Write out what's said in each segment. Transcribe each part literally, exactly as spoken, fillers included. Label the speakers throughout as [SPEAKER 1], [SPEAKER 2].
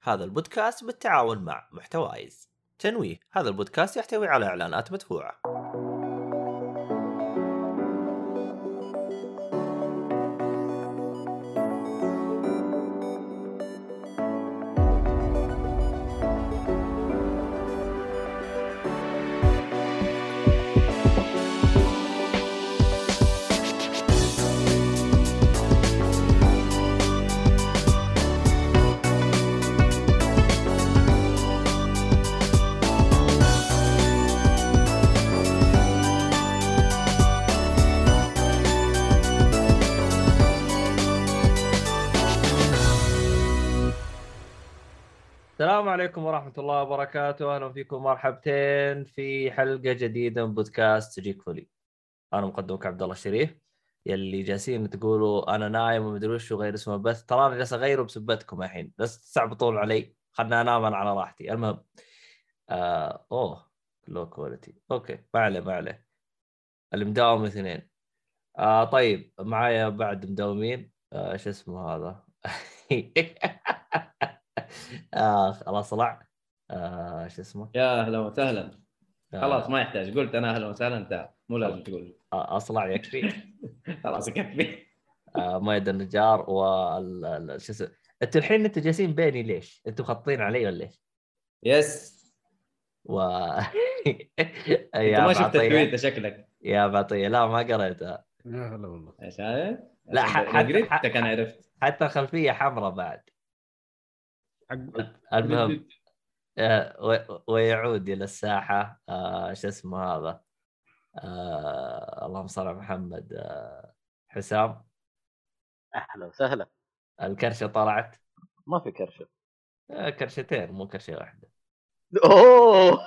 [SPEAKER 1] هذا البودكاست بالتعاون مع محتوايز. تنويه: هذا البودكاست يحتوي على إعلانات مدفوعة. السلام عليكم ورحمة الله وبركاته. أهلا فيكم مرحبتين في حلقة جديدة من بودكاست جيك فولي. أنا مقدمك عبد الله الشريف. يلي جالسين تقولوا أنا نايم ومدري وش وغير اسمه، بس ترى أنا جالس أغيره بسبتكم الحين، بس تستعبطون علي. خلنا أنام أنا على راحتي. المهم آه أوه لو كواليتي أوكي، ما عليه ما عليه. المداوم اثنين. آه طيب معايا بعد مداومين آه إيش اسمه هذا آه خلاص طلع. آه شو اسمه؟
[SPEAKER 2] يا أهلا وسهلا.
[SPEAKER 1] آه
[SPEAKER 2] خلاص ما يحتاج، قلت أنا أهلا وسهلا انت مو لازم تقول.
[SPEAKER 1] آه أصلع يكفي.
[SPEAKER 2] خلاص يكفي.
[SPEAKER 1] آه مايد النجار وال شو اسمه. أنت الحين أنتوا جالسين بيني ليش؟ أنتوا خطين علي ولا ليش؟
[SPEAKER 2] يس.
[SPEAKER 1] و
[SPEAKER 2] أنت
[SPEAKER 1] يا
[SPEAKER 2] ما شفت
[SPEAKER 1] بعطية
[SPEAKER 2] التويته شكلك.
[SPEAKER 1] يا بعطية، لا ما قريتها.
[SPEAKER 3] لا لا والله.
[SPEAKER 2] عشان
[SPEAKER 1] لا
[SPEAKER 2] عشان
[SPEAKER 1] ح-
[SPEAKER 2] لو
[SPEAKER 1] حتى
[SPEAKER 2] قريتك أنا عرفت.
[SPEAKER 1] حتى الخلفية حمراء بعد.
[SPEAKER 3] حق
[SPEAKER 1] المهم آه و- ويعود إلى الساحة آه شو اسمه هذا آه اللهم صل على محمد. آه حسام،
[SPEAKER 4] اهلا وسهلا.
[SPEAKER 1] الكرشة طلعت.
[SPEAKER 4] ما في كرشه.
[SPEAKER 1] آه كرشتين مو كرشة واحدة.
[SPEAKER 4] اوه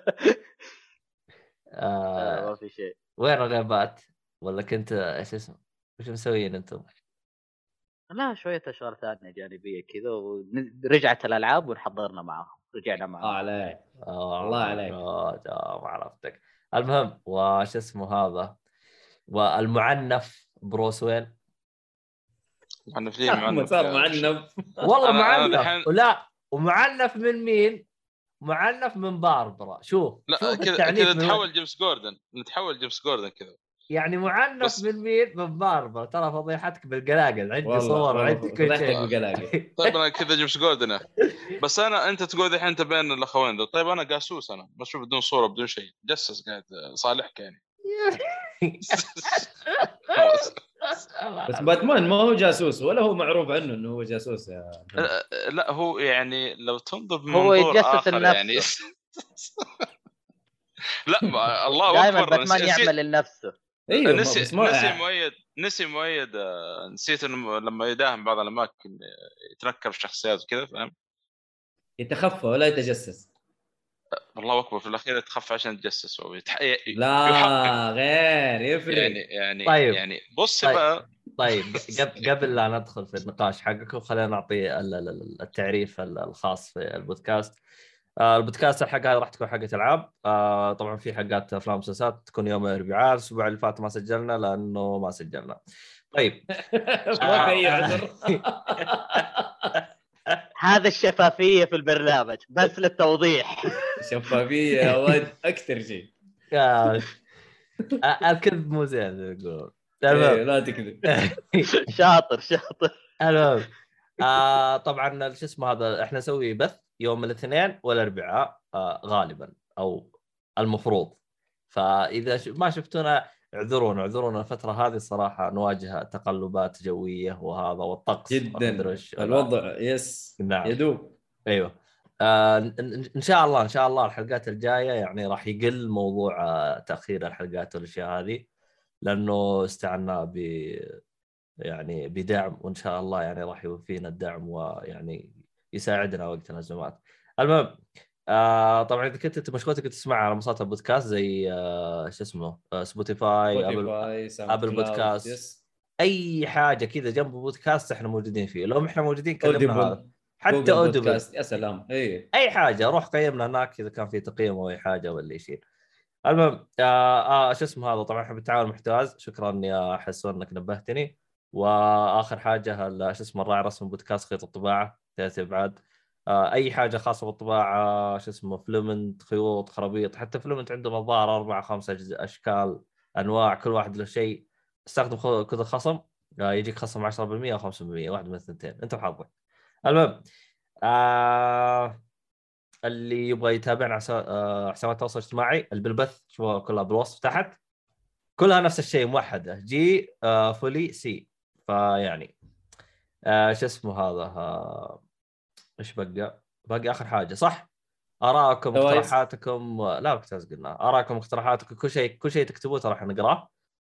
[SPEAKER 1] آه
[SPEAKER 4] آه، ما في شيء.
[SPEAKER 1] وين الغيبات؟ ولا كنت ايش اسمه؟ وش مسويين انتم؟
[SPEAKER 4] لا شويه اشغال ثانيه جانبيه كذا، ورجعت الالعاب ونحضرنا معاهم، رجعنا
[SPEAKER 2] آه
[SPEAKER 4] معاهم.
[SPEAKER 2] عليك.
[SPEAKER 1] آه
[SPEAKER 2] الله عليك.
[SPEAKER 1] آه آه ما عرفتك. المهم وش اسمه هذا والمعنف بروس وين؟
[SPEAKER 5] معنفين
[SPEAKER 2] أحمد
[SPEAKER 5] معنف
[SPEAKER 2] صار
[SPEAKER 5] يا
[SPEAKER 2] معنف.
[SPEAKER 1] والله
[SPEAKER 5] أنا- أنا
[SPEAKER 1] معنف.
[SPEAKER 5] دحين-
[SPEAKER 1] لا ومعنف من مين؟ معنف من باربرا. شوف
[SPEAKER 5] لا
[SPEAKER 1] شوف
[SPEAKER 5] كذا
[SPEAKER 1] التعنيف
[SPEAKER 5] كذا
[SPEAKER 1] من
[SPEAKER 5] تحول
[SPEAKER 1] وين.
[SPEAKER 5] جيمس جوردن، نتحول جيمس جوردن كذا.
[SPEAKER 1] يعني معنف
[SPEAKER 5] بس-
[SPEAKER 1] من مين؟ من باربرا. ترى فضيحتك بالقلاقل، عندي
[SPEAKER 2] والله
[SPEAKER 1] صور
[SPEAKER 2] والله
[SPEAKER 1] وعندي كل
[SPEAKER 2] فضحتك
[SPEAKER 1] شيء.
[SPEAKER 2] بقلاقل.
[SPEAKER 5] طيب انا كذا جيمس جوردن يا اخي. بس انا انت تقول الحين انت بين الاخوين ذا. طيب انا قاسوس، انا بشوف بدون صوره بدون شيء، جسس قاعد صالحك يعني.
[SPEAKER 2] بس باتمان ما هو جاسوس ولا هو معروف عنه إنه هو جاسوس يا محمد.
[SPEAKER 5] لا هو يعني لو تنظر
[SPEAKER 4] هو
[SPEAKER 5] بمنظور
[SPEAKER 4] يتجسس
[SPEAKER 5] اخر
[SPEAKER 4] لنفسه.
[SPEAKER 5] يعني لا ما الله
[SPEAKER 4] دائما
[SPEAKER 5] اكبر.
[SPEAKER 4] باتمان
[SPEAKER 5] نسي-
[SPEAKER 4] يعمل لنفسه.
[SPEAKER 2] ايوه ما-
[SPEAKER 5] نسي
[SPEAKER 2] بس ما
[SPEAKER 5] نسي مؤيد نسي مؤيد آه، نسيت انه لما يداهم بعض الاماكن يتنكر في شخصيات وكذا، فاهم؟
[SPEAKER 2] يتخفى ولا يتجسس.
[SPEAKER 5] الله اكبر في الاخير يتخفى عشان يتجسس ويتح...
[SPEAKER 2] لا
[SPEAKER 5] يحقق.
[SPEAKER 2] غير يفرق
[SPEAKER 5] يعني يعني
[SPEAKER 1] طيب.
[SPEAKER 5] يعني بص
[SPEAKER 1] طيب.
[SPEAKER 5] بقى.
[SPEAKER 1] طيب قبل قبل لا ندخل في النقاش حقكم خلينا نعطي ال- ال- التعريف ال- الخاص في البودكاست. آه، البودكاست الحلقة هذه راح تكون حلقة ألعاب. آه، طبعا في حلقات أفلام ومسلسلات تكون يوم الأربعاء. الأسبوع اللي فات ما سجلنا لأنه ما سجلنا. طيب
[SPEAKER 2] ما في اي عذر.
[SPEAKER 4] هذا الشفافيه في البرنامج بس للتوضيح.
[SPEAKER 2] شفافيه يا ولد اكثر شيء.
[SPEAKER 1] آه، آه، الكذب مو زين زي ما يقولون.
[SPEAKER 2] إيه،
[SPEAKER 1] المهم
[SPEAKER 2] لا تكذب.
[SPEAKER 4] شاطر شاطر.
[SPEAKER 1] المهم آه طبعا شو اسمه هذا احنا نسوي بث يوم الاثنين والاربعاء آه غالبا او المفروض. فاذا ش... ما شفتونا اعذرونا اعذرونا الفتره هذه الصراحه نواجه تقلبات جويه وهذا والطقس
[SPEAKER 2] جدا الوضع يس
[SPEAKER 1] نعم.
[SPEAKER 2] يدوب.
[SPEAKER 1] ايوه آه ان إن شاء الله ان شاء الله الحلقات الجايه يعني راح يقل موضوع آه تاخير الحلقات والاشياء هذه، لانه استعنا ب يعني بدعم، وإن شاء الله يعني راح يوفينا الدعم ويعني يساعدنا وقت الأزمات. المهم آه طبعا إذا كنت مشغولتك تسمع على منصات البودكاست زي آه شو اسمه آه سبوتيفاي أبل, أبل بودكاست يس. أي حاجة كذا جنب بودكاست إحنا موجودين فيه. لو إحنا موجودين كلمنا هذا حتى أوديبل
[SPEAKER 2] يا سلام. أي
[SPEAKER 1] أي حاجة روح قيمنا هناك إذا كان في تقييم أو أي حاجة ولا شيء. المهم آه, آه شو اسمه هذا طبعا إحنا بالتعاون محتواز. شكرا يا حسون إنك نبهتني. واخر حاجه شو اسمه الراعي رسم بودكاست خيط الطباعه ثلاث ابعاد. آه اي حاجه خاصه بالطباعه، شو اسمه فلومنت، خيوط، خرابيط. حتى فلومنت عندهم الظاهر اربع خمسة أجزاء اشكال انواع، كل واحد له شيء. استخدم خ- كود خصم، آه يجيك خصم عشرة بالمية او خمسة بالمية، واحد من الثنتين انت وحظك. المهم آه اللي يبغى يتابعنا على حسا- آه، حسابات التواصل الاجتماعي اللي بالبث شوفوا كلها بالوصف تحت، كلها نفس الشيء موحده، جي آه فولي سي. فيعني آه شو اسمه هذا آه ايش بقى باقي اخر حاجه صح؟ آراءكم
[SPEAKER 2] كويس.
[SPEAKER 1] اقتراحاتكم، لا بكتاز قلنا آراءكم اقتراحاتكم، كل شيء كل شيء تكتبوه ترى احنا نقراه.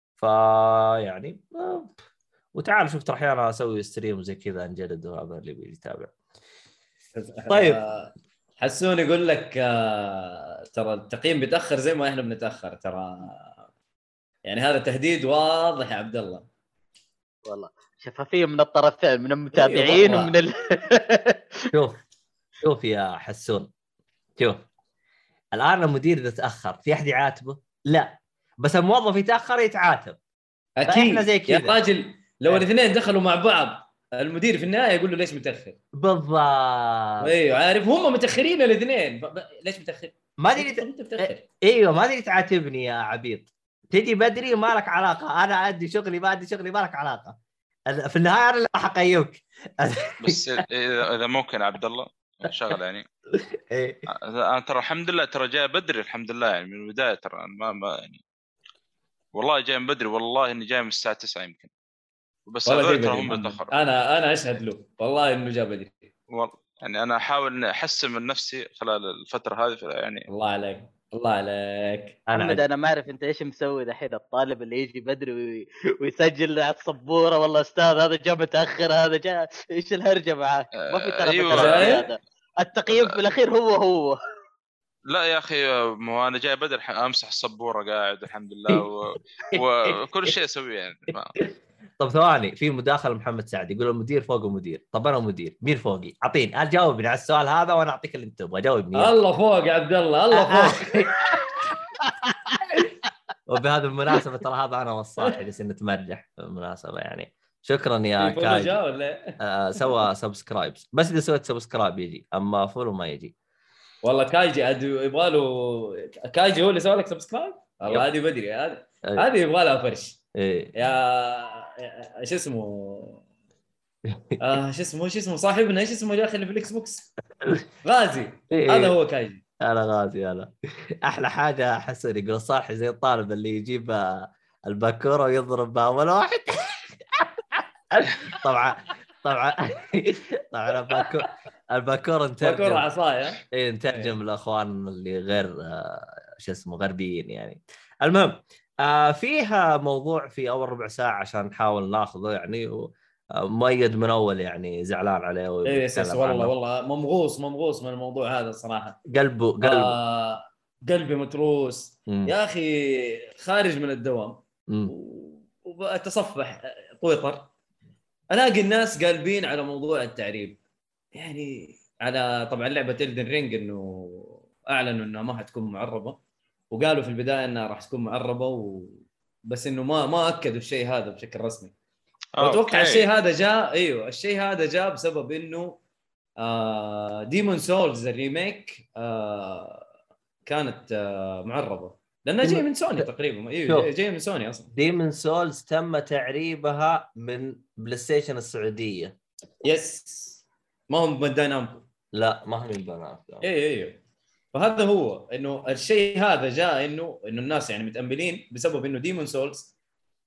[SPEAKER 1] فيعني آه، وتعال شوف ترى احيانا اسوي ستريم زي كذا نجلد، وهذا اللي بيجي يتابع. طيب.
[SPEAKER 2] آه، حسون يقول لك آه، ترى التقييم بيتاخر زي ما احنا بنتاخر ترى، يعني هذا تهديد واضح يا عبد الله.
[SPEAKER 4] والله شفافيه من الطرفين، من المتابعين
[SPEAKER 2] مرة.
[SPEAKER 4] ومن ال...
[SPEAKER 1] شوف شوف يا حسون، شوف الان المدير اذا تاخر في احد يعاتبه؟ لا، بس الموظف يتاخر يتعاتب. فإحنا
[SPEAKER 2] اكيد
[SPEAKER 1] زي
[SPEAKER 2] يا
[SPEAKER 1] كذا.
[SPEAKER 2] راجل، لو
[SPEAKER 1] إيه.
[SPEAKER 2] الاثنين دخلوا مع بعض المدير في النهايه يقول له ليش متاخر.
[SPEAKER 1] بالضبط.
[SPEAKER 2] ايوه عارف هم متاخرين الاثنين، ب- ب- ليش متاخر؟
[SPEAKER 1] ما ادري
[SPEAKER 2] طب انت متاخر.
[SPEAKER 1] ايوه ما ادري تعاتبني يا عبيط، تجي بدري ما لك علاقه، انا ادي شغلي ما ادي شغلي ما لك علاقه، في النهايه انا اللي راح اقيمك.
[SPEAKER 5] بس اذا إذا ممكن عبد الله شغله يعني
[SPEAKER 1] إيه.
[SPEAKER 5] انا ترى الحمد لله ترى جاي بدري الحمد لله، يعني من البدايه ترى أنا ما, ما يعني والله جاي من بدري، والله اني جاي من الساعه تسعة يمكن، بس
[SPEAKER 2] والله
[SPEAKER 5] هذول
[SPEAKER 2] جاي
[SPEAKER 5] ترى
[SPEAKER 2] بدري
[SPEAKER 5] هم
[SPEAKER 2] محمد.
[SPEAKER 5] تاخروا.
[SPEAKER 2] انا انا اشهد له والله انه جاء بدري.
[SPEAKER 5] والله يعني انا احاول اني احسن من نفسي خلال الفتره هذه يعني.
[SPEAKER 2] الله عليك الله عليك
[SPEAKER 4] محمد.
[SPEAKER 1] انا
[SPEAKER 4] انا ما اعرف انت ايش مسوي دحين، الطالب اللي يجي بدري وي... ويسجل على السبوره، والله استاذ هذا جاء متاخر، هذا جاء ايش الهرجه معاه؟ ما في ترى
[SPEAKER 5] أيوة.
[SPEAKER 4] فترات
[SPEAKER 2] زين.
[SPEAKER 4] زياده، التقييم في الاخير هو هو.
[SPEAKER 5] لا يا اخي مو انا جاي بدري امسح السبوره قاعد الحمد لله و... وكل شيء اسويه يعني ما...
[SPEAKER 1] طب ثواني، في مداخله محمد سعد يقول المدير فوق المدير. طب انا مدير، مين فوقي؟ اعطيني، انا جاوبني على السؤال هذا وانا اعطيك اللي انت تبغى. جاوبني
[SPEAKER 2] الله فوق يا عبد الله الله فوق.
[SPEAKER 1] وبهذه المناسبه ترى هذا انا والصاحي جالس نتمرجح بالمناسبه يعني. شكرا يا
[SPEAKER 2] في فولو
[SPEAKER 1] كاج.
[SPEAKER 2] جاء ولا؟
[SPEAKER 1] آه سوى سبسكرايبز، بس اذا سويت سبسكرايب يجي، اما فولو ما يجي.
[SPEAKER 2] والله كايجي عاد يبغى له، كايجي هو اللي سوى لك سبسكرايب. والله هذه بدري، هذه
[SPEAKER 1] أي.
[SPEAKER 2] هذه يبغى لها فرش
[SPEAKER 1] إيه.
[SPEAKER 2] يا يا- شو اسمه آه شو اسمه شو اسمه صاحبنا ايش اسمه يا اخي اللي في الاكس بوكس؟ غازي.
[SPEAKER 1] إيه.
[SPEAKER 2] هذا هو كايجي.
[SPEAKER 1] انا غازي انا. احلى حاجه حسن يقول صاحي زي الطالب اللي يجيب آه، الباكوره ويضرب بها اول واحد. طبعا طبعا طبعا الباكور الباكوره
[SPEAKER 2] باكورة
[SPEAKER 1] نترجم
[SPEAKER 2] عصايه.
[SPEAKER 1] ايه نترجم الاخوان اللي غير آه، شو اسمه غربيين يعني. المهم آه فيها موضوع في اول ربع ساعه عشان نحاول ناخذه يعني و- آه، مؤيد من اول يعني زعلان عليه
[SPEAKER 2] ايه يس
[SPEAKER 1] ويتكلم
[SPEAKER 2] والله
[SPEAKER 1] عنه.
[SPEAKER 2] والله ممغوص ممغوص من الموضوع هذا الصراحه.
[SPEAKER 1] قلبه قلبه
[SPEAKER 2] آه قلبي متروس
[SPEAKER 1] مم.
[SPEAKER 2] يا اخي، خارج من الدوام
[SPEAKER 1] مم.
[SPEAKER 2] و- وبتصفح تويتر الاقي الناس قالبين على موضوع التعريب، يعني على طبعا لعبه إلدن رينج انه اعلنوا انها ما حتكون معربه، وقالوا في البدايه انها راح تكون معربه و... بس انه ما ما اكدوا الشيء هذا بشكل رسمي. واتوقع الشيء هذا جاء ايوه الشيء هذا جاء بسبب انه آه ديمون سولز الريميك آه كانت آه معربه لانها جايه من سوني تقريبا. ايوه جايه من سوني اصلا.
[SPEAKER 1] ديمون سولز تم تعريبها من بلاي ستيشن السعوديه.
[SPEAKER 2] يس ما هم بانداي نامكو.
[SPEAKER 1] لا ما هم البنات.
[SPEAKER 2] اي اي فهذا هو انه الشيء هذا جاء انه انه الناس يعني متاملين بسبب انه ديمون سولز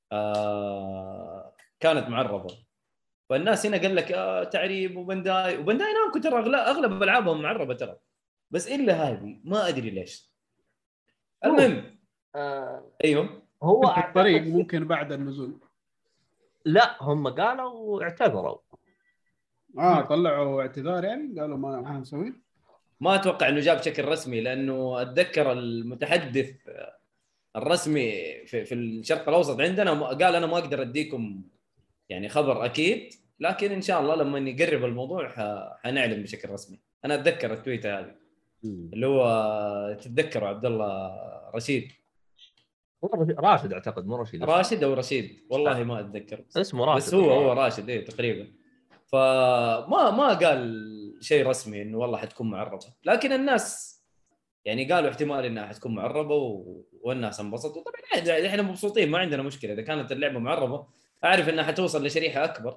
[SPEAKER 2] آه كانت معربه، فالناس هنا قال لك آه تعريب وبنداي وبنداي نامكو ترى اغلب اغلب العابهم معربه ترى، بس الا هذه ما ادري ليش. المهم
[SPEAKER 1] آه
[SPEAKER 2] ايوه
[SPEAKER 1] هو
[SPEAKER 3] في الطريق ممكن بعد النزول.
[SPEAKER 1] لا هم قالوا اعتذروا.
[SPEAKER 3] اه طلعوا اعتذار يعني، قالوا ما ما نسوي.
[SPEAKER 2] ما اتوقع انه جاب بشكل رسمي، لانه اتذكر المتحدث الرسمي في في الشرق الاوسط عندنا قال انا ما اقدر اديكم يعني خبر اكيد، لكن ان شاء الله لما يقرب الموضوع حنعلم بشكل رسمي. انا اتذكر التويته هذه اللي هو تتذكروا عبد الله رشيد
[SPEAKER 1] راشد اعتقد مو رشيد
[SPEAKER 2] راشد او رشيد والله ما اتذكر
[SPEAKER 1] اسمه راشد
[SPEAKER 2] بس هو هو راشد ايه تقريبا. فما ما قال شيء رسمي انه والله حتكون معربه، لكن الناس يعني قالوا احتمال انها حتكون معربه و... والناس انبسطوا. طبعا عادي، احنا مبسوطين، ما عندنا مشكله اذا كانت اللعبه معربه، اعرف انها حتوصل لشريحه اكبر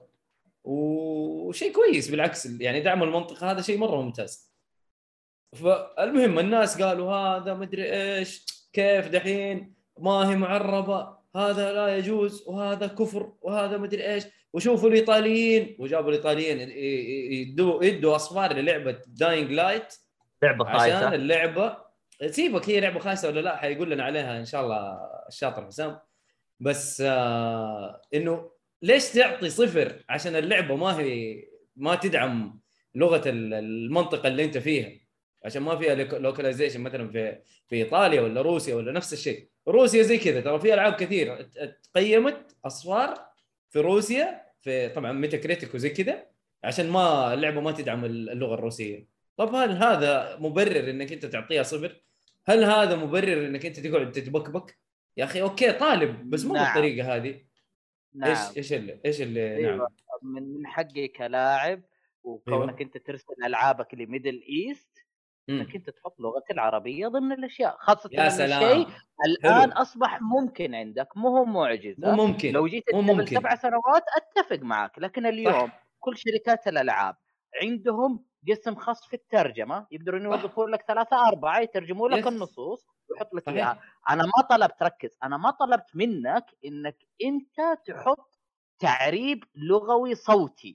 [SPEAKER 2] وشيء كويس. بالعكس يعني دعم المنطقه هذا شيء مره ممتاز. فالمهم الناس قالوا هذا مدري ايش، كيف دحين ما هي معربه، هذا لا يجوز وهذا كفر وهذا مدري ايش. وشوفوا الايطاليين، وجابوا الايطاليين يدوا يدوا اصفار للعبه داينج لايت
[SPEAKER 1] لعبه
[SPEAKER 2] عشان
[SPEAKER 1] خايسه.
[SPEAKER 2] اللعبه، سيبك هي لعبه خايسه ولا لا، حيقول لنا عليها ان شاء الله الشاطر حسام. بس آه انه ليش تعطي صفر عشان اللعبه ما هي ما تدعم لغه المنطقه اللي انت فيها، عشان ما فيها لوكاليزيشن مثلا في في ايطاليا ولا روسيا ولا نفس الشيء. روسيا زي كذا ترى، في العاب كثير تقيمت اصفار في روسيا في طبعا ميتا كريتيك وزي كذا عشان ما اللعبه ما تدعم اللغه الروسيه. طب هل هذا مبرر انك انت تعطيها صفر؟ هل هذا مبرر انك انت تقعد تتبكبك؟ يا اخي اوكي طالب بس مو
[SPEAKER 4] نعم.
[SPEAKER 2] بالطريقه هذه.
[SPEAKER 4] نعم.
[SPEAKER 2] ايش ايش اللي ايش اللي
[SPEAKER 4] أيوة.
[SPEAKER 2] نعم
[SPEAKER 4] من من حقي كلاعب وكونك
[SPEAKER 2] أيوة.
[SPEAKER 4] انت ترسل العابك لميدل ايست
[SPEAKER 2] مم.
[SPEAKER 4] انك انت تحط لغه العربيه ضمن الاشياء، خاصه
[SPEAKER 2] يا
[SPEAKER 4] ان
[SPEAKER 2] سلام.
[SPEAKER 4] الشيء الان
[SPEAKER 2] حلو.
[SPEAKER 4] اصبح ممكن عندك، مو هو معجزه.
[SPEAKER 2] مو ممكن
[SPEAKER 4] لو جيت
[SPEAKER 2] مو
[SPEAKER 4] قبل
[SPEAKER 2] ممكن
[SPEAKER 4] سبع سنوات اتفق معك، لكن اليوم
[SPEAKER 2] صح.
[SPEAKER 4] كل شركات الالعاب عندهم قسم خاص في الترجمه، يقدرون يوظفون لك ثلاثة أربعة يترجموا لك
[SPEAKER 2] يس.
[SPEAKER 4] النصوص ويحط لك
[SPEAKER 2] صحيح.
[SPEAKER 4] اياها. انا ما طلبت، ركز، انا ما طلبت منك انك انت تحط تعريب لغوي صوتي.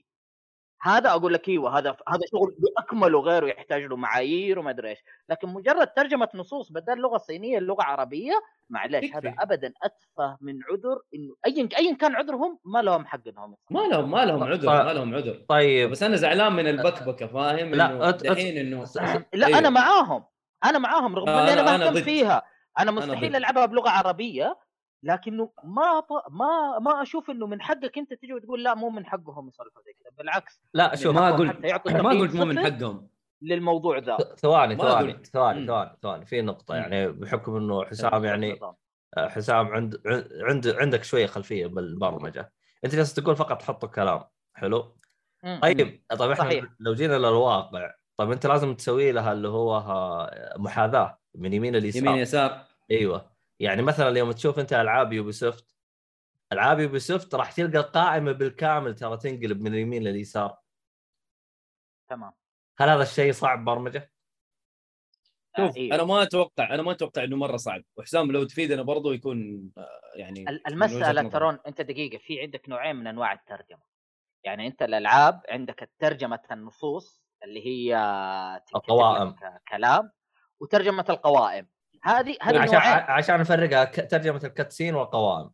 [SPEAKER 4] هذا اقول لك ايوه، هذا هذا شغل باكمله، غيره يحتاج له معايير وما ادري ايش. لكن مجرد ترجمه نصوص بدل لغه صينيه لغه عربيه، معليش هذا
[SPEAKER 2] يكفي.
[SPEAKER 4] ابدا اتفه من عذر. انه ايا ايا كان عذرهم ما لهم حق انهم
[SPEAKER 2] ما لهم ما لهم عذر ما لهم عذر.
[SPEAKER 1] طيب
[SPEAKER 2] بس انا زعلان من البكبكه، فاهم
[SPEAKER 1] لا
[SPEAKER 2] انه
[SPEAKER 1] أت...
[SPEAKER 2] دحين انه
[SPEAKER 1] أت...
[SPEAKER 4] لا
[SPEAKER 2] أيوه.
[SPEAKER 4] انا معاهم، انا معاهم رغم اني انا
[SPEAKER 2] انا انا
[SPEAKER 4] مهتم
[SPEAKER 2] ضد
[SPEAKER 4] فيها. انا
[SPEAKER 2] أنا
[SPEAKER 4] مستحيل
[SPEAKER 2] ضد.
[SPEAKER 4] العبها بلغه عربيه، لكنه ما ط... ما ما اشوف انه من حقك انت تجي وتقول لا مو من حقهم يصرفوا زي كذا. بالعكس،
[SPEAKER 1] لا
[SPEAKER 4] من
[SPEAKER 1] شوف
[SPEAKER 2] ما
[SPEAKER 4] حقهم
[SPEAKER 2] قلت
[SPEAKER 4] حتى يعطوا
[SPEAKER 2] ما
[SPEAKER 4] تقييم
[SPEAKER 2] قلت مو من
[SPEAKER 4] صفر
[SPEAKER 2] حقهم.
[SPEAKER 4] للموضوع ذا.
[SPEAKER 1] ثواني
[SPEAKER 2] ما
[SPEAKER 1] ثواني
[SPEAKER 2] قلت.
[SPEAKER 1] ثواني
[SPEAKER 2] مم.
[SPEAKER 1] ثواني ثواني في نقطة
[SPEAKER 2] مم.
[SPEAKER 1] يعني بحكم انه حسام
[SPEAKER 4] بالضبط
[SPEAKER 1] يعني
[SPEAKER 4] نظام.
[SPEAKER 1] حسام عند عند عندك شوية خلفية بالبرمجة، انت جالس تقول فقط حطوا كلام حلو.
[SPEAKER 4] مم.
[SPEAKER 1] طيب طيب احنا
[SPEAKER 4] صحيح.
[SPEAKER 1] لو جينا للواقع، طيب انت لازم تسوي لها اللي هو ها- محاذاة من يمين اليسار.
[SPEAKER 2] يمين يسار.
[SPEAKER 1] ايوه يعني مثلا اليوم تشوف انت العاب يوبي سوفت، العاب يوبي سوفت راح تلقى القائمة بالكامل ترى تنقلب من اليمين لليسار.
[SPEAKER 4] تمام.
[SPEAKER 1] هل هذا الشيء صعب برمجة؟
[SPEAKER 2] شوف
[SPEAKER 4] أيوه.
[SPEAKER 2] انا ما اتوقع انا ما اتوقع انه مره صعب، وحسام لو تفيدنا برضو يكون يعني
[SPEAKER 4] المسألة ترون انت دقيقة، في عندك نوعين من انواع الترجمة. يعني انت الالعاب عندك الترجمة النصوص اللي هي
[SPEAKER 1] القوائم
[SPEAKER 4] كلام، وترجمة القوائم. هذه هذه
[SPEAKER 1] عشان
[SPEAKER 4] نوعين
[SPEAKER 1] عشان نفرقها، ترجمة الكاتسين والقوائم.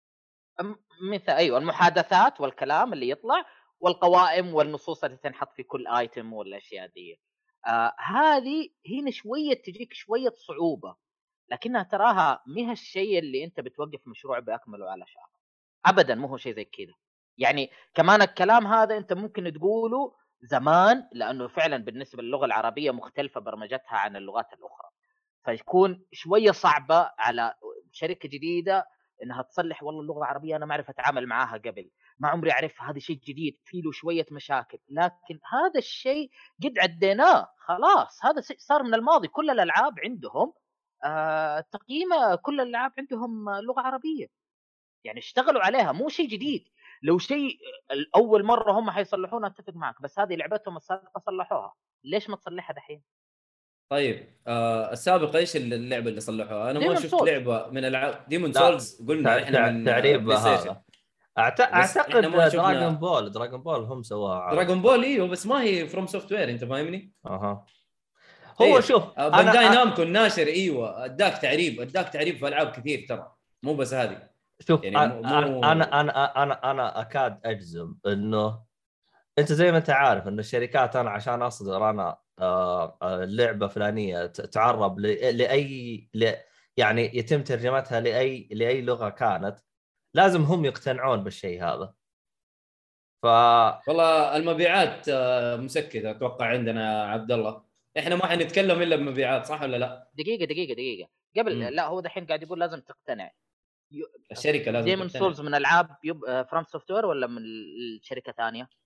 [SPEAKER 4] مثل ايوه المحادثات والكلام اللي يطلع، والقوائم والنصوص اللي تنحط في كل ايتم والاشياء دي. آه هذه هنا شويه تجيك شويه صعوبه، لكنها تراها مها الشيء اللي انت بتوقف مشروع باكمله على شهر ابدا، مو هو شيء زي كذا. يعني كمان الكلام هذا انت ممكن تقوله زمان، لانه فعلا بالنسبه للغه العربيه مختلفه برمجتها عن اللغات الاخرى، فيكون شويه صعبه على شركه جديده انها تصلح والله اللغه العربيه انا ما اعرف اتعامل معاها قبل، ما عمري اعرفها، هذا شيء جديد في له شويه مشاكل. لكن هذا الشيء قد عديناه خلاص، هذا صار من الماضي. كل الالعاب عندهم آه تقييم، كل الالعاب عندهم لغه عربيه، يعني اشتغلوا عليها، مو شيء جديد. لو شيء اول مره هم حيصلحونه اتفق معك، بس هذه لعبتهم السابقه صلحوها، ليش ما تصلحها دحين؟
[SPEAKER 2] طيب آه السابق ايش اللعبه اللي صلحوها؟ انا ما
[SPEAKER 4] ديمون
[SPEAKER 2] شفت
[SPEAKER 4] سولز.
[SPEAKER 2] لعبه من العاب ديمون
[SPEAKER 1] لا،
[SPEAKER 2] سولز. قلنا
[SPEAKER 1] تع-
[SPEAKER 2] احنا
[SPEAKER 1] تع-
[SPEAKER 2] من
[SPEAKER 1] تعريب
[SPEAKER 2] بلاي ستيشن.
[SPEAKER 1] هذا أعت...
[SPEAKER 2] بس
[SPEAKER 1] اعتقد
[SPEAKER 2] إحنا ما شفنا-
[SPEAKER 1] دراغون بول دراغون بول هم سواها
[SPEAKER 2] دراغون بول ايوه، بس ما هي فروم سوفت وير، انت فاهمني؟
[SPEAKER 1] اها.
[SPEAKER 2] طيب.
[SPEAKER 1] هو شوف
[SPEAKER 2] آه
[SPEAKER 1] انا
[SPEAKER 2] بانداي
[SPEAKER 1] أ...
[SPEAKER 2] نامكو الناشر ايوه اداك تعريب اداك تعريب في العاب كثير ترى، مو بس هذه.
[SPEAKER 1] شوف
[SPEAKER 2] يعني
[SPEAKER 1] أنا...
[SPEAKER 2] مو مو
[SPEAKER 1] انا انا انا انا اكاد اجزم انه انت زي ما انت عارف ان الشركات، انا عشان اصدر انا آه، آه، لعبه فلانيه تعرب ل... لاي ل... يعني يتم ترجمتها لاي لاي لغه كانت، لازم هم يقتنعون بالشيء هذا. ف
[SPEAKER 2] والله المبيعات آه، مسكته اتوقع عندنا عبد الله، احنا ما حنتكلم الا بمبيعات، صح ولا لا؟
[SPEAKER 4] دقيقه دقيقه دقيقه قبل
[SPEAKER 2] مم.
[SPEAKER 4] لا هو دحين قاعد يقول لازم تقتنع.
[SPEAKER 2] الشركه لازم
[SPEAKER 4] ديمون
[SPEAKER 2] تقتنع.
[SPEAKER 4] سولز من العاب يب... فرام سوفت وير ولا من الشركه ثانيه؟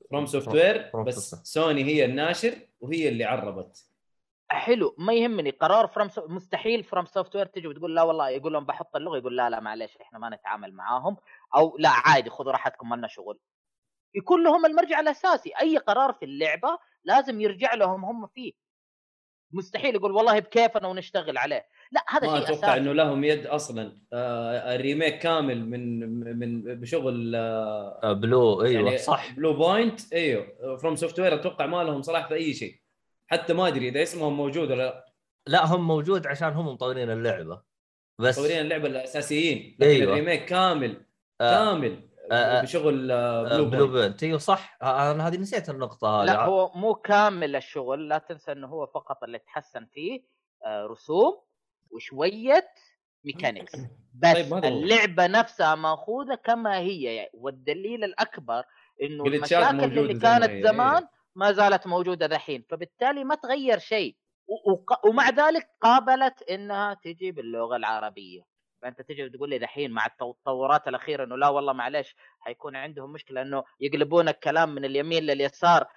[SPEAKER 2] فروم سوفت وير،
[SPEAKER 1] From
[SPEAKER 2] بس
[SPEAKER 1] Software.
[SPEAKER 2] سوني هي الناشر وهي اللي عربت.
[SPEAKER 4] حلو، ما يهمني قرار فروم سو... مستحيل فروم سوفت وير تجي وتقول لا والله، يقول لهم بحط اللغه، يقول لا لا معليش احنا ما نتعامل معاهم، او لا عادي خذوا راحتكم ما لنا شغل. يكون لهم المرجع الاساسي، اي قرار في اللعبه لازم يرجع لهم هم فيه. مستحيل يقول والله بكيفنا ونشتغل عليه، لا هذا
[SPEAKER 2] ما
[SPEAKER 4] شيء
[SPEAKER 2] اتوقع
[SPEAKER 4] اساسي.
[SPEAKER 2] انه لهم يد اصلا. آه الريميك كامل من من بشغل آه
[SPEAKER 1] آه، بلو ايوه
[SPEAKER 2] يعني
[SPEAKER 1] صح.
[SPEAKER 2] بلو بوينت. ايوه فروم سوفت وير اتوقع ما لهم صلاح في اي شيء، حتى ما ادري اذا اسمهم موجود ولا لا.
[SPEAKER 1] لا هم موجود عشان هم مطورين اللعبه بس.
[SPEAKER 2] مطورين اللعبه الاساسيين، لكن
[SPEAKER 1] ايوه
[SPEAKER 2] الريميك كامل
[SPEAKER 1] آه
[SPEAKER 2] كامل
[SPEAKER 1] آه آه
[SPEAKER 2] بشغل آه
[SPEAKER 1] آه
[SPEAKER 2] بلو
[SPEAKER 1] بلو
[SPEAKER 2] بوينت.
[SPEAKER 1] بوينت ايوه صح. آه انا هذه نسيت النقطه هذه.
[SPEAKER 4] لا هو مو كامل الشغل، لا تنسى انه هو فقط اللي تحسن فيه آه رسوم وشويه ميكانيكس بس.
[SPEAKER 2] طيب هذا هو.
[SPEAKER 4] اللعبه نفسها ماخوذه كما هي يعني، والدليل الاكبر انه
[SPEAKER 2] جلتشات
[SPEAKER 4] المشاكل
[SPEAKER 2] موجودة
[SPEAKER 4] اللي
[SPEAKER 2] زي ما
[SPEAKER 4] كانت
[SPEAKER 2] هي.
[SPEAKER 4] زمان
[SPEAKER 2] إيه.
[SPEAKER 4] ما زالت موجوده ذحين، فبالتالي ما تغير شيء. و- وق- ومع ذلك قابلت انها تجي باللغه العربيه. فانت تجي تقول لي دحين مع التطورات الاخيره انه لا والله معلش حيكون عندهم مشكله انه يقلبون الكلام من اليمين لليسار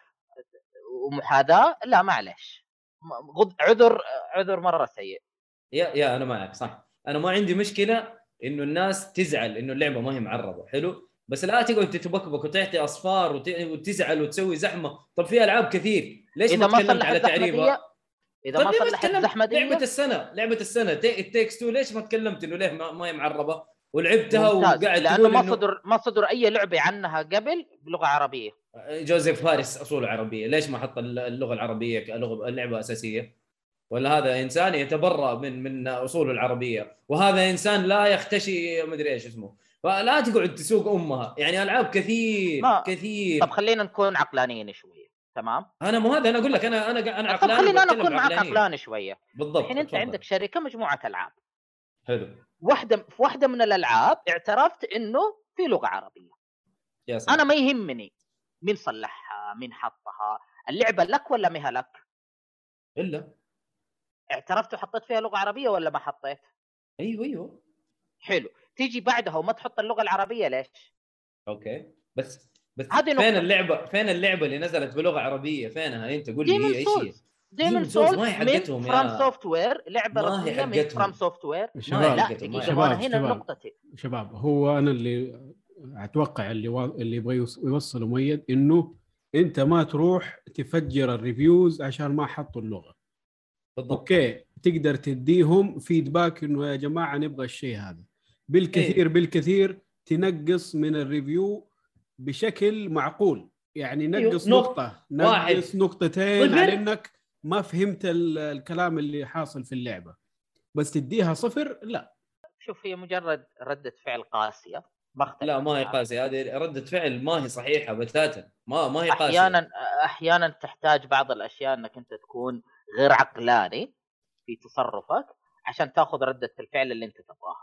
[SPEAKER 4] ومحاذاه، لا معلش غض عذر عذر مره سيء.
[SPEAKER 2] يا يا انا معك صح، انا ما عندي مشكله انه الناس تزعل انه اللعبه ما هي معربه، حلو، بس لا تقعد تتبكبك وتعطي اصفار وت... وتزعل وتسوي زحمه. طب في العاب كثير ليش
[SPEAKER 4] اذا
[SPEAKER 2] ما
[SPEAKER 4] ما
[SPEAKER 2] تكلمت
[SPEAKER 4] صلحت
[SPEAKER 2] على
[SPEAKER 4] زحمه
[SPEAKER 2] تعريبها؟
[SPEAKER 4] دي، اذا
[SPEAKER 2] طيب
[SPEAKER 4] ما
[SPEAKER 2] ليه ما
[SPEAKER 4] صلحت
[SPEAKER 2] تكلمت؟
[SPEAKER 4] زحمه دي
[SPEAKER 2] لعبه السنه لعبه السنه تيكس تو، ليش ما تكلمت انه ليه ما, ما هي معربه ولعبتها
[SPEAKER 4] ممتاز،
[SPEAKER 2] وقاعد
[SPEAKER 4] لانه
[SPEAKER 2] تقول
[SPEAKER 4] ما
[SPEAKER 2] انه
[SPEAKER 4] صدر ما صدر اي لعبه عنها قبل بلغه عربيه.
[SPEAKER 2] جوزيف فارس اصوله عربيه، ليش ما حط اللغه العربيه كلغه اللعبه اساسيه؟ ولا هذا انسان يتبرأ من من اصوله العربيه، وهذا انسان لا يختشي مدري ايش اسمه. فلا تقعد تسوق امها، يعني العاب كثير
[SPEAKER 4] ما...
[SPEAKER 2] كثير.
[SPEAKER 4] طب خلينا نكون عقلانيين شويه، تمام؟
[SPEAKER 2] انا مو هذا، انا اقول لك انا انا انا
[SPEAKER 4] طب
[SPEAKER 2] عقلاني
[SPEAKER 4] خلينا انا
[SPEAKER 2] وبتكلم
[SPEAKER 4] اكون معك
[SPEAKER 2] بعقلانيه.
[SPEAKER 4] عقلاني شويه.
[SPEAKER 2] بالضبط.
[SPEAKER 4] الحين انت
[SPEAKER 2] اتفضل.
[SPEAKER 4] عندك شركه مجموعه العاب،
[SPEAKER 2] حلو.
[SPEAKER 4] واحده في واحده من الالعاب اعترفت انه في لغه عربيه.
[SPEAKER 2] يا سلام.
[SPEAKER 4] انا ما يهمني مين صلحها مين حطها، اللعبه لك ولا مها لك؟
[SPEAKER 2] الا
[SPEAKER 4] اعترفت وحطيت فيها لغه عربيه ولا ما حطيت؟
[SPEAKER 2] ايوه ايوه
[SPEAKER 4] حلو، تيجي بعدها وما تحط اللغه العربيه ليش؟
[SPEAKER 2] اوكي. بس بس
[SPEAKER 4] هذه
[SPEAKER 2] فين
[SPEAKER 4] نقطة.
[SPEAKER 2] اللعبه؟ فين اللعبه اللي نزلت بلغه عربيه؟ فينها؟ انت قول لي
[SPEAKER 4] ديمن
[SPEAKER 2] هي ايش هي؟
[SPEAKER 4] سولز. ديمن
[SPEAKER 2] Demon's Souls
[SPEAKER 4] سولز
[SPEAKER 2] ما هي
[SPEAKER 4] من
[SPEAKER 2] حقتهم
[SPEAKER 4] فروم
[SPEAKER 2] يا-
[SPEAKER 4] سوفت وير، لعبه
[SPEAKER 2] ما هي
[SPEAKER 4] رسميه من
[SPEAKER 2] حقتهم.
[SPEAKER 4] فروم سوفت وير.
[SPEAKER 3] شباب
[SPEAKER 4] لا
[SPEAKER 2] حقتهم، ما
[SPEAKER 4] دقيقه،
[SPEAKER 2] هي
[SPEAKER 4] ما انا
[SPEAKER 3] شباب،
[SPEAKER 4] هنا
[SPEAKER 3] شباب.
[SPEAKER 4] نقطتي.
[SPEAKER 3] شباب، هو انا اللي اتوقع اللي و... اللي يبغى يوص- يوصله مؤيد انه انت ما تروح تفجر الريفيوز عشان ما حطوا اللغه.
[SPEAKER 2] بالضبط.
[SPEAKER 3] اوكي، تقدر تديهم فيدباك انه يا جماعه نبغى الشيء هذا. بالكثير
[SPEAKER 2] إيه.
[SPEAKER 3] بالكثير تنقص من الريفيو بشكل معقول، يعني نقص
[SPEAKER 2] أيوه،
[SPEAKER 3] نقطه
[SPEAKER 2] واحد.
[SPEAKER 3] نقص نقطتين
[SPEAKER 2] صفر.
[SPEAKER 3] على انك ما فهمت ال- الكلام اللي حاصل في اللعبه، بس تديها صفر لا.
[SPEAKER 4] شوف هي مجرد ردة فعل قاسية، بختلف
[SPEAKER 2] لا ما هي
[SPEAKER 4] معها.
[SPEAKER 2] قاسية، هذه ردة فعل ما هي صحيحة بتاتا، ما ما هي قاسية.
[SPEAKER 4] احيانا احيانا تحتاج بعض الاشياء انك انت تكون غير عقلاني في تصرفك عشان تاخذ ردة الفعل اللي انت تبغاها،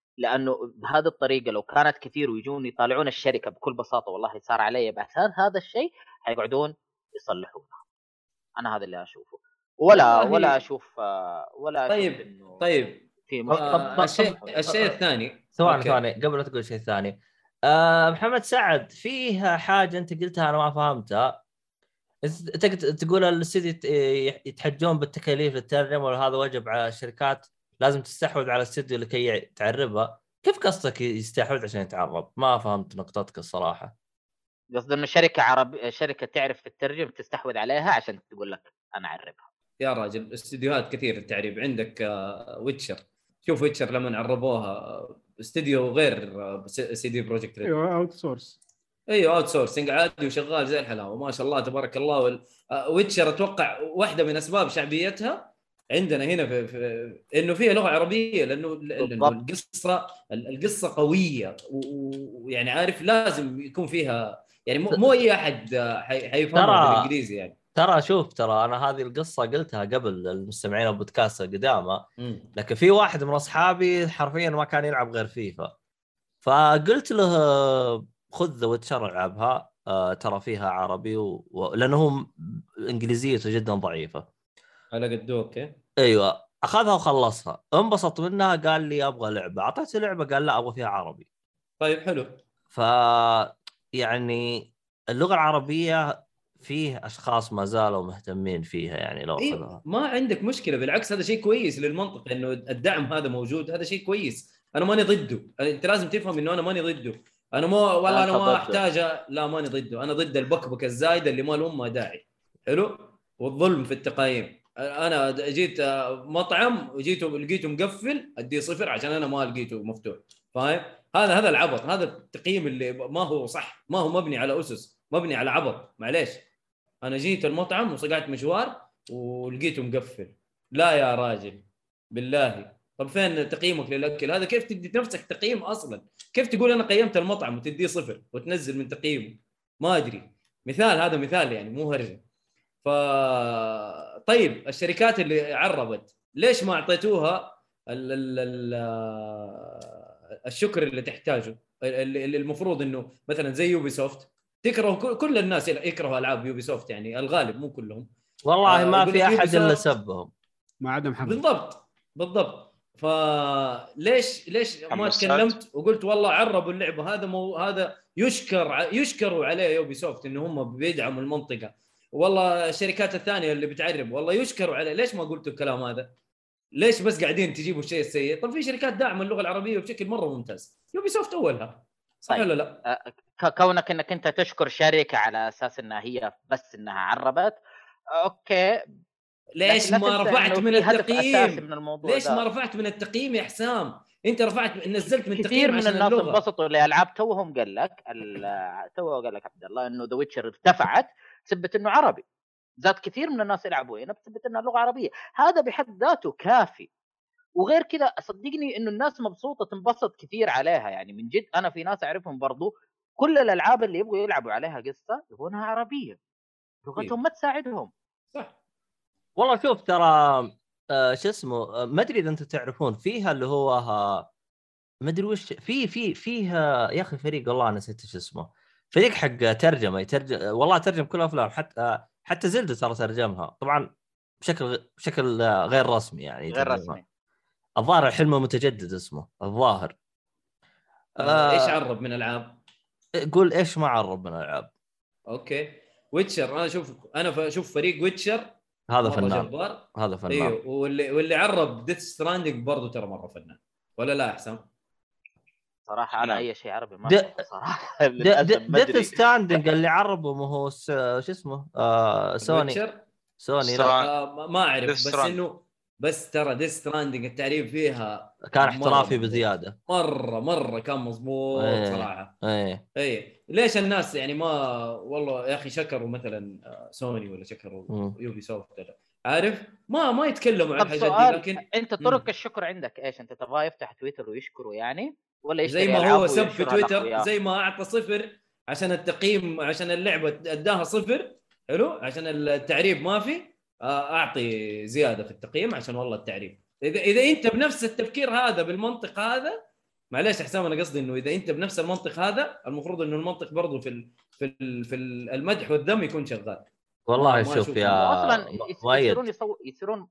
[SPEAKER 4] لانه بهذه الطريقة لو كانت كثير ويجون يطالعون الشركة بكل بساطة والله صار علي بعثان هذا الشيء، حيقعدون يصلحونها. انا هذا اللي اشوفه، ولا
[SPEAKER 2] والله.
[SPEAKER 4] ولا اشوف ولا
[SPEAKER 2] طيب
[SPEAKER 4] أشوف إنه
[SPEAKER 2] طيب
[SPEAKER 4] في
[SPEAKER 1] طب-
[SPEAKER 4] مشكلة.
[SPEAKER 1] طب-
[SPEAKER 2] آه الشيء الشيء الثاني
[SPEAKER 1] ثواني
[SPEAKER 2] أوكي.
[SPEAKER 1] ثواني قبل لا تقول شيء ثاني. آه محمد سعد، فيها حاجه انت قلتها انا ما فهمتها. تقدر تقول الاستديو يتحجون بالتكاليف للترجمه وهذا واجب على الشركات، لازم تستحوذ على الاستديو لكي تعربها. كيف قصدك يستحوذ عشان يتعرب؟ ما فهمت نقطتك الصراحه.
[SPEAKER 4] قصدي انه شركة عرب شركة تعرف الترجم تستحوذ عليها عشان تقول لك انا اعربها.
[SPEAKER 2] يا راجل استديوهات كثير التعريب عندك. آه ويتشر، شوف ويتشر لما عربوها استديو غير سي دي بروجكت ريد.
[SPEAKER 3] ايوه اوت سورس.
[SPEAKER 2] ايوه اوت سورسنج عادي وشغال زي الحلاوه ما شاء الله تبارك الله. وال... آه ويتشر اتوقع واحده من اسباب شعبيتها عندنا هنا في, في... انه فيها لغه عربيه، لانه, لأنه القصه القصه قويه ويعني عارف لازم يكون فيها، يعني مو, مو اي احد حيفهمها بالانجليزي يعني.
[SPEAKER 1] ترى شوف، ترى انا هذه القصه قلتها قبل المستمعين البودكاست قدامى، لكن في واحد من اصحابي حرفيا ما كان يلعب غير فيفا، فقلت له خذ ذا ويتشر العبها. آه ترى فيها عربي و... و... لانهم انجليزيته جدا ضعيفه
[SPEAKER 2] على قدوه. اوكي
[SPEAKER 1] ايوه، اخذها وخلصها، انبسط منها، قال لي ابغى لعبه، اعطيته لعبه قال لا ابغى فيها عربي.
[SPEAKER 2] طيب حلو.
[SPEAKER 1] ف يعني اللغه العربيه فيه اشخاص ما زالوا مهتمين فيها، يعني لو
[SPEAKER 2] إيه
[SPEAKER 1] اخذها
[SPEAKER 2] ما عندك مشكله، بالعكس هذا شيء كويس للمنطقه انه الدعم هذا موجود، هذا شيء كويس. انا ماني ضده، انت لازم تفهم انه انا ماني ضده. انا مو والله انا
[SPEAKER 4] أنت
[SPEAKER 2] ما
[SPEAKER 4] ضده.
[SPEAKER 2] احتاجه، لا ماني ضده، انا ضد البكبكه الزايده اللي ما لهم ما داعي. حلو. والظلم في التقايم. انا جيت مطعم وجيته لقيته مقفل اديه صفر عشان انا ما لقيته مفتوح، فاهم؟ هذا هذا العبط، هذا التقييم اللي ما هو صح، ما هو مبني على اسس، مبني على عبط. معليش، انا جيت المطعم وصقعت مشوار ولقيته مقفل، لا يا راجل بالله. طب فين تقييمك للاكل هذا؟ كيف تدي نفسك تقييم اصلا؟ كيف تقول انا قيمت المطعم وتديه صفر وتنزل من تقييمه؟ ما ادري، مثال، هذا مثال يعني مو هرجه. ف طيب الشركات اللي عربت ليش ما اعطيتوها ال... ال... ال... الشكر اللي تحتاجه، اللي المفروض انه مثلا زي يوبي سوفت تكره، كل الناس يكرهوا العاب يوبي سوفت، يعني الغالب مو كلهم.
[SPEAKER 1] والله ما
[SPEAKER 2] آه
[SPEAKER 1] في احد الا سبهم،
[SPEAKER 3] مع عدم حمد.
[SPEAKER 2] بالضبط بالضبط. فليش ليش ما
[SPEAKER 5] محمد
[SPEAKER 2] تكلمت وقلت والله عربوا اللعبه؟ هذا مو هذا يشكر يشكروا عليه يوبي سوفت انه هم بيدعموا المنطقه، والله الشركات الثانيه اللي بتعرب والله يشكروا عليه. ليش ما قلتوا الكلام هذا؟ ليش بس قاعدين تجيبوا الشيء السيء؟ طب في شركات داعمه اللغه العربيه بشكل مره ممتاز، يوبي سوفت اولها، صح
[SPEAKER 4] طيب.
[SPEAKER 2] ولا لا؟
[SPEAKER 4] كونك انك انت تشكر شركه على اساس انها هي بس انها عربت، اوكي،
[SPEAKER 2] ليش ما رفعت من التقييم؟
[SPEAKER 4] من الموضوع
[SPEAKER 2] ليش
[SPEAKER 4] ده.
[SPEAKER 2] ما رفعت من التقييم يا حسام؟ انت رفعت، نزلت من
[SPEAKER 4] كثير
[SPEAKER 2] تقييم
[SPEAKER 4] من
[SPEAKER 2] عشان
[SPEAKER 4] الناس
[SPEAKER 2] اللغة.
[SPEAKER 4] انبسطوا لالعاب توهم قال لك تو قال لك عبد الله انه ذا ويتشر ارتفعت ثبت انه عربي، زاد كثير من الناس يلعبوا هنا بثبت انها لغه عربيه، هذا بحد ذاته كافي. وغير كذا صدقني انه الناس مبسوطه تنبسط كثير عليها، يعني من جد انا في ناس اعرفهم برضو كل الالعاب اللي يبغوا يلعبوا عليها قصه يبغونها عربيه، لغتهم ما تساعدهم.
[SPEAKER 2] صح.
[SPEAKER 1] والله شوف ترى آه شو اسمه آه ما ادري اذا انتم تعرفون فيها اللي هو آه ما ادري وش في في فيها يا اخي فريق، والله نسيت ايش اسمه، فريق حق ترجمه يترجم، والله ترجم كل افلام، حتى آه حتى زلدة ترى ترجمها طبعا بشكل بشكل آه غير رسمي، يعني
[SPEAKER 4] غير
[SPEAKER 1] ترجمها.
[SPEAKER 4] رسمي.
[SPEAKER 1] الظاهر الحلم متجدد اسمه الظاهر.
[SPEAKER 2] آه ايش عرب من العاب؟
[SPEAKER 1] قول ايش ما عرب من الالعاب.
[SPEAKER 2] اوكي ويتشر، انا اشوف انا اشوف فريق ويتشر
[SPEAKER 1] هذا
[SPEAKER 2] مرة
[SPEAKER 1] فنان
[SPEAKER 2] جبار.
[SPEAKER 1] هذا فنان
[SPEAKER 2] ايوه، واللي واللي عرب ديث ستراندنج برضه ترى مره فنان، ولا لا احسن؟
[SPEAKER 4] صراحه انا
[SPEAKER 5] نعم.
[SPEAKER 4] اي شيء عربي ما
[SPEAKER 1] د...
[SPEAKER 4] أعرفه صراحه للاسف.
[SPEAKER 1] ديث ستاندنج اللي عربه ما هو س... شو اسمه آه سوني
[SPEAKER 2] ويتشر؟
[SPEAKER 1] سوني لا
[SPEAKER 2] آه ما اعرف،
[SPEAKER 5] Death
[SPEAKER 2] بس
[SPEAKER 5] Stranding.
[SPEAKER 2] انه بس ترى ديث ستراندنج التعريب فيها
[SPEAKER 1] كان
[SPEAKER 2] مرة
[SPEAKER 1] احترافي
[SPEAKER 2] مضبوط.
[SPEAKER 1] بزياده،
[SPEAKER 2] مره مره كان مضبوط
[SPEAKER 1] ايه
[SPEAKER 2] صراحه.
[SPEAKER 1] ايه
[SPEAKER 2] اي ليش الناس يعني ما والله يا اخي شكروا مثلا سوني ولا شكروا
[SPEAKER 1] مم.
[SPEAKER 2] يوبي سوفت، عارف ما ما يتكلموا عن
[SPEAKER 4] طب
[SPEAKER 2] الحاجات دي.
[SPEAKER 4] سؤال،
[SPEAKER 2] لكن
[SPEAKER 4] انت طرق الشكر عندك ايش؟ انت تبغاه يفتح تويتر ويشكره يعني، ولا يشتري
[SPEAKER 2] زي ما
[SPEAKER 4] ألعاب
[SPEAKER 2] هو سب في
[SPEAKER 4] وينشرها
[SPEAKER 2] تويتر،
[SPEAKER 4] لأخوياه؟
[SPEAKER 2] زي ما اعطى صفر عشان التقييم، عشان اللعبه اداها صفر حلو عشان التعريب ما في، اعطي زياده في التقييم عشان والله التعريب. اذا اذا انت بنفس التفكير هذا بالمنطق هذا، معليش حسام انا قصدي انه اذا انت بنفس المنطق هذا المفروض انه المنطق برضه في ال في ال في المدح والذم يكون شغال.
[SPEAKER 1] والله
[SPEAKER 2] ما
[SPEAKER 1] شوف
[SPEAKER 2] أشوف
[SPEAKER 1] يا
[SPEAKER 2] إنه
[SPEAKER 4] اصلا
[SPEAKER 1] مؤيد
[SPEAKER 4] يصيرون يسو... يصيرون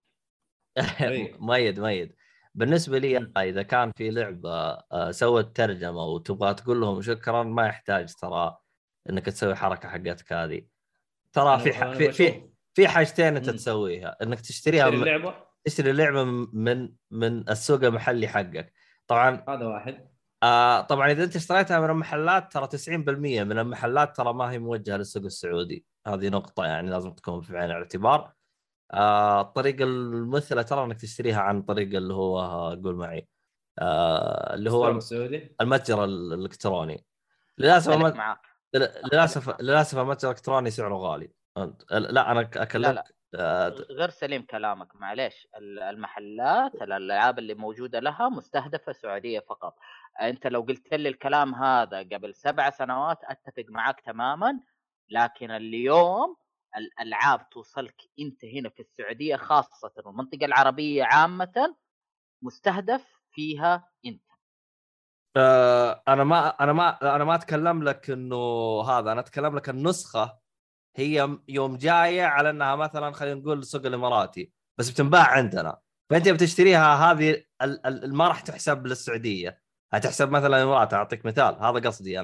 [SPEAKER 2] أي.
[SPEAKER 1] مؤيد مؤيد بالنسبه لي
[SPEAKER 2] مم.
[SPEAKER 1] اذا كان في لعبه آه، سوت ترجمه وتبغى تقول لهم شكرا، ما يحتاج ترى انك تسوي حركه حقتك هذه. ترى
[SPEAKER 2] أنا-
[SPEAKER 1] في ح...
[SPEAKER 2] أنا
[SPEAKER 1] في
[SPEAKER 2] بشوف.
[SPEAKER 1] في في حاجتين انت
[SPEAKER 2] مم.
[SPEAKER 1] تسويها، انك تشتريها
[SPEAKER 2] تشتري
[SPEAKER 1] من...
[SPEAKER 2] اللعبه
[SPEAKER 1] تشتري اللعبه من من السوق المحلي حقك طبعا.
[SPEAKER 2] هذا واحد.
[SPEAKER 1] آه طبعا اذا انت اشتريتها من المحلات ترى تسعين بالمئة من المحلات ترى ما هي موجهه للسوق السعودي، هذه نقطه يعني لازم تكون في عين الاعتبار. آه الطريقه المثلى ترى انك تشتريها عن طريق اللي هو قول معي آه اللي هو
[SPEAKER 2] ستور
[SPEAKER 1] الم-
[SPEAKER 2] السعودي.
[SPEAKER 1] المتجر الالكتروني. للاسف
[SPEAKER 4] أختلف
[SPEAKER 1] الم-
[SPEAKER 4] معاك.
[SPEAKER 1] للاسف للاسف المتجر الالكتروني سعره غالي. لا انا
[SPEAKER 4] لا
[SPEAKER 1] اكلمك
[SPEAKER 4] لا
[SPEAKER 1] آه
[SPEAKER 4] غير سليم كلامك، معليش. المحلات الالعاب اللي موجوده لها مستهدفه سعوديه فقط. انت لو قلت لي الكلام هذا قبل سبع سنوات اتفق معك تماما، لكن اليوم الالعاب توصلك انت هنا في السعوديه خاصه والمنطقه العربيه عامه مستهدف فيها انت.
[SPEAKER 1] آه انا ما انا ما انا ما اتكلم لك انه هذا، انا اتكلم لك النسخه هي يوم جايه على انها مثلا خلينا نقول السوق الاماراتي بس بتنباع عندنا، فانت بتشتريها هذه ال- ال- ما راح تحسب للسعوديه، هتحسب مثلا الامارات. اعطيك مثال، هذا قصدي انا.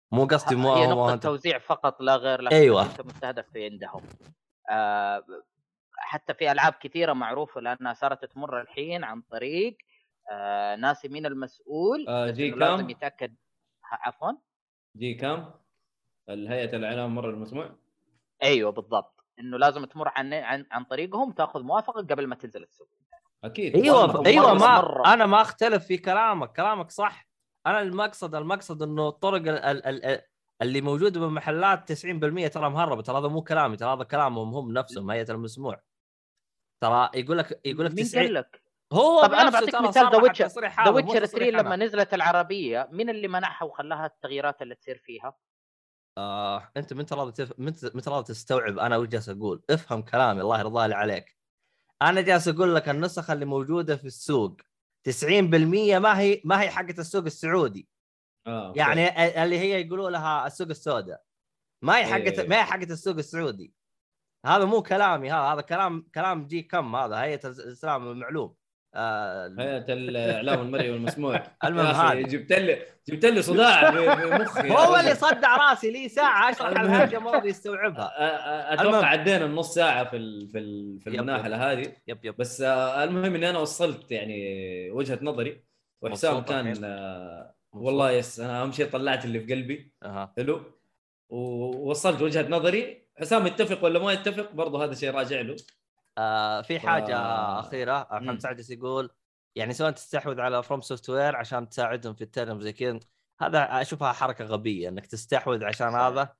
[SPEAKER 1] مو قصدي مو
[SPEAKER 4] هي
[SPEAKER 1] مو
[SPEAKER 4] نقطة
[SPEAKER 1] أنت.
[SPEAKER 4] توزيع فقط لا غير، لكن
[SPEAKER 1] أيوة.
[SPEAKER 4] انت مستهدف في عندهم. آه حتى في العاب كثيرة معروفة لانها صارت تمر الحين عن طريق آه ناسي مين المسؤول،
[SPEAKER 2] آه
[SPEAKER 4] بس
[SPEAKER 2] جي
[SPEAKER 4] انه لازم
[SPEAKER 2] كام.
[SPEAKER 4] يتاكد. عفوا
[SPEAKER 2] جي كام الهيئة الاعلام مر المسموع.
[SPEAKER 4] ايوه بالضبط، انه لازم تمر عن عن, عن طريقهم تاخذ موافقة قبل ما تنزل السوق.
[SPEAKER 2] اكيد.
[SPEAKER 1] ايوه
[SPEAKER 4] والله
[SPEAKER 1] ايوه
[SPEAKER 4] مرة-
[SPEAKER 1] ما
[SPEAKER 4] مرة.
[SPEAKER 1] انا ما اختلف في كلامك، كلامك صح. انا المقصد المقصد انه الطرق ال ال ال اللي موجوده بالمحلات تسعين بالمية ترى مهربه، ترى هذا مو كلامي، ترى هذا كلامهم هم نفسهم هيئه المسموع. ترى يقول لك يقول لك
[SPEAKER 4] مين
[SPEAKER 1] تسعين
[SPEAKER 4] قال لك؟
[SPEAKER 1] هو
[SPEAKER 4] طب انا
[SPEAKER 1] بنفسه
[SPEAKER 4] بعطيك
[SPEAKER 1] ترى
[SPEAKER 4] مثال، ذا
[SPEAKER 1] صرح
[SPEAKER 4] ويتشر
[SPEAKER 1] التصريح
[SPEAKER 4] ذا
[SPEAKER 1] هذا مو
[SPEAKER 4] ويتشر ثري
[SPEAKER 1] تصريح
[SPEAKER 4] لما
[SPEAKER 1] انا.
[SPEAKER 4] نزلت العربية مين اللي منعها وخلاها التغييرات اللي تصير فيها؟
[SPEAKER 1] آه، انت من راضي تف... من من راضي تستوعب انا وش جالس اقول؟ افهم كلامي الله يرضى لي عليك. انا جالس اقول لك النسخه اللي موجوده في السوق تسعين بالمية ما هي ما هي حقه السوق السعودي.
[SPEAKER 2] آه،
[SPEAKER 1] يعني اللي هي يقولوا لها السوق السوداء، ما هي حقه
[SPEAKER 2] إيه.
[SPEAKER 1] ما هي حقه السوق السعودي. هذا مو كلامي، هذا هذا كلام كلام جي كم، هذا هيئه الاسلام المعلوم. آه...
[SPEAKER 2] هيئة الإعلام المرئي والمسموع.
[SPEAKER 1] المهم
[SPEAKER 2] يا أخي
[SPEAKER 1] هذا
[SPEAKER 2] جبت لي جبت لي صداع بمخي يا
[SPEAKER 1] هو
[SPEAKER 2] رجل.
[SPEAKER 1] اللي صدع راسي لي ساعه اشرح
[SPEAKER 2] المهم.
[SPEAKER 1] الحاجه ما راضي يستوعبها.
[SPEAKER 2] أ- أ- اتوقع
[SPEAKER 1] المهم.
[SPEAKER 2] عدينا النص ساعه في ال- في ال- في
[SPEAKER 1] يب
[SPEAKER 2] المناحله
[SPEAKER 1] يب.
[SPEAKER 2] هذه.
[SPEAKER 1] يب يب.
[SPEAKER 2] بس آه، المهم اني انا وصلت يعني وجهه نظري، وحسام
[SPEAKER 1] مبسوط
[SPEAKER 2] كان
[SPEAKER 1] الحين؟
[SPEAKER 2] آه،
[SPEAKER 1] مبسوط.
[SPEAKER 2] والله يس انا اهم شيء طلعت اللي في قلبي.
[SPEAKER 1] أها.
[SPEAKER 2] حلو. ووصلت وجهه نظري. حسام يتفق ولا ما يتفق برضه هذا شيء راجع له.
[SPEAKER 1] آه في حاجه
[SPEAKER 2] ف...
[SPEAKER 1] اخيره محمد
[SPEAKER 2] مم.
[SPEAKER 1] سعد يقول يعني سواء تستحوذ على فروم سوفت وير عشان تساعدهم في الترجمه زي كذا، هذا اشوفها حركه غبيه انك تستحوذ عشان
[SPEAKER 4] صحيح.
[SPEAKER 1] هذا.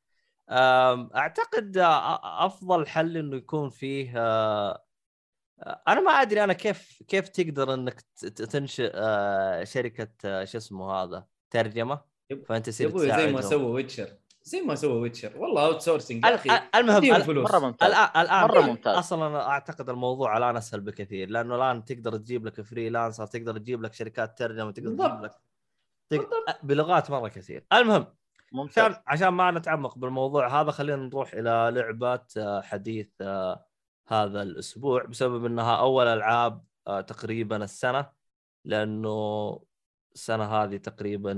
[SPEAKER 1] اعتقد افضل حل انه يكون فيه آه انا ما ادري انا كيف كيف تقدر انك تنشئ آه شركه آه شو اسمه هذا ترجمه، فانت
[SPEAKER 2] يا
[SPEAKER 1] تصير
[SPEAKER 2] ابوي زي ما
[SPEAKER 1] تساعدهم.
[SPEAKER 2] سوى ويتشر زي ما سوى ويتشر والله اوت سورسنج يا اخي.
[SPEAKER 1] المهم
[SPEAKER 2] اديهم فلوس.
[SPEAKER 4] مرة ممتاز.
[SPEAKER 1] الان الان
[SPEAKER 4] مرة ممتاز.
[SPEAKER 1] اصلا انا اعتقد الموضوع الان اسهل بكثير، لانه الان تقدر تجيب لك فريلانسر، تقدر تجيب لك شركات ترجمه، تقدر تجيب لك تق... بلغات مره كثير. المهم
[SPEAKER 4] ممتاز.
[SPEAKER 1] عشان عشان ما نتعمق بالموضوع هذا خلينا نروح الى لعبه حديث هذا الاسبوع، بسبب انها اول العاب تقريبا السنه، لانه السنه هذه تقريبا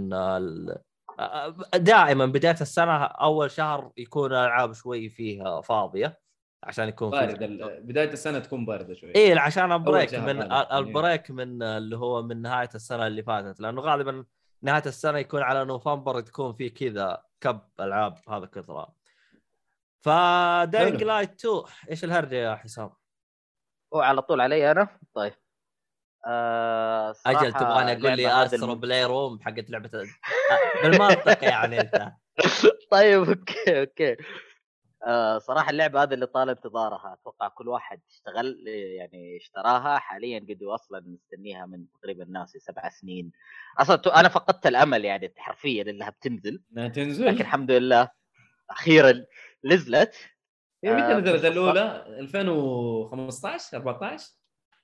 [SPEAKER 1] دائما بدايه السنه اول شهر يكون الالعاب شوي فيها فاضيه عشان يكون
[SPEAKER 2] بارد
[SPEAKER 1] في
[SPEAKER 2] ال... بدايه السنه تكون بارده شوي.
[SPEAKER 1] ايه عشان البريك
[SPEAKER 2] شهر
[SPEAKER 1] من
[SPEAKER 2] هذا.
[SPEAKER 1] البريك من اللي هو من نهايه السنه اللي فاتت، لانه غالبا نهايه السنه يكون على نوفمبر تكون في كذا كب العاب هذا كثره. فداينج لايت تو ايش الهرجه يا حسام؟
[SPEAKER 4] هو على طول علي انا. طيب آه
[SPEAKER 1] اجل تبغاني اقول لي استرو بلاي روم حقت لعبه بالمنطق يعني انت.
[SPEAKER 4] طيب اوكي اوكي آه صراحه اللعبه هذه اللي طال انتظارها، اتوقع كل واحد اشتغل يعني اشتراها حاليا، قد اصلا مستنيها من تقريبا ناسي سبع سنين اصلا. انا فقدت الامل يعني حرفيا انها بتنزل،
[SPEAKER 2] انها تنزل
[SPEAKER 4] لكن الحمد لله اخيرا نزلت.
[SPEAKER 2] هي متى
[SPEAKER 4] آه
[SPEAKER 2] نزلت الاولى؟ ألفين وخمسطعش أربعطعش؟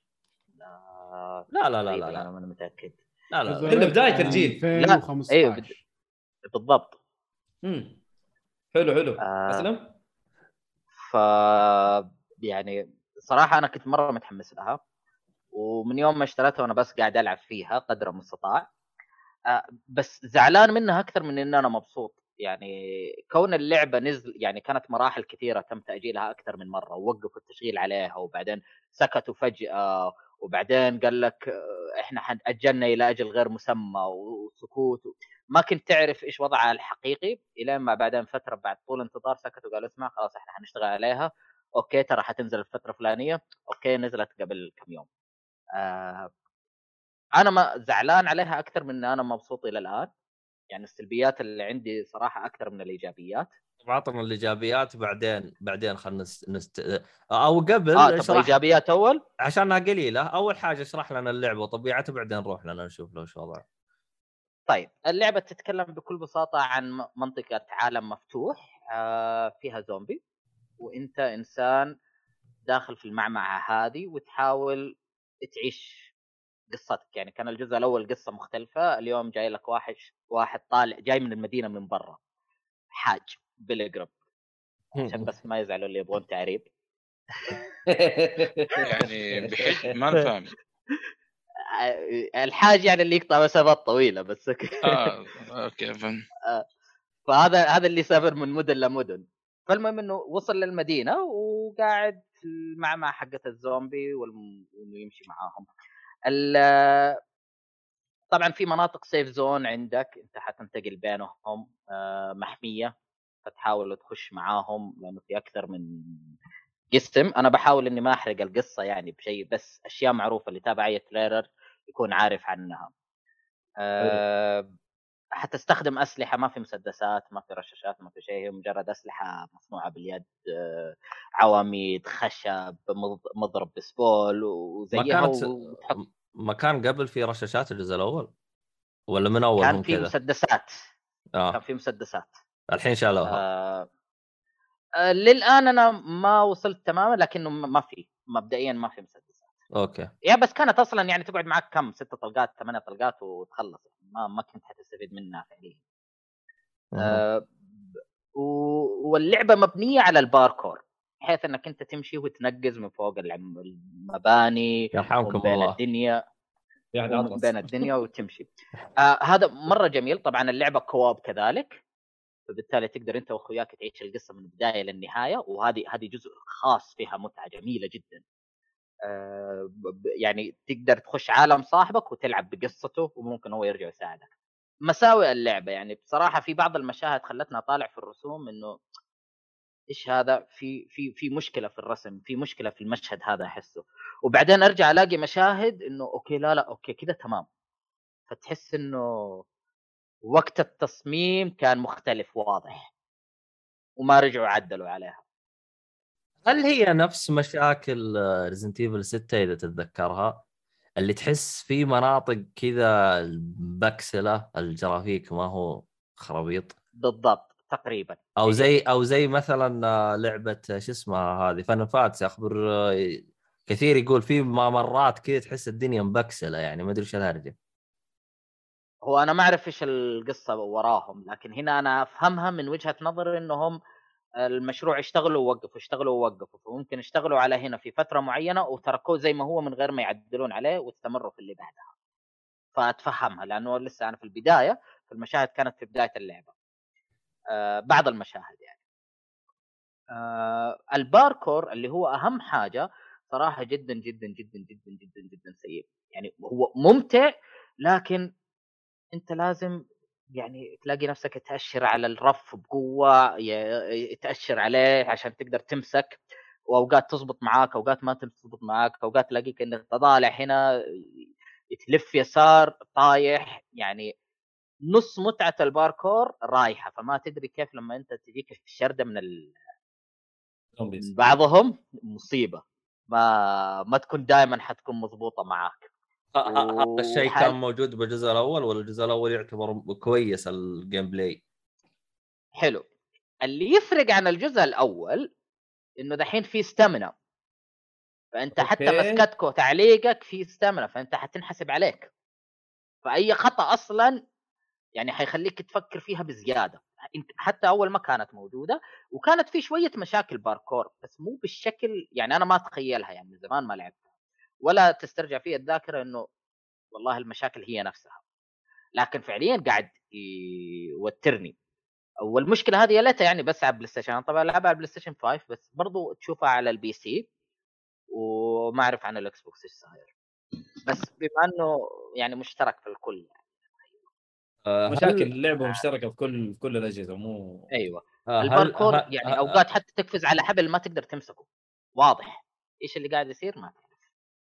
[SPEAKER 1] لا لا لا لا
[SPEAKER 4] انا ما متاكد.
[SPEAKER 1] لا لا
[SPEAKER 2] الا بدايه الجيل
[SPEAKER 3] ألفين وخمسطعش.
[SPEAKER 4] ايوه بد... بالضبط.
[SPEAKER 2] امم حلو حلو.
[SPEAKER 4] آه
[SPEAKER 2] اسلم.
[SPEAKER 4] ف يعني صراحه انا كنت مره متحمس لها، ومن يوم ما اشتريتها وانا بس قاعد العب فيها قدر المستطاع. آه بس زعلان منها اكثر من ان انا مبسوط. يعني كون اللعبه نزل يعني كانت مراحل كثيره تم تاجيلها اكثر من مره، ووقفوا التشغيل عليها وبعدين سكتوا فجاه، وبعدين قال لك احنا حنأجلنا الى اجل غير مسمى وسكوت. ما كنت تعرف ايش وضعها الحقيقي الى ما بعدين فتره بعد طول انتظار سكتوا قالوا اسمع خلاص احنا حنشتغل عليها. اوكي ترى حتنزل الفتره الفلانيه. اوكي نزلت قبل كم يوم. آه انا ما زعلان عليها اكثر من انا مبسوط الى الان. يعني السلبيات اللي عندي صراحه اكثر من الايجابيات.
[SPEAKER 1] عطنا الايجابيات بعدين بعدين خلينا نست... نست... او قبل
[SPEAKER 4] اه طب
[SPEAKER 1] اشرح
[SPEAKER 4] ايجابيات اول
[SPEAKER 1] عشانها قليله. اول حاجه اشرح لنا اللعبه وطبيعتها بعدين نروح لنا نشوف لو شو وضعها.
[SPEAKER 4] طيب اللعبه تتكلم بكل بساطه عن منطقه عالم مفتوح آه فيها زومبي، وانت انسان داخل في المعمعه هذه وتحاول تعيش قصتك. يعني كان الجزء الاول قصه مختلفه، اليوم جاي لك واحد واحد طالع جاي من المدينه من برا، حاج بيلجرام عشان بس ما يزعلوا اللي يبغون تعريب.
[SPEAKER 5] يعني بحج ما نفهم.
[SPEAKER 4] الحاج يعني اللي يقطع مسافات طويله بس.
[SPEAKER 5] اه اوكي فهم.
[SPEAKER 4] فهذا هذا اللي سافر من مدن لمدن. فالمهم انه وصل للمدينه وقاعد في المعمعة حقه الزومبي وانه يمشي معاهم. طبعا في مناطق سيف زون عندك انت حتنتقل بينهم محميه، فتحاول تخش معاهم لانه في اكثر من قسم. انا بحاول اني ما احرق القصه يعني بشيء، بس اشياء معروفه اللي تابع اي تريلر يكون عارف عنها. أه حتستخدم اسلحه، ما في مسدسات، ما في رشاشات، ما في شيء، مجرد اسلحه مصنوعه باليد، أه عواميد، خشب، مضرب بسبول وزيها.
[SPEAKER 1] ما كانت
[SPEAKER 4] وتحط...
[SPEAKER 1] ما كان قبل في رشاشات الجزء الاول ولا من اول؟
[SPEAKER 4] كان
[SPEAKER 1] هم
[SPEAKER 4] في
[SPEAKER 1] كذا
[SPEAKER 4] مسدسات.
[SPEAKER 1] آه.
[SPEAKER 4] كان في مسدسات
[SPEAKER 1] الحين شالوها.
[SPEAKER 4] آه... آه... للان انا ما وصلت تماما، لكنه ما في مبدئيا ما في مسدسات.
[SPEAKER 1] اوكي.
[SPEAKER 4] يا بس كانت اصلا يعني تقعد معك كم ست طلقات ثمانية طلقات وتخلص، ما ما كنت حتستفيد منها فعليا. آه... واللعبه مبنيه على الباركور، بحيث انك انت تمشي وتنقز من فوق المباني
[SPEAKER 1] يرحمكم
[SPEAKER 4] بين
[SPEAKER 1] الله
[SPEAKER 4] الدنيا
[SPEAKER 2] يعني
[SPEAKER 4] بين الدنيا وتمشي. آه هذا مره جميل. طبعا اللعبه كواب كذلك، فبالتالي تقدر انت واخوياك تعيش القصه من البدايه للنهايه، وهذه هذه جزء خاص فيها متعه جميله جدا. آه يعني تقدر تخش عالم صاحبك وتلعب بقصته، وممكن هو يرجع يساعدك. مساوئ اللعبه يعني بصراحه في بعض المشاهد خلتنا طالع في الرسوم انه ايش هذا، في في في مشكله في الرسم، في مشكله في المشهد هذا احسه. وبعدين ارجع الاقي مشاهد انه اوكي لا لا اوكي كذا تمام، فتحس انه وقت التصميم كان مختلف واضح وما رجعوا عدلوا عليها.
[SPEAKER 1] هل هي نفس مشاكل ريزنت ايفل ستة اذا تتذكرها، اللي تحس في مناطق كذا بكسله الجرافيك ما هو خرابيط؟
[SPEAKER 4] بالضبط تقريبا.
[SPEAKER 1] او زي او زي مثلا لعبه شو اسمها هذه فان فاتس، اخبر كثير يقول في مرات كذا تحس الدنيا مبكسله، يعني ما ادري ايش الهرجه.
[SPEAKER 4] هو انا ما اعرف ايش القصه وراهم، لكن هنا انا افهمها من وجهه نظر انهم المشروع اشتغلوا ووقفوا اشتغلوا ووقفوا، فممكن اشتغلوا على هنا في فتره معينه وتركوه زي ما هو من غير ما يعدلون عليه واستمروا في اللي بعدها. فاتفهمها لانه لسه انا في البدايه، فالمشاهد كانت في بدايه اللعبه. آه بعض المشاهد يعني آه الباركور اللي هو اهم حاجه صراحه جدا جدا جدا جدا جدا جدا سيء. يعني هو ممتع لكن انت لازم يعني تلاقي نفسك تأشر على الرف بقوة، تأشر عليه عشان تقدر تمسك، واوقات تزبط معاك اوقات ما تزبط معاك، اوقات تلاقيك انك تطالع هنا تلف يسار طايح. يعني نص متعة الباركور رايحة، فما تدري كيف لما انت تجيك الشردة من ال... من بعضهم مصيبة، ما ما تكون دائما حتكون مضبوطة معاك.
[SPEAKER 1] هذا الشيء كان موجود بالجزء الاول ولا الجزء الاول يعتبر كويس الجيم بلاي؟
[SPEAKER 4] حلو. اللي يفرق عن الجزء الاول انه دحين في ستامنا، فانت أوكي. حتى مسكتك وتعليقك في ستامنا، فانت حتنحسب عليك، فاي خطا اصلا يعني حيخليك تفكر فيها بزياده. حتى اول ما كانت موجوده، وكانت في شويه مشاكل باركور بس مو بالشكل، يعني انا ما اتخيلها، يعني من زمان ما لعبتها ولا تسترجع فيها الذاكره انه والله المشاكل هي نفسها، لكن فعليا قاعد يوترني. والمشكله هذه يا ليتها يعني بس على بلاي ستيشن، طبعا العبها على بلاي ستيشن خمسة بس برضو تشوفها على البي سي، وما اعرف عن الاكس بوكس ايش صاير، بس بما انه يعني مشترك في الكل يعني.
[SPEAKER 2] أه مشاكل اللعبه آه. مشتركه في كل في كل الاجهزه مو
[SPEAKER 4] ايوه.
[SPEAKER 1] أه
[SPEAKER 4] الباركور
[SPEAKER 1] هل...
[SPEAKER 4] يعني
[SPEAKER 1] أه...
[SPEAKER 4] اوقات حتى تقفز على حبل ما تقدر تمسكه، واضح ايش اللي قاعد يصير ما تعرف.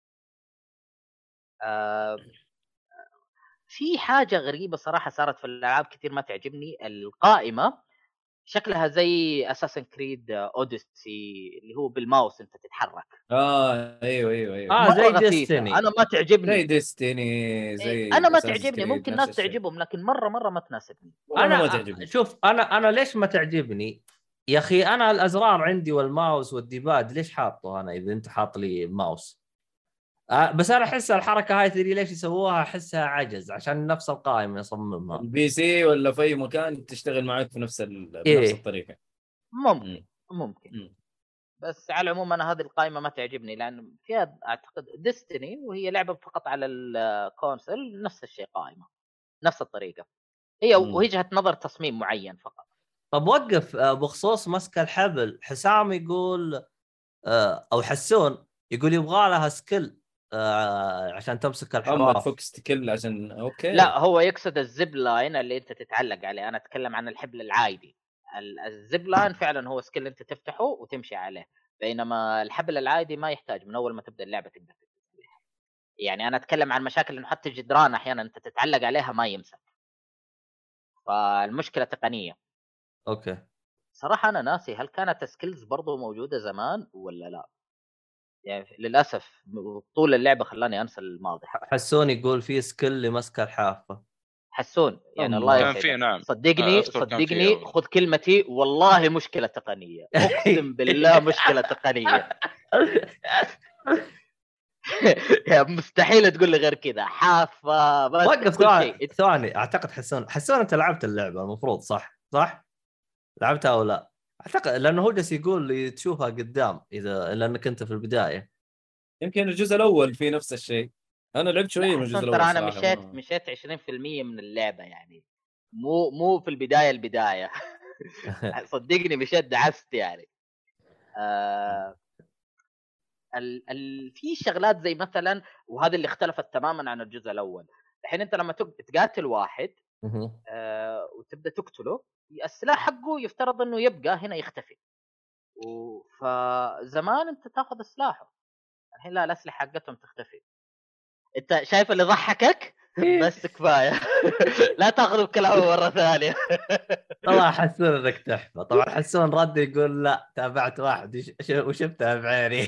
[SPEAKER 4] أه في حاجه غريبه صراحه صارت في الالعاب كثير ما تعجبني. القائمه شكلها زي اساسن كريد اوديسي اللي هو بالماوس انت تتحرك.
[SPEAKER 2] اه ايوه ايوه ايوه
[SPEAKER 1] اه زي ديستني.
[SPEAKER 4] انا ما تعجبني
[SPEAKER 2] زي ديستني زي
[SPEAKER 4] انا ما تعجبني، ممكن ناس تعجبهم لكن مره مره ما تناسبني.
[SPEAKER 1] انا ما تعجبني. شوف انا انا ليش ما تعجبني يا اخي؟ انا الازرار عندي والماوس والديباد ليش حاطه انا اذا انت حاط لي ماوس؟ آه بس انا احس الحركه هاي تدري ليش يسووها؟ احسها عجز عشان نفس القائمه يصممها
[SPEAKER 2] البي سي ولا في اي مكان تشتغل معك في نفس ال...
[SPEAKER 1] إيه؟
[SPEAKER 2] بنفس الطريقه.
[SPEAKER 4] ممكن م. ممكن م. بس على العموم انا هذه القائمه ما تعجبني لان فيها اعتقد ديستني وهي لعبه فقط على الكونسول نفس الشيء، قائمه نفس الطريقه هي م. وجهه نظر تصميم معين فقط.
[SPEAKER 1] طب وقف آه، بخصوص مسك الحبل. حسام يقول آه، او حسون يقول يبغى لها سكيل آه، عشان تمسك
[SPEAKER 2] اما
[SPEAKER 1] الحواف.
[SPEAKER 2] تفك ستيكل عشان اوكي.
[SPEAKER 4] لا هو يقصد الزب لاين اللي انت تتعلق عليه، انا اتكلم عن الحبل العادي. ال- الزب لاين فعلا هو سكيل انت تفتحه وتمشي عليه، بينما الحبل العادي ما يحتاج، من اول ما تبدا اللعبه تقدر تفتحه. يعني انا اتكلم عن مشاكل انه حتى الجدران احيانا انت تتعلق عليها ما يمسك، فالمشكله تقنيه.
[SPEAKER 1] اوكي.
[SPEAKER 4] صراحه انا ناسي هل كانت سكيلز برضو موجوده زمان ولا لا، يعني للاسف طول اللعبه خلاني انسى الماضي.
[SPEAKER 1] حسون يقول في سكيل لمسك الحافه.
[SPEAKER 4] حسون يعني
[SPEAKER 2] أم.
[SPEAKER 4] الله
[SPEAKER 5] كان فيه
[SPEAKER 4] يسعدك،
[SPEAKER 5] نعم.
[SPEAKER 4] صدقني
[SPEAKER 5] اذكر كان فيه
[SPEAKER 4] صدقني
[SPEAKER 5] أول.
[SPEAKER 4] خذ كلمتي والله مشكله تقنيه، اقسم بالله مشكله تقنيه. يا مستحيل تقول لي غير كذا، حافه بس
[SPEAKER 1] وقف
[SPEAKER 4] كل
[SPEAKER 1] ثواني
[SPEAKER 4] شيء.
[SPEAKER 1] ثواني اعتقد حسون حسون انت لعبت اللعبه المفروض صح صح لعبتها او لا؟ اعتقد لانه هو جالس يقول لي تشوفها قدام اذا لانك انت في البدايه.
[SPEAKER 2] يمكن الجزء الاول في نفس الشيء. انا لعبت
[SPEAKER 4] لا
[SPEAKER 2] شويه من الجزء
[SPEAKER 4] حسون ترى
[SPEAKER 2] الاول
[SPEAKER 4] انا
[SPEAKER 2] صراحه
[SPEAKER 4] مشيت
[SPEAKER 2] ما...
[SPEAKER 4] مشيت عشرين بالمية من اللعبه يعني، مو مو في البدايه البدايه. صدقني مشيت دعست يعني. آه ال ال في شغلات زي مثلا، وهذا اللي اختلفت تماما عن الجزء الاول. الحين انت لما تق- تقاتل واحد آه وتبدا تقتله، السلاح حقه يفترض انه يبقى هنا يختفي، و- فزمان انت تاخذ سلاحه، الحين لا، الاسلحه حقتهم تختفي. انت شايف اللي ضحكك؟ بس كفايه. لا تاخذ بكلامه مره ثانيه.
[SPEAKER 1] والله حسون انك تحفه. طبعا حسون رد يقول لا تابعت واحد وش- ش- وشفتها بعيني.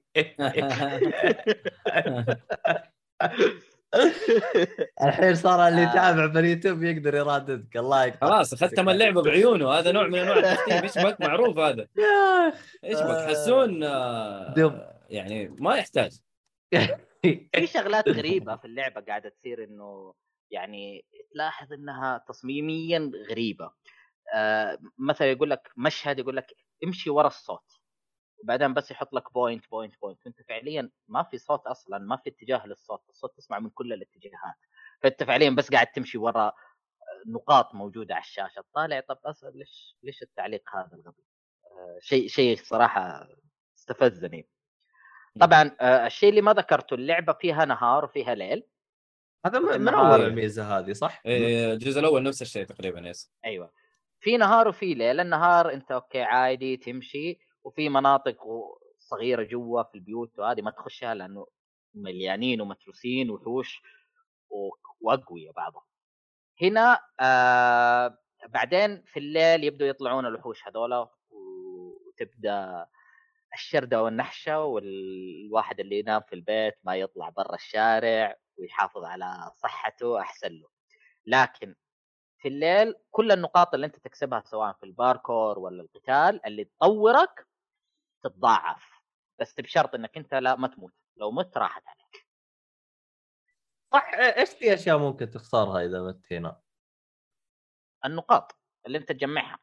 [SPEAKER 1] الحين صار اللي يتابع باليوتيوب يقدر يراددك. الله يقطع.
[SPEAKER 2] خلاص ختم اللعبه بعيونه، هذا نوع من انواع التختيم. ايش بك معروف هذا؟
[SPEAKER 1] يا أخ.
[SPEAKER 2] ايش بك حسون؟
[SPEAKER 1] دب.
[SPEAKER 2] آه، يعني ما يحتاج.
[SPEAKER 4] في شغلات غريبه في اللعبه قاعده تصير، انه يعني تلاحظ انها تصميميا غريبه. آه مثلا يقول لك مشهد، يقول لك امشي ورا الصوت، وبعدين بس يحط لك بوينت بوينت بوينت، انت فعليا ما في صوت اصلا، ما في اتجاه للصوت، الصوت تسمع من كل الاتجاهات، فانت فعليا بس قاعد تمشي ورا نقاط موجوده على الشاشه. طالع طب اصلا ليش ليش التعليق هذا الغبي؟ آه شيء شيء صراحه استفزني. طبعا آه الشيء اللي ما ذكرته، اللعبه فيها نهار وفيها ليل.
[SPEAKER 1] هذا
[SPEAKER 4] وفي
[SPEAKER 1] من من اول
[SPEAKER 4] النهار
[SPEAKER 1] الميزه هذه صح؟
[SPEAKER 2] إيه، الجزء الاول نفس الشيء تقريبا. يس.
[SPEAKER 4] ايوه، في نهار وفي ليل. النهار انت اوكي عادي تمشي، وفي مناطق صغيره جوا في البيوت وهذه ما تخشها لانه مليانين ومتروسين وحوش واقوياء بعضهم. هنا آه بعدين في الليل يبدوا يطلعون الوحوش هذولا، وتبدا الشردة والنحشة، والواحد اللي ينام في البيت ما يطلع برا الشارع ويحافظ على صحته أحسن له. لكن في الليل كل النقاط اللي انت تكسبها سواء في الباركور ولا القتال اللي تطورك تتضاعف، بس بشرط انك انت لا ما تموت، لو مت راحت عليك.
[SPEAKER 1] صح. ايش في اشياء ممكن تخسرها اذا مت هنا؟
[SPEAKER 4] النقاط اللي انت تجمعها.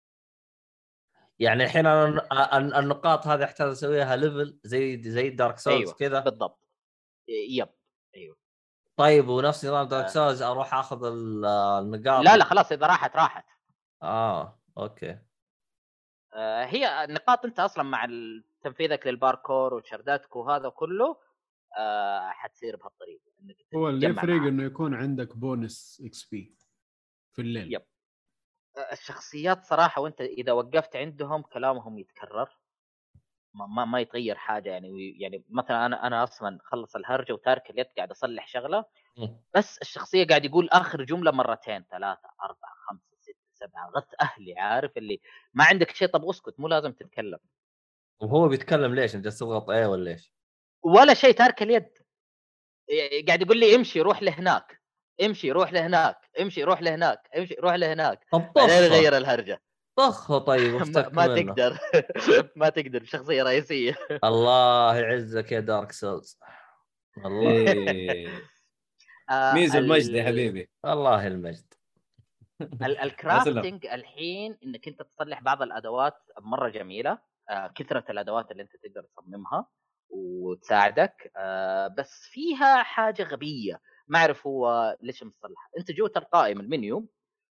[SPEAKER 1] يعني الحين انا ال- النقاط هذه احتاج اسويها ليفل زي زي دارك سولز
[SPEAKER 4] ايوه
[SPEAKER 1] كذا.
[SPEAKER 4] بالضبط. يب ايوه.
[SPEAKER 1] طيب ونفس نظام دارك
[SPEAKER 4] آه.
[SPEAKER 1] سولز اروح اخذ ال- النقاط؟
[SPEAKER 4] لا لا خلاص اذا راحت راحت.
[SPEAKER 1] اه اوكي.
[SPEAKER 4] آه هي النقاط انت اصلا مع تنفيذك للباركور وشرداتك وهذا كله آه حتصير بهالطريقه انك
[SPEAKER 3] هو اللي
[SPEAKER 4] تجمع
[SPEAKER 3] يفرق
[SPEAKER 4] معاك.
[SPEAKER 3] انه يكون عندك بونس اكس بي في الليل.
[SPEAKER 4] يب. الشخصيات صراحه وانت اذا وقفت عندهم كلامهم يتكرر، ما ما يتغير حاجه يعني. يعني مثلا انا انا اصلا خلص الهرجه وتارك اليد قاعد اصلح شغله، بس الشخصيه قاعد يقول اخر جمله مرتين ثلاثه اربعه خمسه سته سبعه، غث اهلي عارف اللي ما عندك شيء، طب اسكت مو لازم تتكلم.
[SPEAKER 1] وهو بيتكلم ليش؟ انت تضغط ايه ولا ايش؟
[SPEAKER 4] ولا شيء، تارك اليد قاعد يقول لي امشي روح لهناك، امشي روح لهناك، امشي روح لهناك، امشي روح لهناك،
[SPEAKER 1] طب
[SPEAKER 4] بعدين
[SPEAKER 1] طخه
[SPEAKER 4] يغير الهرجه.
[SPEAKER 1] طخه. طيب
[SPEAKER 4] ما,
[SPEAKER 1] وافتك
[SPEAKER 4] ما
[SPEAKER 1] منه.
[SPEAKER 4] تقدر. ما تقدر شخصيه رئيسيه.
[SPEAKER 1] الله يعزك يا دارك سولز. الله
[SPEAKER 2] إيه.
[SPEAKER 4] آه
[SPEAKER 2] ميزو المجد يا
[SPEAKER 4] ال...
[SPEAKER 2] حبيبي.
[SPEAKER 1] الله المجد.
[SPEAKER 4] ال- الكرافتنج الحين انك انت تصلح بعض الادوات مره جميله. آه كثره الادوات اللي انت تقدر تصممها وتساعدك، آه بس فيها حاجه غبيه ما اعرف هو ليش مصلحه. انت جوه القائمه المنيو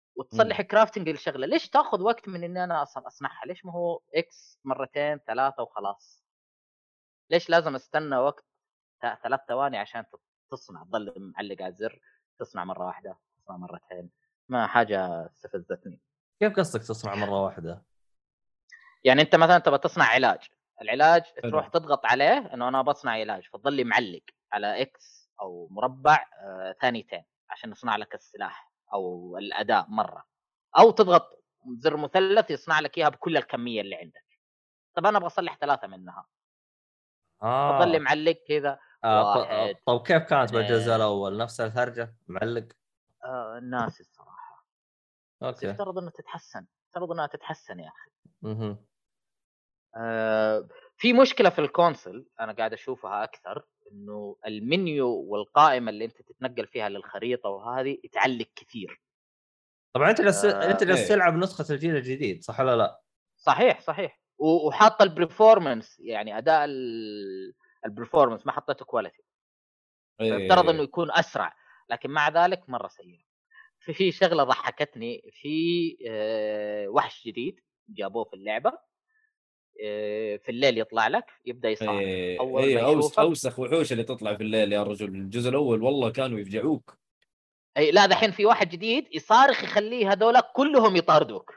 [SPEAKER 4] وتصلح كرافتنج الشغله. ليش تاخذ وقت من اني انا اصلا اصنعها؟ ليش ما هو اكس مرتين ثلاثه وخلاص؟ ليش لازم استنى وقت ثلاث ثواني عشان تصنع، تظل معلق على الزر تصنع مره واحده، تصنع مرتين؟ ما حاجه استفزتني.
[SPEAKER 1] كيف قصدك تصنع مره واحده؟
[SPEAKER 4] يعني انت مثلا تبغى تصنع علاج، العلاج تروح تضغط عليه انه انا بصنع علاج، فتظل معلق على اكس او مربع آه ثانيتين عشان يصنع لك السلاح او الاداء مره، او تضغط زر مثلث يصنع لك اياها بكل الكميه اللي عندك. طب انا ابغى اصلح ثلاثه منها،
[SPEAKER 1] اه
[SPEAKER 4] فظل معلق كذا.
[SPEAKER 1] آه
[SPEAKER 4] واحد
[SPEAKER 1] ط- طب كيف كانت بالجزء
[SPEAKER 4] اثنين.
[SPEAKER 1] الاول؟ نفس الهرجه معلق؟
[SPEAKER 4] آه الناس الصراحه
[SPEAKER 1] اوكي.
[SPEAKER 4] يفترض انه تتحسن، يفترض انها تتحسن يا اخي.
[SPEAKER 1] اها
[SPEAKER 4] آه في مشكله في الكونسل انا قاعد اشوفها اكثر، انه المنيو والقائمه اللي انت تتنقل فيها للخريطه وهذه تعلق كثير.
[SPEAKER 1] طبعا انت جالس
[SPEAKER 4] آه
[SPEAKER 1] انت جالس
[SPEAKER 2] إيه.
[SPEAKER 1] تلعب نسخه الجيل الجديد صح ولا لا؟
[SPEAKER 4] صحيح صحيح، و- وحاطه البرفورمانس، يعني اداء البرفورمانس ما حطيته كواليتي، فيفترض انه
[SPEAKER 2] إيه.
[SPEAKER 4] يكون اسرع، لكن مع ذلك مره سيء. في في شغله ضحكتني، في آه وحش جديد جابوه في اللعبه، آه في الليل يطلع لك يبدا يصارخ.
[SPEAKER 2] إيه.
[SPEAKER 4] اول
[SPEAKER 2] إيه.
[SPEAKER 4] ما
[SPEAKER 2] أوس
[SPEAKER 4] يشوفك
[SPEAKER 2] أوسخ وحوش اللي تطلع في الليل يا رجل. الجزء الأول والله كانوا يفجعوك.
[SPEAKER 4] اي لا دحين في واحد جديد يصارخ يخليه هذول كلهم يطاردوك.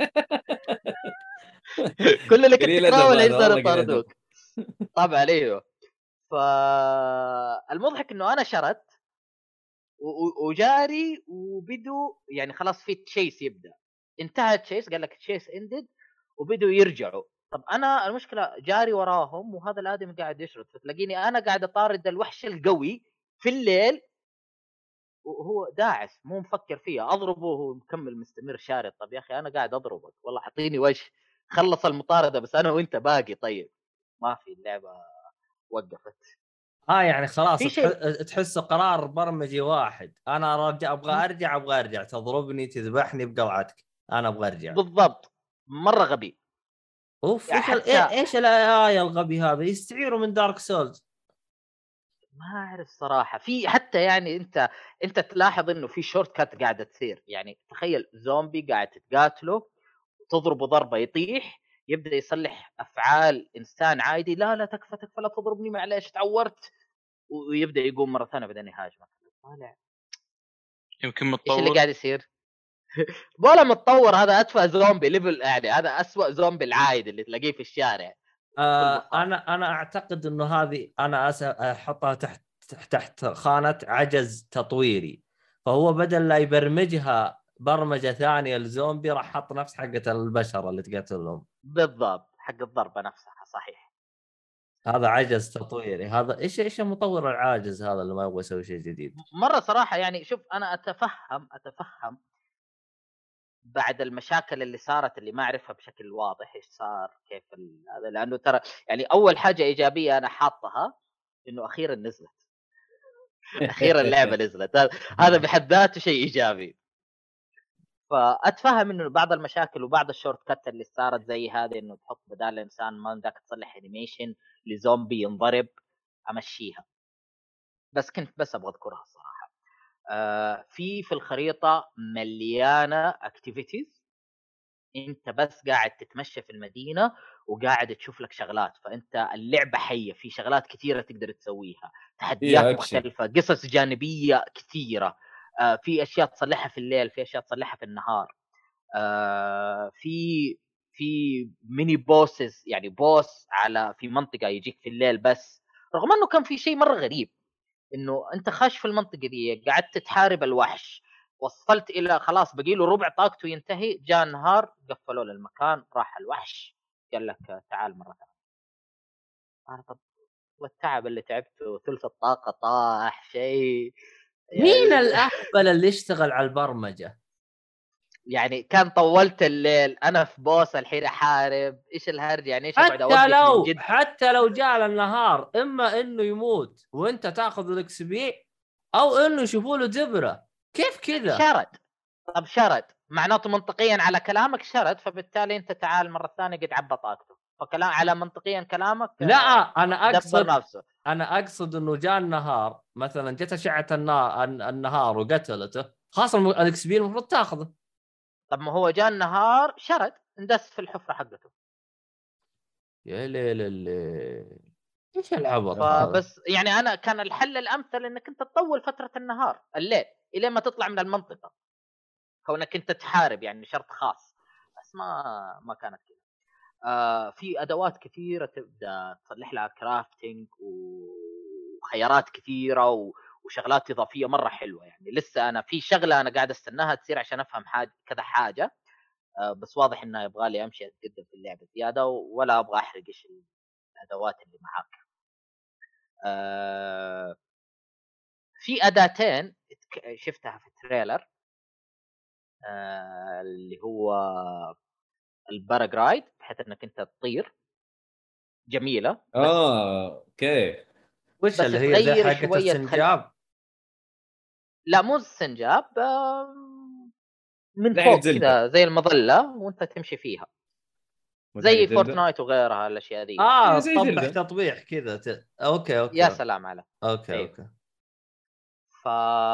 [SPEAKER 4] كل اللي كنت
[SPEAKER 2] قليل أدب
[SPEAKER 4] تحاول
[SPEAKER 2] هذا،
[SPEAKER 4] يصير
[SPEAKER 2] والله قليل أدب.
[SPEAKER 4] يطاردوك. طبعا ايوه. فالمضحك انه انا شرت وجاري وبدوا يعني خلاص في تشيس يبدا، انتهى تشيس، قال لك تشيس اندد وبدوا يرجعوا. طب انا المشكله جاري وراهم وهذا الادمي قاعد يشرد، فتلاقيني انا قاعد اطارد الوحش القوي في الليل وهو داعس مو مفكر فيها، اضربه وهو مكمل مستمر شارد. طب يا اخي انا قاعد اضربك والله حطيني وجه، خلص المطارده بس انا وانت باقي. طيب ما في، اللعبه وقفت.
[SPEAKER 1] اه يعني خلاص
[SPEAKER 4] في شيء
[SPEAKER 1] تح... تحس قرار برمجي واحد، انا ارجع ابغى ارجع ابغى ارجع تضربني تذبحني بقوعتك، انا ابغى ارجع.
[SPEAKER 4] بالضبط، مره غبي.
[SPEAKER 1] اوف
[SPEAKER 4] يعني
[SPEAKER 1] ايش ال...
[SPEAKER 4] حتى
[SPEAKER 1] ايش الايه الغبي هذا؟ يستعيروا من دارك سولز.
[SPEAKER 4] ما اعرف صراحه. في حتى يعني انت انت تلاحظ انه في شورت كات قاعده تصير، يعني تخيل زومبي قاعد تقاتله تضربه ضربه يطيح، يبدا يصلح افعال انسان عادي، لا لا تكفى تكفى لا تضربني معليش تعورت، ويبدا يقوم مره ثانيه بعدين يهاجمك. طالع
[SPEAKER 5] يمكن
[SPEAKER 4] ايش اللي
[SPEAKER 5] متطور.
[SPEAKER 4] قاعد يصير؟ ولا متطور، هذا اتفه زومبي ليفل، يعني هذا اسوأ زومبي العايد اللي تلاقيه في الشارع.
[SPEAKER 1] آه انا انا اعتقد انه هذه انا أس... احطها تحت تحت خانه عجز تطويري، فهو بدل لا يبرمجها برمجه ثانيه الزومبي راح حط نفس حقه البشر اللي تقتلهم.
[SPEAKER 4] بالضبط، حق الضربه نفسها صحيح.
[SPEAKER 1] هذا عجز تطويري. هذا ايش ايش المطور العاجز هذا اللي ما يبغى يسوي شيء جديد؟
[SPEAKER 4] مره صراحه يعني شوف انا اتفهم اتفهم بعد المشاكل اللي صارت اللي ما اعرفها بشكل واضح ايش صار كيف هذا، لانه ترى يعني اول حاجه ايجابيه انا حاطها انه اخيرا نزلت. اخيرا اللعبه نزلت، هذا بحد ذاته شيء ايجابي. فاتفهم انه بعض المشاكل وبعض الشورت كات اللي صارت زي هذه، انه تحط بدال الانسان ما بدك تصلح انيميشن لزومبي ينضرب، امشيها. بس كنت بس ابغى اذكرها الصراحه. آه في في الخريطه مليانه اكتيفيتيز، انت بس قاعد تتمشى في المدينه وقاعد تشوف لك شغلات، فانت اللعبه حيه في شغلات كثيره تقدر تسويها، تحديات مختلفه، قصص جانبيه كثيره. آه في اشياء تصلحها في الليل، في اشياء تصلحها في النهار. آه في في ميني بوسز، يعني بوس على في منطقه يجيك في الليل بس، رغم انه كان في شيء مره غريب انه انت خاش في المنطقه دي قعدت تحارب الوحش، وصلت الى خلاص بقي له ربع طاقته ينتهي، جاء نهار قفلوا له المكان، راح الوحش قال لك تعال مره ثانيه. انا طب والتعب اللي تعبته ثلث الطاقه طاح شيء
[SPEAKER 1] مين
[SPEAKER 4] يعني.
[SPEAKER 1] الاهبل اللي يشتغل على البرمجه؟
[SPEAKER 4] يعني كان طولت الليل انا في بوس الحين احارب، ايش الهرج يعني؟ ايش اقعد
[SPEAKER 1] حتى
[SPEAKER 4] اوقف من
[SPEAKER 1] لو
[SPEAKER 4] جد؟
[SPEAKER 1] حتى لو جاء النهار اما انه يموت وانت تاخذ الاكس بي، او انه يشوفوا له دبره. كيف كذا؟
[SPEAKER 4] شرد. طب شرد معناته منطقيا على كلامك شرد، فبالتالي انت تعال مره ثانيه قد عبى طاقته، فكلام على منطقيا كلامك.
[SPEAKER 1] لا انا اقصد
[SPEAKER 4] دبر نفسه.
[SPEAKER 1] انا اقصد انه جاء النهار مثلا، جت اشعه النهار النهار وقتلته، خلاص الاكس بي المفروض تاخذه.
[SPEAKER 4] طب ما هو جاء النهار شرد اندس في الحفره حقته.
[SPEAKER 1] يا ليل اللي ايش العبط هذا؟
[SPEAKER 4] فبس يعني انا كان الحل الامثل انك انت تطول فتره النهار الليل الى ما تطلع من المنطقه، كونك انت تحارب يعني شرط خاص. بس ما ما كانت كذا. آه في ادوات كثيره تبدا تصلح لها كرافتنج وخيارات كثيره و... وشغلات اضافيه مره حلوه. يعني لسه انا في شغله انا قاعد استناها تصير عشان افهم حاجه كذا حاجه. آه بس واضح انه يبغى لي امشي اتقدم في اللعبه زياده، ولا ابغى احرق ايش الادوات اللي معاك. آه في اداتين شفتها في التريلر، آه اللي هو الباراجرايد بحيث انك انت تطير، جميله بس
[SPEAKER 2] اه اوكي.
[SPEAKER 1] وش
[SPEAKER 4] بس
[SPEAKER 1] اللي هي زي
[SPEAKER 4] تغير
[SPEAKER 1] حقة
[SPEAKER 4] شويه تخل...
[SPEAKER 1] السنجاب؟
[SPEAKER 4] لا مو السنجاب، آه من
[SPEAKER 2] لعبة
[SPEAKER 4] فوق
[SPEAKER 2] زلدة.
[SPEAKER 4] كذا زي المظله وانت تمشي فيها، زي
[SPEAKER 2] لعبة زلدة.
[SPEAKER 4] فورتنايت وغيرها الاشياء ذي.
[SPEAKER 1] اه
[SPEAKER 2] إيه زي
[SPEAKER 1] تطبح
[SPEAKER 2] زلدة.
[SPEAKER 1] تطبيح كذا ت... اوكي اوكي
[SPEAKER 4] يا سلام على
[SPEAKER 1] اوكي
[SPEAKER 4] أيوه.
[SPEAKER 1] اوكي
[SPEAKER 4] ف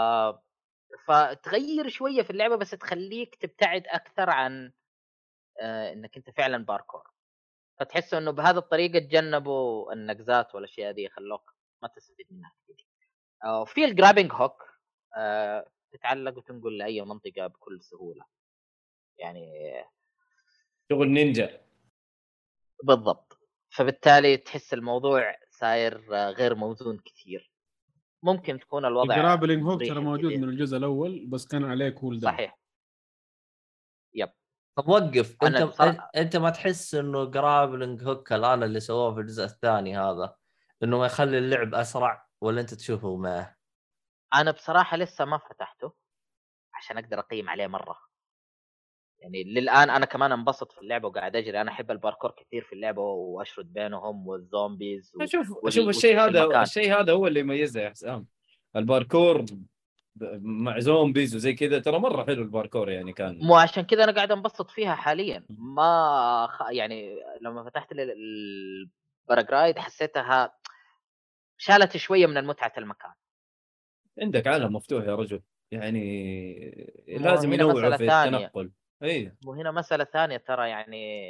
[SPEAKER 4] فتغير شويه في اللعبه بس تخليك تبتعد اكثر عن آه انك انت فعلا باركور. فتحس انه بهذه الطريقه تجنبوا النقزات والاشياء دي، خلوك ما تستفيد منها كثير. آه في الجرابينج هوك، آه تتعلق وتنقل لاي منطقه بكل سهوله يعني.
[SPEAKER 2] شغل نينجا.
[SPEAKER 4] بالضبط. فبالتالي تحس الموضوع صاير آه، غير موزون كثير. ممكن تكون الوضع
[SPEAKER 3] الجرابلينج هوك
[SPEAKER 4] مريح
[SPEAKER 3] ترى موجود
[SPEAKER 4] كثير.
[SPEAKER 3] من الجزء الاول بس كان عليه كول داون.
[SPEAKER 4] صحيح. يب.
[SPEAKER 1] طب وقف انت
[SPEAKER 4] انا بصراحه
[SPEAKER 1] انت ما تحس انه جرابلنج هوك الان اللي سووه في الجزء الثاني هذا انه ما يخلي اللعب اسرع، ولا انت تشوفه ما
[SPEAKER 4] انا بصراحه لسه ما فتحته عشان اقدر اقيم عليه مره. يعني للان انا كمان انبسط في اللعبه وقاعد اجري. انا احب الباركور كثير في اللعبه واشرد بينهم والزومبيز و...
[SPEAKER 2] اشوف اشوف
[SPEAKER 4] وال...
[SPEAKER 2] الشيء
[SPEAKER 4] وتمشي
[SPEAKER 2] هذا،
[SPEAKER 4] المكان.
[SPEAKER 2] الشيء هذا هو اللي يميزه يا حسام. الباركور مع زومبيز وزي كذا ترى مره حلو الباركور يعني كان.
[SPEAKER 4] مو عشان كذا انا قاعد انبسط فيها حاليا. ما خ... يعني لما فتحت الباراجرايد حسيتها شالت شويه من المتعه المكان.
[SPEAKER 2] عندك عالم مفتوح يا رجل يعني،
[SPEAKER 4] مو
[SPEAKER 2] لازم
[SPEAKER 4] هنا
[SPEAKER 2] ينوعوا
[SPEAKER 4] مساله
[SPEAKER 2] في
[SPEAKER 4] ثانيه.
[SPEAKER 2] التنقل. اي
[SPEAKER 4] مو هنا مساله ثانيه ترى يعني.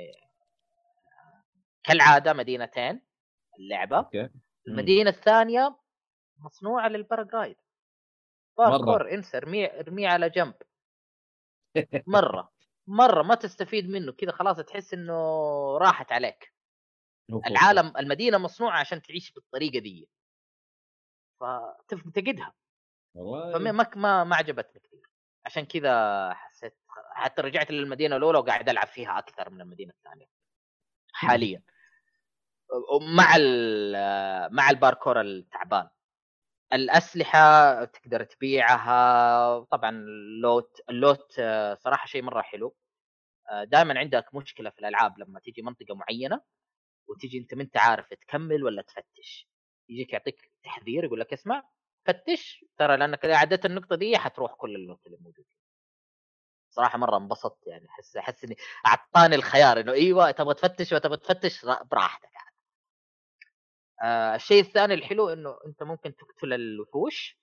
[SPEAKER 4] كالعاده مدينتين اللعبه.
[SPEAKER 2] اوكي.
[SPEAKER 4] المدينه الثانيه مصنوعه للباراجرايد.
[SPEAKER 2] مره
[SPEAKER 4] باركور انسى، ارميه ارميه على جنب. مره مره ما تستفيد منه كذا، خلاص تحس انه راحت عليك. العالم المدينه مصنوعه عشان تعيش بالطريقه دي، فتفتقدها.
[SPEAKER 2] والله
[SPEAKER 4] فما ما ما عجبتني كثير. عشان كذا حسيت حتى رجعت للمدينه الاولى وقاعد العب فيها اكثر من المدينه الثانيه حاليا. مع مع الباركور التعبان. الاسلحه تقدر تبيعها طبعا. اللوت اللوت صراحه شيء مره حلو. دائما عندك مشكله في الالعاب لما تيجي منطقه معينه وتيجي انت ما انت عارف تكمل ولا تفتش. يجيك يعطيك تحذير يقول لك اسمع فتش ترى لانك اذا عديت النقطه دي حتروح كل اللوت اللي موجود. صراحه مره انبسطت يعني. احس احس اني اعطاني الخيار انه ايوه تبغى تفتش وتبغى تفتش براحتك يعني. آه الشيء الثاني الحلو انه انت ممكن تقتل الوحوش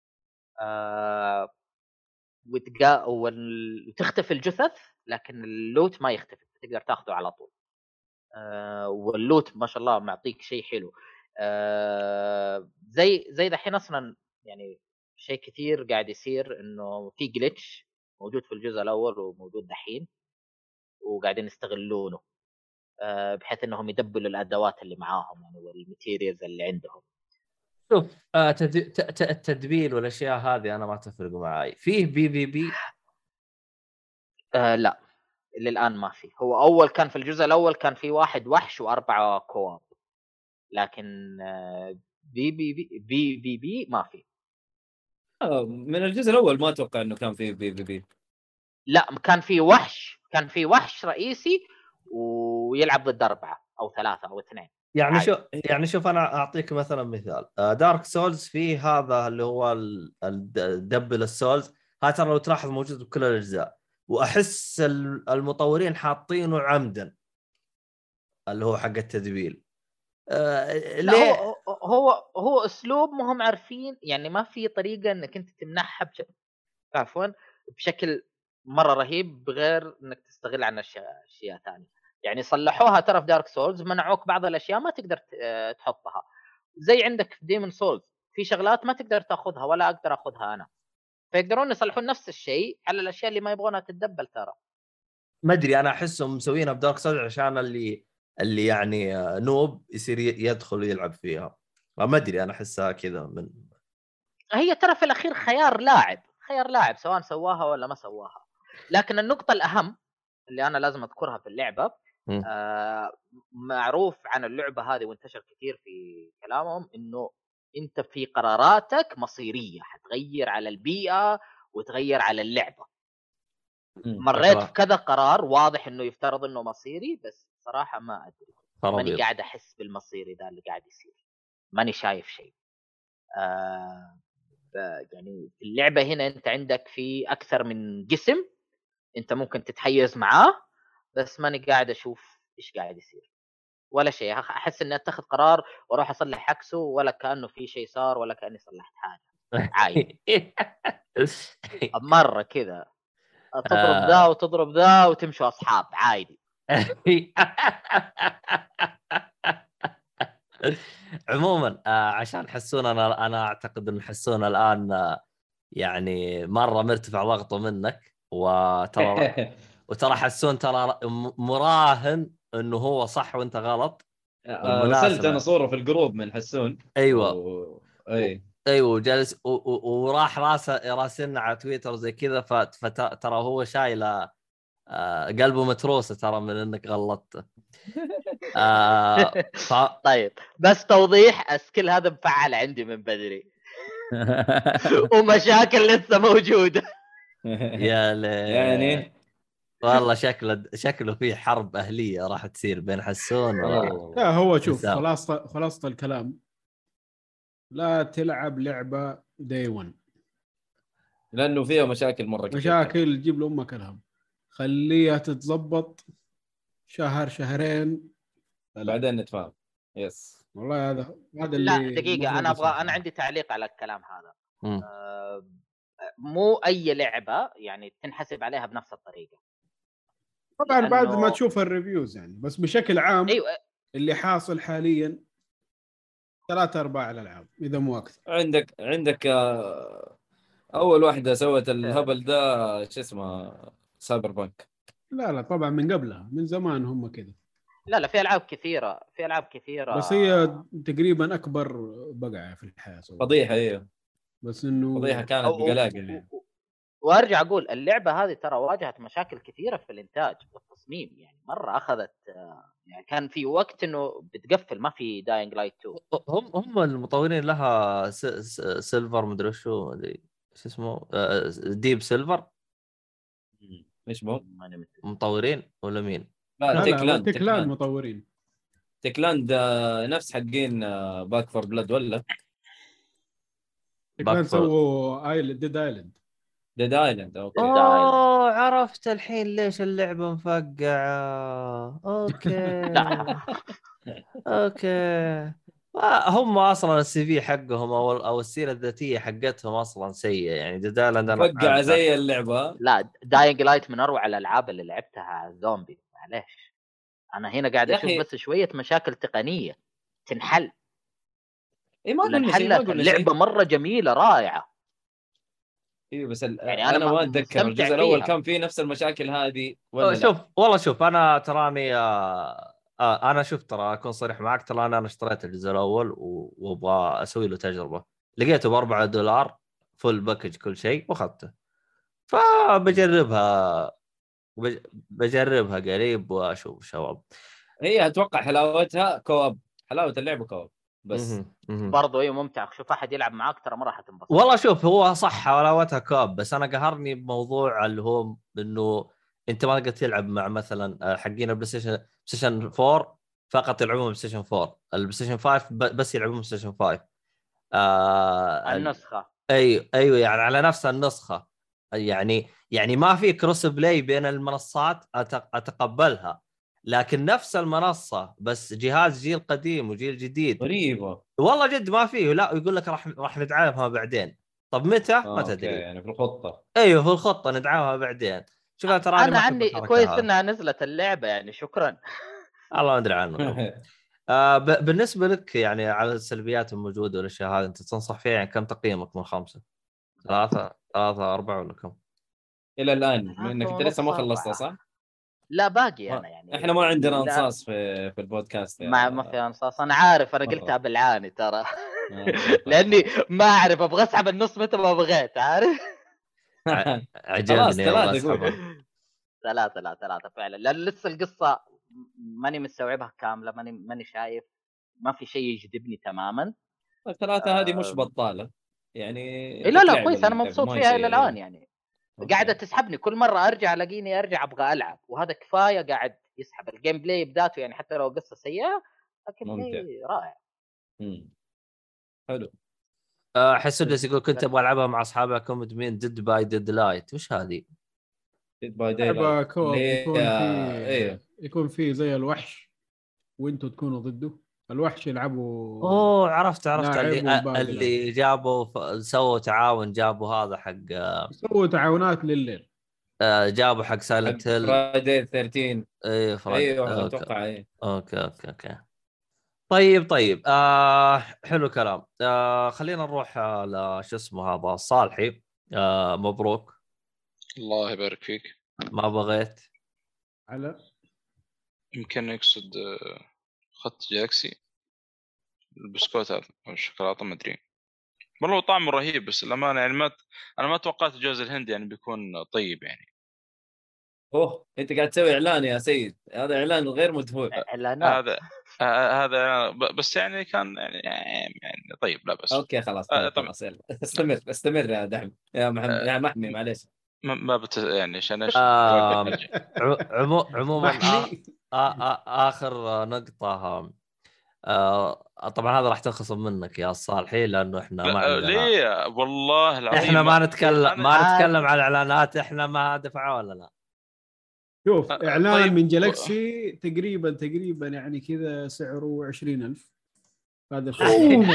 [SPEAKER 4] آه وتقا وتختفي الجثث، لكن اللوت ما يختفي تقدر تاخذه على طول. آه واللوت ما شاء الله معطيك شيء حلو. آه زي زي دحين اصلا يعني شيء كثير قاعد يصير انه في جلitch موجود في الجزء الاول وموجود دحين وقاعدين يستغلونه آه بحيث انهم يدبلوا الادوات اللي معاهم يعني والماتيريالز اللي عندهم.
[SPEAKER 1] شوف آه تد... ت... ت... التدبيل والاشياء هذه انا ما تفرق معي. فيه بي بي بي
[SPEAKER 4] آه لا للان ما في. هو اول كان في الجزء الاول كان في واحد وحش واربعه كواب، لكن آه بي بي بي بي بي, بي ما في.
[SPEAKER 2] آه من الجزء الاول ما اتوقع انه كان في بي بي بي.
[SPEAKER 4] لا كان في وحش كان في وحش رئيسي ويلعب ضد اربعه او ثلاثه او اثنين
[SPEAKER 1] يعني
[SPEAKER 4] عادي.
[SPEAKER 1] شو يعني شوف انا اعطيك مثلا مثال دارك سولز فيه هذا اللي هو الدبل السولز هذا ترى لو تلاحظ موجود بكل الاجزاء، واحس المطورين حاطينه عمدا اللي هو حق التدبيل. آه
[SPEAKER 4] لا هو
[SPEAKER 1] ليه؟
[SPEAKER 4] هو هو اسلوب ما هم عارفين يعني. ما في طريقه انك انت تمنحها بش... عفوا بشكل مره رهيب، غير انك تستغل عن اشياء اشياء ثانيه. يعني صلحوها ترى في دارك سولز، منعوك بعض الاشياء ما تقدر تحطها، زي عندك في ديمون سولز في شغلات ما تقدر تاخذها ولا اقدر اخذها انا، فيقدرون يصلحون نفس الشيء على الاشياء اللي ما يبغونها تتدبل. ترى
[SPEAKER 1] ما ادري، انا احسهم مسوينها بدارك سولز عشان اللي اللي يعني نوب يصير يدخل ويلعب فيها، ما ادري انا احسها كذا. من
[SPEAKER 4] هي ترى في الاخير خيار لاعب، خيار لاعب سواء سواها ولا ما سواها. لكن النقطه الاهم اللي انا لازم اذكرها في اللعبه، آه معروف عن اللعبه هذه وانتشر كثير في كلامهم، انه انت في قراراتك مصيريه حتغير على البيئه وتغير على اللعبه. مريت في كذا قرار واضح انه يفترض انه مصيري، بس صراحه ما ادري، ماني قاعد احس بالمصيري ذا اللي قاعد يصير، ماني شايف شيء. آه يعني في اللعبه هنا انت عندك في اكثر من قسم انت ممكن تتحيز معاه، بس ماني قاعد اشوف ايش قاعد يصير ولا شيء. احس اني اتخذ قرار واروح اصلح عكسه ولا كانه في شيء صار ولا كاني صلحت حاجه. عادي مره كذا تضرب ذا وتضرب ذا وتمشوا اصحاب عادي.
[SPEAKER 1] عموما عشان حسون، انا انا اعتقد ان حسون الان يعني مره مرتفع ضغطه منك، وترى وترى حسون ترى مراهن انه هو صح وانت غلط.
[SPEAKER 2] ارسلت انا صوره في الجروب من حسون.
[SPEAKER 1] ايوه
[SPEAKER 2] و... اي
[SPEAKER 1] ايوه جالس وراح راسه راسلنا على تويتر زي كذا، فترى هو شايله قلبه متروسه ترى من انك غلطته. آه ف...
[SPEAKER 4] طيب بس توضيح، السكيل هذا مفعل عندي من بدري ومشاكل لسه موجوده.
[SPEAKER 1] يا لي
[SPEAKER 2] يعني
[SPEAKER 1] والله شكله شكله في حرب اهليه راح تصير بين حسون و...
[SPEAKER 3] لا هو شوف خلاص خلاص الكلام، لا تلعب لعبه داي ون
[SPEAKER 2] لانه فيها مشاكل مره كثير،
[SPEAKER 3] مشاكل تجيب لامك الهم. خليها تتضبط شهر شهرين
[SPEAKER 2] بعدين نتفاهم. يس
[SPEAKER 3] والله هذا هذا
[SPEAKER 4] لا
[SPEAKER 3] اللي
[SPEAKER 4] دقيقه، انا ابغى انا عندي تعليق على الكلام هذا. آه مو اي لعبه يعني تنحسب عليها بنفس الطريقه
[SPEAKER 3] طبعا لأنه... بعد ما تشوف الريفيوز يعني، بس بشكل عام
[SPEAKER 4] أيوة.
[SPEAKER 3] اللي حاصل حاليا ثلاثة أرباع الألعاب إذا مو أكثر.
[SPEAKER 2] عندك عندك أول واحدة سوت الهبل ده شو اسمه سايبر بانك.
[SPEAKER 3] لا لا طبعا من قبلها من زمان هم كذا.
[SPEAKER 4] لا لا في ألعاب كثيرة في ألعاب كثيرة
[SPEAKER 3] بس هي تقريبا أكبر بقعة في الحياة.
[SPEAKER 2] فضيحة ايوه
[SPEAKER 3] بس إنه
[SPEAKER 2] فضيحة كانت بقلاقل يعني.
[SPEAKER 4] وارجع اقول اللعبه هذه ترى واجهت مشاكل كثيره في الانتاج والتصميم، يعني مره اخذت يعني كان في وقت انه بتقفل ما في داينج لايت تو.
[SPEAKER 1] هم هم المطورين لها سيلفر مدري شو شو اسمه ديب سيلفر
[SPEAKER 2] ايش مو
[SPEAKER 1] مطورين ولا مين؟
[SPEAKER 2] لا
[SPEAKER 3] تكلاند تكلاند مطورين.
[SPEAKER 2] تكلاند نفس حقين باك فور بلاد ولا
[SPEAKER 3] تكلاند سووا ايلاند ديد ايلاند
[SPEAKER 2] ديد ايلاند اوكي.
[SPEAKER 1] اوه عرفت الحين ليش اللعبه مفقعه. اوكي اوكي هم اصلا السي في حقهم او او السيره الذاتيه حقتهم اصلا سيئه يعني. ديد ايلاند انا
[SPEAKER 2] مفقعه زي اللعبه.
[SPEAKER 4] لا داينج لايت من اروع الالعاب اللي لعبتها زومبي. معليش انا هنا قاعد اشوف بس شويه مشاكل تقنيه تنحل.
[SPEAKER 2] اي ما قلنا شيء، ما قلنا
[SPEAKER 4] اللعبه مره جميله رائعه.
[SPEAKER 2] ايوه بس يعني انا ما اتذكر الجزء الاول كان فيه نفس المشاكل هذه ولا
[SPEAKER 1] شوف لا؟ والله شوف انا تراني آه آه انا شوف ترى اكون صريح معك، ترى انا انا اشتريت الجزء الاول وابغى اسوي له تجربه، لقيته بأربعة دولار فول باكج كل شيء واخذته، فبجربها بجربها قريب واشوف شباب.
[SPEAKER 2] هي اتوقع حلاوتها كواب، حلاوه اللعبه كواب بس
[SPEAKER 4] برضو ايه ممتع. شوف احد يلعب معاك ترى ما راح تنبسط.
[SPEAKER 1] والله شوف هو صح حلاوتها كواب، بس انا قهرني بموضوع اللي هو انه انت ما تقدر تلعب مع مثلا حقين البلاي ستيشن ستيشن فور فقط يلعبون بلاي ستيشن فور، البلاي ستيشن فايف بس يلعبون بلاي ستيشن فايف. آه
[SPEAKER 4] النسخه
[SPEAKER 1] ايوه ايوه يعني على نفس النسخه، يعني يعني ما في كروس بلاي بين المنصات اتقبلها، لكن نفس المنصه بس جهاز جيل قديم وجيل جديد
[SPEAKER 2] غريبه
[SPEAKER 1] والله جد ما فيه. لا يقول لك راح راح ندعمها بعدين. طب متى؟
[SPEAKER 2] آه
[SPEAKER 1] ما تدري
[SPEAKER 2] يعني في الخطه.
[SPEAKER 1] ايوه في الخطه ندعمها بعدين. شوف انا تراني
[SPEAKER 4] انا
[SPEAKER 1] ما أحب
[SPEAKER 4] عني
[SPEAKER 1] الحركة
[SPEAKER 4] كويس
[SPEAKER 1] هذه.
[SPEAKER 4] انها نزلت اللعبه يعني شكرا.
[SPEAKER 1] الله ما ادري عنكم. آه ب... بالنسبه لك يعني على السلبيات الموجوده والاشياء هذه انت تنصح فيها يعني كم تقييمك من خمسه؟ ثلاثه ثلاثه اربعه ولا كم؟
[SPEAKER 2] الى الان بما انك
[SPEAKER 4] ثلاثة
[SPEAKER 2] انت لسه ما
[SPEAKER 4] ونص،
[SPEAKER 2] خلصتها
[SPEAKER 4] أربعة.
[SPEAKER 2] صح؟
[SPEAKER 4] لا باقي
[SPEAKER 2] ما...
[SPEAKER 4] انا يعني
[SPEAKER 2] احنا ما عندنا
[SPEAKER 4] لا
[SPEAKER 2] انصاص في في البودكاست يا
[SPEAKER 4] ما ما في انصاص. انا عارف انا
[SPEAKER 2] مرة.
[SPEAKER 4] قلتها بالعاني ترى
[SPEAKER 2] آه، طيب،
[SPEAKER 4] لاني
[SPEAKER 2] خلاص.
[SPEAKER 4] ما اعرف ابغى اسحب النص متى ما بغيت عارف.
[SPEAKER 1] ع...
[SPEAKER 2] خلاص
[SPEAKER 1] عجبني ابغى
[SPEAKER 2] ثلاثة قول.
[SPEAKER 1] اسحبها.
[SPEAKER 4] ثلاثة لا ثلاثة فعلا لان لسه القصة ماني مستوعبها كاملة، ماني ماني شايف، ما في شيء يجذبني تماما.
[SPEAKER 2] الثلاثة هذه مش
[SPEAKER 4] آه...
[SPEAKER 2] بطالة يعني.
[SPEAKER 4] إيه لا لا
[SPEAKER 2] تتلعب
[SPEAKER 4] كويس انا
[SPEAKER 2] اللعبة
[SPEAKER 4] مبسوط
[SPEAKER 2] ما هي
[SPEAKER 4] فيها الى
[SPEAKER 2] سيئة.
[SPEAKER 4] الان
[SPEAKER 2] إيه.
[SPEAKER 4] يعني.
[SPEAKER 2] أوكي.
[SPEAKER 4] قاعدة تسحبني كل مرة ارجع الاقيني ارجع ابغى العب، وهذا كفاية قاعد يسحب الجيم بلاي بذاته يعني حتى لو قصة سيئة لكن
[SPEAKER 2] ممتع.
[SPEAKER 4] بلاي رائع.
[SPEAKER 2] مم. حلو.
[SPEAKER 1] آه حسدس يقول كنت ابغى العبها مع اصحابي كم مدمين ديد باي ديد لايت. وش هذه؟
[SPEAKER 2] ديد باي داي
[SPEAKER 3] لعبة كوب
[SPEAKER 2] اللي
[SPEAKER 3] يكون في
[SPEAKER 2] ايه
[SPEAKER 3] يكون في زي الوحش وانتوا تكونوا ضده. الوحش يلعبوا
[SPEAKER 1] اوه عرفت عرفت اللي
[SPEAKER 3] لاعب والباقي
[SPEAKER 1] اللي جابوا ف... سووا تعاون جابوا هذا حق
[SPEAKER 3] يسووا تعاونات لليل.
[SPEAKER 1] آه جابوا حق سايلنت هيل.
[SPEAKER 2] فرايداي ثيرتين.
[SPEAKER 1] ايه فرد
[SPEAKER 2] ايوه
[SPEAKER 1] اوكي
[SPEAKER 2] اتوقع ايه.
[SPEAKER 1] اوكي اوكي اوكي طيب طيب آه حلو كلام. آه خلينا نروح آه لش اسمه هذا صالحي. آه مبروك.
[SPEAKER 5] الله يبارك فيك.
[SPEAKER 1] ما بغيت
[SPEAKER 3] على
[SPEAKER 5] يمكن يقصد آه، خط جاكسي البسكوت هذا او الشوكولاته ما ادري والله طعمه رهيب بس الامانه يعني ما انا ما توقعت الجوز الهندي يعني بيكون طيب يعني.
[SPEAKER 2] اوه انت قاعد تسوي اعلان يا سيد، هذا اعلان غير مدفوع.
[SPEAKER 4] اعلانات.
[SPEAKER 5] هذا آه هذا ب- بس يعني كان يعني يعني طيب لا بس
[SPEAKER 2] اوكي خلاص
[SPEAKER 5] آه
[SPEAKER 2] طيب
[SPEAKER 5] طبعا
[SPEAKER 2] خلاص يلا استمر استمر يا دحم يا محمد يا محمي معليش.
[SPEAKER 5] ما ما بت يعني عشان ايش
[SPEAKER 1] آه
[SPEAKER 5] نوقف
[SPEAKER 1] عمو عموما آه
[SPEAKER 3] محمي.
[SPEAKER 1] آه آه اخر نقطه. آه طبعا هذا راح تنخصم منك يا صالحي لانه احنا ما
[SPEAKER 5] لا
[SPEAKER 1] عندنا.
[SPEAKER 5] ليه والله العظيم
[SPEAKER 1] احنا ما نتكلم
[SPEAKER 5] أنا...
[SPEAKER 1] ما نتكلم على الاعلانات. احنا ما دفعوا ولا لا.
[SPEAKER 3] شوف
[SPEAKER 5] آه،
[SPEAKER 3] اعلان
[SPEAKER 5] طيب.
[SPEAKER 3] من جالكسي تقريبا تقريبا يعني كذا سعره عشرين ألف. هذا الخصم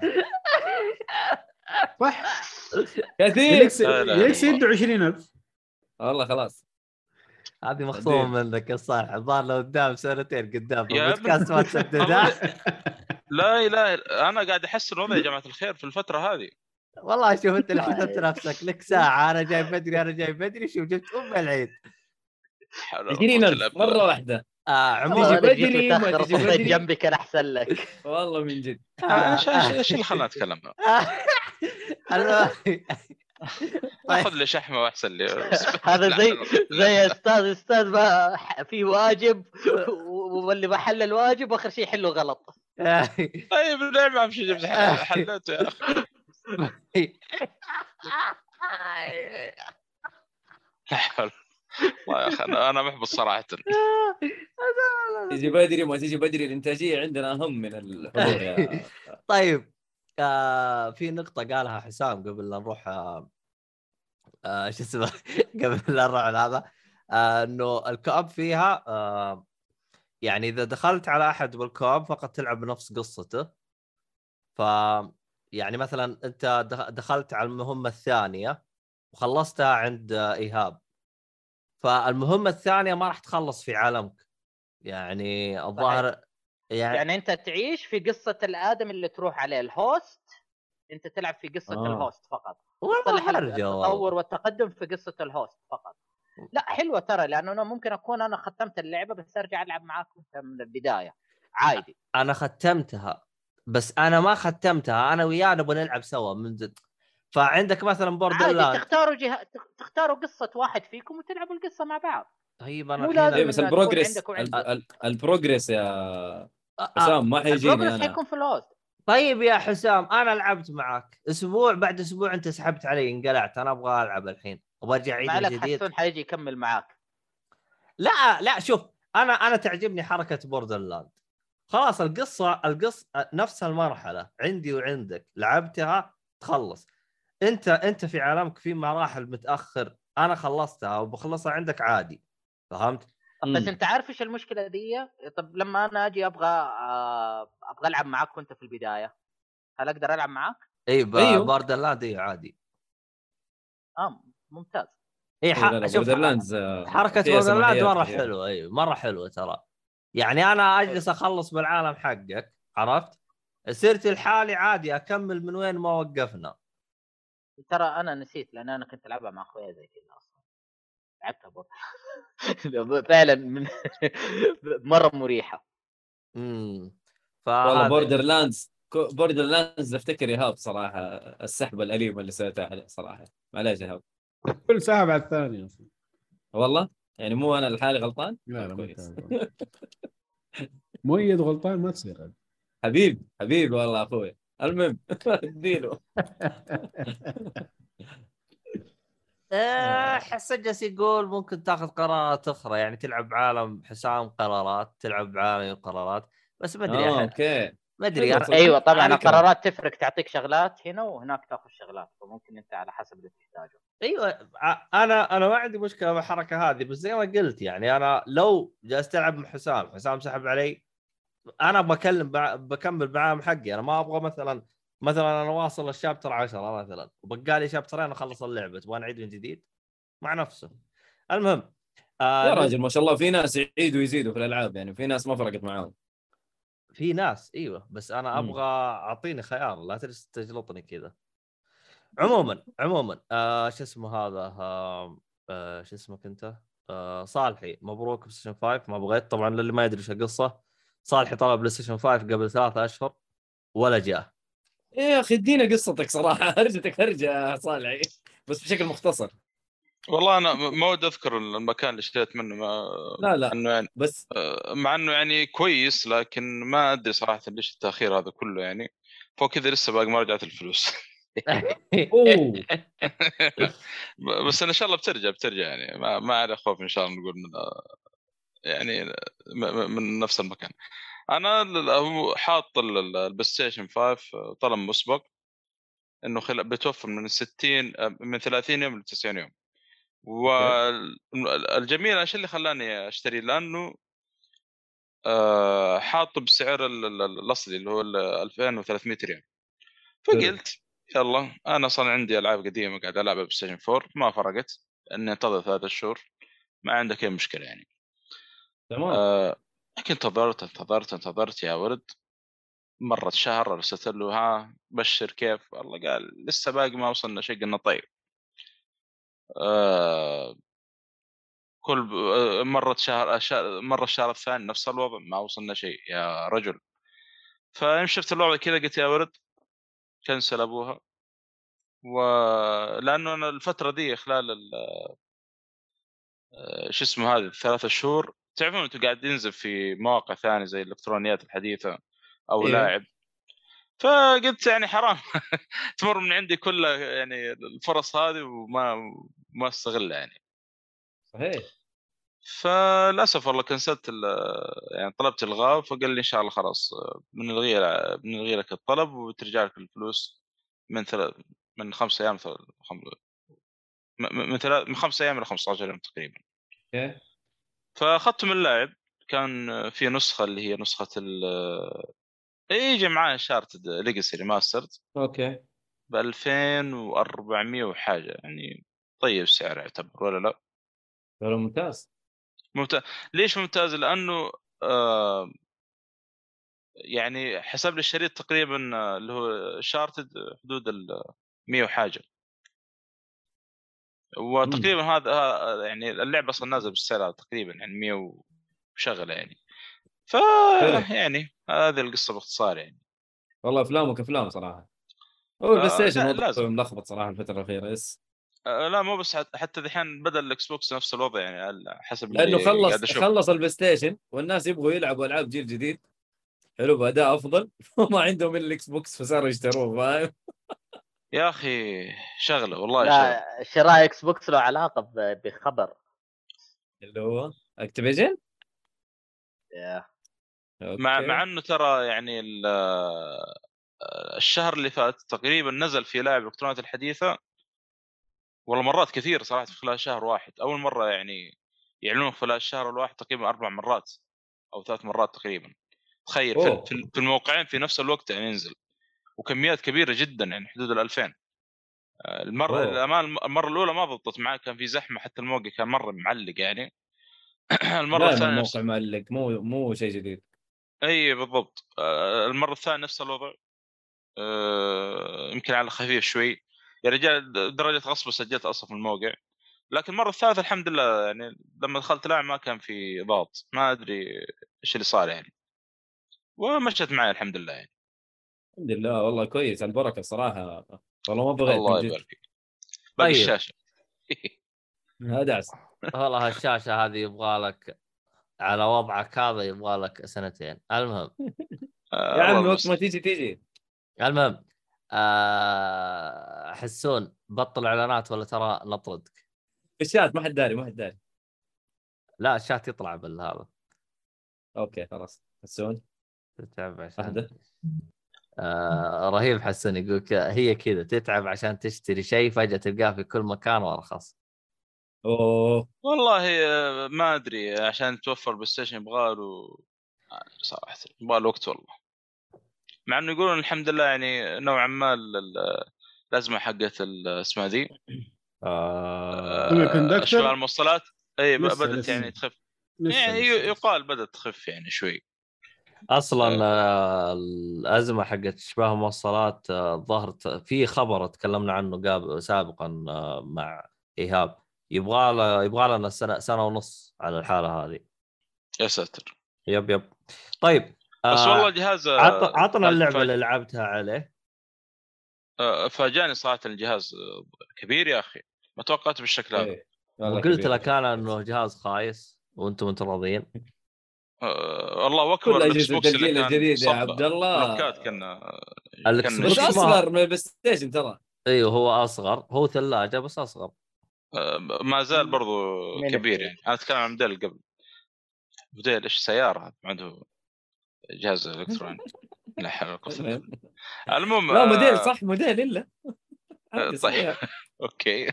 [SPEAKER 3] صح.
[SPEAKER 2] كثير
[SPEAKER 3] جالكسي
[SPEAKER 5] لا، لا،
[SPEAKER 3] جالكسي
[SPEAKER 5] لا.
[SPEAKER 3] يده عشرين ألف.
[SPEAKER 2] والله خلاص
[SPEAKER 1] هذه مخصومه منك يا صالح. الظاهر لو قدام سنتين قدام
[SPEAKER 5] يا
[SPEAKER 1] البودكاست ما تسددها.
[SPEAKER 5] لا اله انا قاعد احسن وضعي يا جماعه الخير في الفتره هذه.
[SPEAKER 1] والله شوف انت اللي حسبت نفسك لك ساعه انا جاي بدري انا جاي بدري شوف جبت ام العيد
[SPEAKER 2] عشرين ألف مرة واحدة.
[SPEAKER 1] آه
[SPEAKER 4] والله
[SPEAKER 1] عموما
[SPEAKER 2] تجي
[SPEAKER 4] انا جيت
[SPEAKER 2] بدري ما
[SPEAKER 4] متاخر
[SPEAKER 2] تجي
[SPEAKER 4] وصفيت
[SPEAKER 2] بدري.
[SPEAKER 4] جنبي كان احسن لك.
[SPEAKER 2] والله من جد.
[SPEAKER 5] ايش ايش ايش اللي خلاني اتكلم؟ اخذ لي شحمه واحسن لي.
[SPEAKER 4] هذا زي زي استاذ استاذ ما في واجب واللي بحل الواجب واخر شيء يحله غلط.
[SPEAKER 5] طيب ليه ما امشي جبت حلته يا اخي؟ لا حول الله يا اخي انا انا محبط صراحه.
[SPEAKER 2] تجي بدري ما تجي بدري الانتاجيه عندنا اهم من الحضور يا
[SPEAKER 1] طيب آه في نقطة قالها حسام قبل لا نروح آه آه شو اسمه قبل لا نروح على هذا آه انه الكوب فيها آه يعني اذا دخلت على احد بالكوب فقط تلعب بنفس قصته. ف يعني مثلا انت دخلت على المهمة الثانية وخلصتها عند آه ايهاب، فالمهمة الثانية ما راح تخلص في عالمك يعني الظاهر
[SPEAKER 4] يعني... يعني انت تعيش في قصة الادم اللي تروح عليه الهوست، انت تلعب في قصة
[SPEAKER 2] آه.
[SPEAKER 4] الهوست فقط.
[SPEAKER 1] والله
[SPEAKER 4] التطور والتقدم في قصة الهوست فقط. لا حلوة ترى لانه انا ممكن اكون انا ختمت اللعبة بس ارجع العب معاكم من البداية عادي.
[SPEAKER 1] انا ختمتها بس انا ما ختمتها انا وياه نبغى نلعب سوا من جد. فعندك مثلا بوردر
[SPEAKER 4] عادي
[SPEAKER 1] لاند
[SPEAKER 4] تختاروا جهة تختاروا قصة واحد فيكم وتلعبوا القصة مع بعض.
[SPEAKER 1] طيب انا
[SPEAKER 4] مو
[SPEAKER 1] الحين
[SPEAKER 4] لازم
[SPEAKER 2] إيه بس
[SPEAKER 4] إنها تكون
[SPEAKER 2] البروجرس
[SPEAKER 4] عندك وعندك.
[SPEAKER 2] ال- ال- البروجرس يا
[SPEAKER 1] آه،
[SPEAKER 2] حسام ما حيجيني
[SPEAKER 4] البروجرس
[SPEAKER 2] انا.
[SPEAKER 4] حيكون في الهوست.
[SPEAKER 1] طيب يا حسام انا لعبت معك اسبوع بعد اسبوع انت سحبت علي انقلعت. انا ابغى العب الحين وبرجع اعيد من
[SPEAKER 4] معلك
[SPEAKER 1] جديد.
[SPEAKER 4] حسون حيجي يكمل معاك.
[SPEAKER 1] لا لا شوف انا انا تعجبني حركة بوردر لاند. خلاص القصة القصة نفس المرحلة عندي وعندك لعبتها تخلص. انت انت في عالمك في مراحل متأخر انا خلصتها وبخلصها عندك عادي فهمت.
[SPEAKER 4] طب بس انت عارف ايش المشكله دي؟ طب لما انا اجي ابغى ابغى العب معاك وانت في البدايه هل اقدر العب معاك؟
[SPEAKER 1] اي ب...
[SPEAKER 2] أيوه.
[SPEAKER 1] بوردر لاند اي عادي.
[SPEAKER 4] اه ممتاز.
[SPEAKER 1] اي
[SPEAKER 2] لا لا
[SPEAKER 1] ح... شوف
[SPEAKER 2] بوردرلاندز
[SPEAKER 1] حركه
[SPEAKER 2] فيها
[SPEAKER 1] بوردرلاند
[SPEAKER 2] سماحيات
[SPEAKER 1] مره
[SPEAKER 2] كثير.
[SPEAKER 1] حلوه. اي مره حلوه ترى. يعني انا اجلس اخلص بالعالم حقك، عرفت؟ سيرتي الحالي عادي اكمل من وين ما وقفنا.
[SPEAKER 4] ترى انا نسيت لان انا كنت العبها مع اخويا زي كذا اصلا. لعبتها برضه فعلا من مره مريحه.
[SPEAKER 1] امم
[SPEAKER 2] والله
[SPEAKER 1] فهذا.
[SPEAKER 2] بوردرلاندز بوردرلاندز افتكر ايهاب صراحه، السحبه الاليمه اللي سويتها عليه صراحه، معليش ايهاب
[SPEAKER 3] كل ساعه بعد الثانيه اصلا.
[SPEAKER 2] والله، يعني مو انا لحالي غلطان.
[SPEAKER 3] لا لا ما
[SPEAKER 2] كويس.
[SPEAKER 3] تعرف. مؤيد غلطان ما تصير هذا.
[SPEAKER 2] حبيبي حبيبي والله اخوي. المهم اديله.
[SPEAKER 1] آه، حسن جالس يقول ممكن تاخذ قرارات اخرى، يعني تلعب عالم حسام قرارات، تلعب عالم قرارات، بس ما ادري
[SPEAKER 2] اه
[SPEAKER 1] احد
[SPEAKER 2] اوكي
[SPEAKER 1] ما ادري
[SPEAKER 2] حلو
[SPEAKER 1] انا.
[SPEAKER 2] تصدق.
[SPEAKER 4] ايوه طبعا
[SPEAKER 2] فكرة.
[SPEAKER 4] القرارات تفرق، تعطيك شغلات هنا وهناك تاخذ شغلات، فممكن انت على حسب اللي تحتاجه.
[SPEAKER 1] ايوه ع- انا انا ما عندي مشكله بالحركه هذه، بس زي ما قلت يعني انا لو جالس العب مع حسام، حسام سحب علي، انا بكلم بع... بكمل بعام حقي. انا ما ابغى مثلا مثلا انا واصل الشابتر عشرة مثلا وبقالي شابترين اخلص اللعبه، تبغى نعيد من جديد مع نفسه. المهم آه
[SPEAKER 2] يا
[SPEAKER 1] نز...
[SPEAKER 2] راجل ما شاء الله في ناس يعيدوا ويزيدوا في الالعاب، يعني في ناس ما فرقت معاهم.
[SPEAKER 1] في ناس ايوه، بس انا
[SPEAKER 2] مم.
[SPEAKER 1] ابغى اعطيني خيار، لا تجلس تجلطني كذا. عموما عموما آه شو اسمه هذا آه آه شو اسمك انت؟ آه صالحي مبروك بلاي ستيشن خمسة. ما بغيت طبعا، للي ما يدري ايش القصه، صالحي طلب بلاي ستيشن خمسة قبل ثلاثة اشهر ولا جاء.
[SPEAKER 2] يا اخي ادينا قصتك صراحه. هرجتك هرجه يا صالحي، بس بشكل مختصر.
[SPEAKER 5] والله انا ما ودي اذكر المكان اللي اشتريت منه، ما
[SPEAKER 2] لا لا
[SPEAKER 5] انه يعني
[SPEAKER 2] بس
[SPEAKER 5] مع انه يعني كويس، لكن ما ادري صراحه ليش التاخير هذا كله يعني. فوق كذا لسه باقي ما رجعت الفلوس.
[SPEAKER 2] اوه
[SPEAKER 5] بس ان شاء الله بترجع بترجع يعني، ما ما عليه خوف ان شاء الله نقول من يعني م- من نفس المكان. انا ال- هو حاط ال- ال- البلاي ستيشن خمسة طلب مسبق انه خل... بتوفر من ستين من ثلاثين يوم ل تسعين يوم. والجميل ايش اللي خلاني اشتري، لانه آه، حاطه بسعر ال- ال- الاصلي اللي هو ال ألفين وثلاثمية ريال. فقلت يلا، انا صار عندي العاب قديمه قاعد العبها بلايستيشن فور، ما فرقت اني انتظر ثلاثة شهور، ما عندك اي مشكله يعني.
[SPEAKER 2] تمام.
[SPEAKER 5] أه لكن انتظرت انتظرت انتظرت يا ولد، مرت شهر ارسلت له ها بشر كيف، والله قال لسه باقي ما وصلنا شيء. قلنا طيب. أه كل آه، مرت شهر شهر- مره الشهر الثاني نفس الوضع، ما وصلنا شيء يا رجل. فيوم شفت اللعبه كذا قلت يا ولد كنسل ابوها. ولانه انا الفتره دي خلال ال- آه، شو اسمه هذه الثلاثة شهور، تعرفون انتم قاعد ينزل في مواقع ثانيه زي الالكترونيات الحديثه او
[SPEAKER 2] ايوه
[SPEAKER 5] لاعب. فقلت يعني حرام تمر من عندي كل يعني الفرص هذه وما ما استغلها يعني.
[SPEAKER 2] صحيح.
[SPEAKER 5] فللاسف والله كنسلت يعني طلبت الغاء، فقال لي ان شاء الله خلاص بنلغي بنلغي لك الطلب وترجع لك الفلوس من ثلاث من خمس ايام ثل... خم... من ثلاث من خمس ايام الى خمسة عشر يوم تقريبا.
[SPEAKER 2] اوكي
[SPEAKER 5] فاخذت من اللاعب، كان في نسخه اللي هي نسخه ال يجي معاه شارتد ليجاسي ريماسترد
[SPEAKER 2] اوكي
[SPEAKER 5] ب ألفين وأربعمية وحاجه يعني. طيب السعر يعتبر ولا لا؟
[SPEAKER 2] والله ممتاز.
[SPEAKER 5] ممتاز. ليش ممتاز؟ لانه آه يعني حسب لي الشريط تقريبا آه، اللي هو شارتد حدود ال مية وحاجه. وتقريبا هذا ها- يعني اللعبه اصلا نازله بالسعر تقريبا يعني مية وشغله يعني. ف
[SPEAKER 2] حلو
[SPEAKER 5] يعني هذه القصه باختصار يعني.
[SPEAKER 2] والله افلامك افلام صراحه. هو البلاي
[SPEAKER 5] آه
[SPEAKER 2] ستيشن
[SPEAKER 5] لا
[SPEAKER 2] وضعه
[SPEAKER 5] لازم.
[SPEAKER 2] ملخبط صراحه الفتره الاخيره بس.
[SPEAKER 5] آه لا مو بس، حت- حتى الحين بدا الاكس بوكس نفس الوضع يعني، على حسب
[SPEAKER 2] لانه
[SPEAKER 5] اللي قاعد
[SPEAKER 2] خلص
[SPEAKER 5] اشوف.
[SPEAKER 2] خلص البلاي ستيشن والناس يبغوا يلعبوا العاب جيل جديد حلو باداء افضل وما عندهم الا الاكس بوكس فصاروا يشتروه، فاهم؟
[SPEAKER 5] يا اخي شغله والله شغله.
[SPEAKER 4] لا شراء اكس بوكس له علاقه ب- بخبر.
[SPEAKER 2] اللي هو اكتيفيجن.
[SPEAKER 4] يا
[SPEAKER 5] مع مع
[SPEAKER 2] اوكي
[SPEAKER 5] انه ترى يعني ال- آه، الشهر اللي فات تقريبا نزل في لاعب الالكترونيات الحديثه، والله مرات كثير صراحه في خلال شهر واحد. اول مره يعني يعلنون خلال الشهر الواحد تقريبا اربع مرات او ثلاث مرات تقريبا. تخيل في
[SPEAKER 2] اوه
[SPEAKER 5] في في الموقعين في نفس الوقت يعني ينزل، وكميات كبيره جدا يعني حدود ال ألفين المره
[SPEAKER 2] أوه.
[SPEAKER 5] الأمان المره الاولى ما ضبطت معي، كان في زحمه حتى الموقع كان مره معلق يعني. المره
[SPEAKER 2] دائما
[SPEAKER 5] الثانيه
[SPEAKER 2] الموقع
[SPEAKER 5] نفس
[SPEAKER 2] معلق، مو مو شيء جديد.
[SPEAKER 5] اي بالضبط. آه، المره الثانيه نفس الوضع. آه، يمكن على خفيف شوي يا رجال، درجه غصب سجلت اصلا في الموقع. لكن المره الثالثه الحمد لله يعني لما دخلت لعب ما كان في ضغط، ما ادري ايش اللي صار يعني، ومشت معي الحمد لله يعني.
[SPEAKER 2] الحمد لله والله كويس، البركه صراحه. والله ما بغيت من
[SPEAKER 5] الله
[SPEAKER 2] جد.
[SPEAKER 5] يبارك فيك. باقي
[SPEAKER 1] طيب
[SPEAKER 5] الشاشه.
[SPEAKER 2] ادعس.
[SPEAKER 1] والله هالشاشه هذه يبغى لك على وضعك هذا يبغى لك سنتين. المهم
[SPEAKER 5] آه
[SPEAKER 2] يا
[SPEAKER 5] الله
[SPEAKER 2] عمي وقت ما
[SPEAKER 5] المستعان.
[SPEAKER 2] تيجي تيجي.
[SPEAKER 1] المهم آه حسون بطل اعلانات ولا ترى نطردك.
[SPEAKER 2] في الشات ما حد داري، ما حد داري.
[SPEAKER 1] لا الشات يطلع بالهذا.
[SPEAKER 2] اوكي خلاص حسون
[SPEAKER 1] تتعب عشان
[SPEAKER 2] اهدى.
[SPEAKER 1] آه رهيب. حسون يقول ك- هي كذا تتعب عشان تشتري شيء فجأة تلقاه في كل مكان وارخص.
[SPEAKER 2] اوه
[SPEAKER 5] والله آه، ما ادري، عشان توفر بلاي ستيشن يبغى له صراحه يبغى له وقت والله. مع انه يقولون الحمد لله يعني نوعا ما ال- ال- الازمه حقت ال- اسمها ذي
[SPEAKER 1] آه
[SPEAKER 5] اشباه
[SPEAKER 3] كوندكتر
[SPEAKER 5] الموصلات اي ب-
[SPEAKER 3] لسه
[SPEAKER 5] بدت
[SPEAKER 3] لسه
[SPEAKER 5] يعني تخف.
[SPEAKER 3] لسه
[SPEAKER 5] يعني
[SPEAKER 3] لسه,
[SPEAKER 5] ي-
[SPEAKER 3] لسه.
[SPEAKER 5] يقال بدت تخف يعني شوي.
[SPEAKER 1] اصلا آه الازمه حقت شبه موصلات آه ظهرت في خبر تكلمنا عنه قبل سابقا آه مع ايهاب. يبغى له يبغى لنا سنه سنه ونص على الحاله هذه.
[SPEAKER 5] يا ساتر.
[SPEAKER 1] يب يب. طيب
[SPEAKER 5] بس والله
[SPEAKER 1] آه
[SPEAKER 5] جهاز
[SPEAKER 1] عط...
[SPEAKER 5] آه،
[SPEAKER 1] عطنا
[SPEAKER 5] فاج-
[SPEAKER 1] اللعبه اللي
[SPEAKER 5] فاج-
[SPEAKER 1] لعبتها عليه.
[SPEAKER 5] آه، فاجاني صراحه الجهاز آه، كبير يا اخي، ما توقعت بالشكل هذا.
[SPEAKER 2] ايه والله
[SPEAKER 1] وقلت
[SPEAKER 2] كبير
[SPEAKER 1] لك
[SPEAKER 2] والله.
[SPEAKER 1] انا انه جهاز خايس وانتم متراضين.
[SPEAKER 5] آه، الله
[SPEAKER 2] كل
[SPEAKER 5] اكبر الاكس
[SPEAKER 2] اجهزه
[SPEAKER 5] بوكس اللي
[SPEAKER 2] الجيل
[SPEAKER 5] كان
[SPEAKER 2] الجديد يا
[SPEAKER 5] صب
[SPEAKER 2] عبد الله.
[SPEAKER 5] بلوكات كان
[SPEAKER 1] الاكس
[SPEAKER 5] كان
[SPEAKER 2] بس
[SPEAKER 1] بوكس
[SPEAKER 5] شيء.
[SPEAKER 1] ما هو
[SPEAKER 2] اصغر من البلاي ستيشن ترى.
[SPEAKER 1] ايوه هو اصغر، هو ثلاجه بس اصغر.
[SPEAKER 5] آه، ما زال برضو
[SPEAKER 4] ميني
[SPEAKER 5] كبير
[SPEAKER 4] فريج.
[SPEAKER 5] يعني. انا اتكلم عن موديل قبل، موديل ايش سياره عنده جهاز الكتروني. لا حول ولا قوه إلا
[SPEAKER 2] المهم
[SPEAKER 5] بالله. المهم
[SPEAKER 2] لا موديل
[SPEAKER 5] آه
[SPEAKER 2] صح، موديل الا
[SPEAKER 5] آه،
[SPEAKER 2] عادي
[SPEAKER 5] طيب
[SPEAKER 2] صغير.
[SPEAKER 5] اوكي.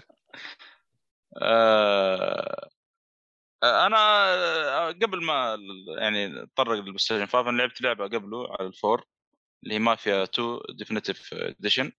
[SPEAKER 5] آه انا آه، قبل ما يعني اتطرق للبلاي ستيشن خمسة انا لعبت لعبه قبله على الفور اللي هي مافيا تو ديفينيتيف اديشن.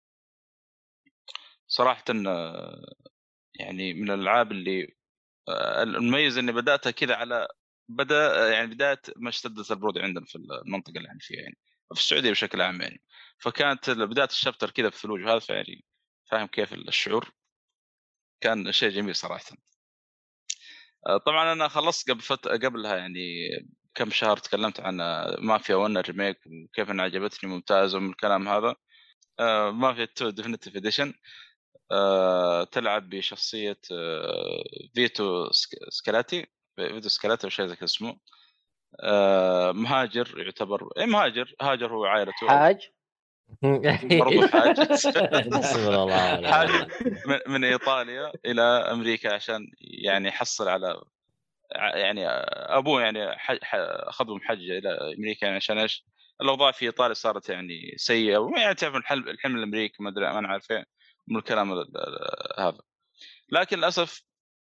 [SPEAKER 5] صراحه آه، يعني من الالعاب اللي آه، المميز اني بداتها كذا على بدا يعني بدايه ما اشتدت البرود عندنا في المنطقه اللي احنا فيها يعني في السعوديه بشكل عام يعني. فكانت بدايه الشابتر كذا في الثلوج وهذا يعني فاهم كيف الشعور. كان شيء جميل صراحه. آه، طبعا انا خلصت قبل فت... قبلها يعني كم شهر تكلمت عن مافيا واحد ريميك وكيف انها عجبتني ممتازه ومن الكلام هذا. آه، مافيا تو ديفينيتيف اديشن تلعب بشخصيه آه، فيتو سك- سكالاتي فيتو سكالاتي او شيء زي كذا اسمه. آه، مهاجر يعتبر اي مهاجر، هاجر هو وعائلته او
[SPEAKER 4] حاج.
[SPEAKER 5] برضو حاج.
[SPEAKER 1] حسبنا الله ونعم
[SPEAKER 5] حاج
[SPEAKER 1] الوكيل.
[SPEAKER 5] من, من ايطاليا الى امريكا عشان يعني يحصل على ع- يعني ابوه يعني ح- ح- اخذهم حجه الى امريكا يعني عشان ايش الاوضاع في ايطاليا صارت يعني سيئه وما يعني تعرف الحلم الحلم الامريكي ما ادري ما انا عارف إيه من الكلام ال- ال- هذا. لكن للاسف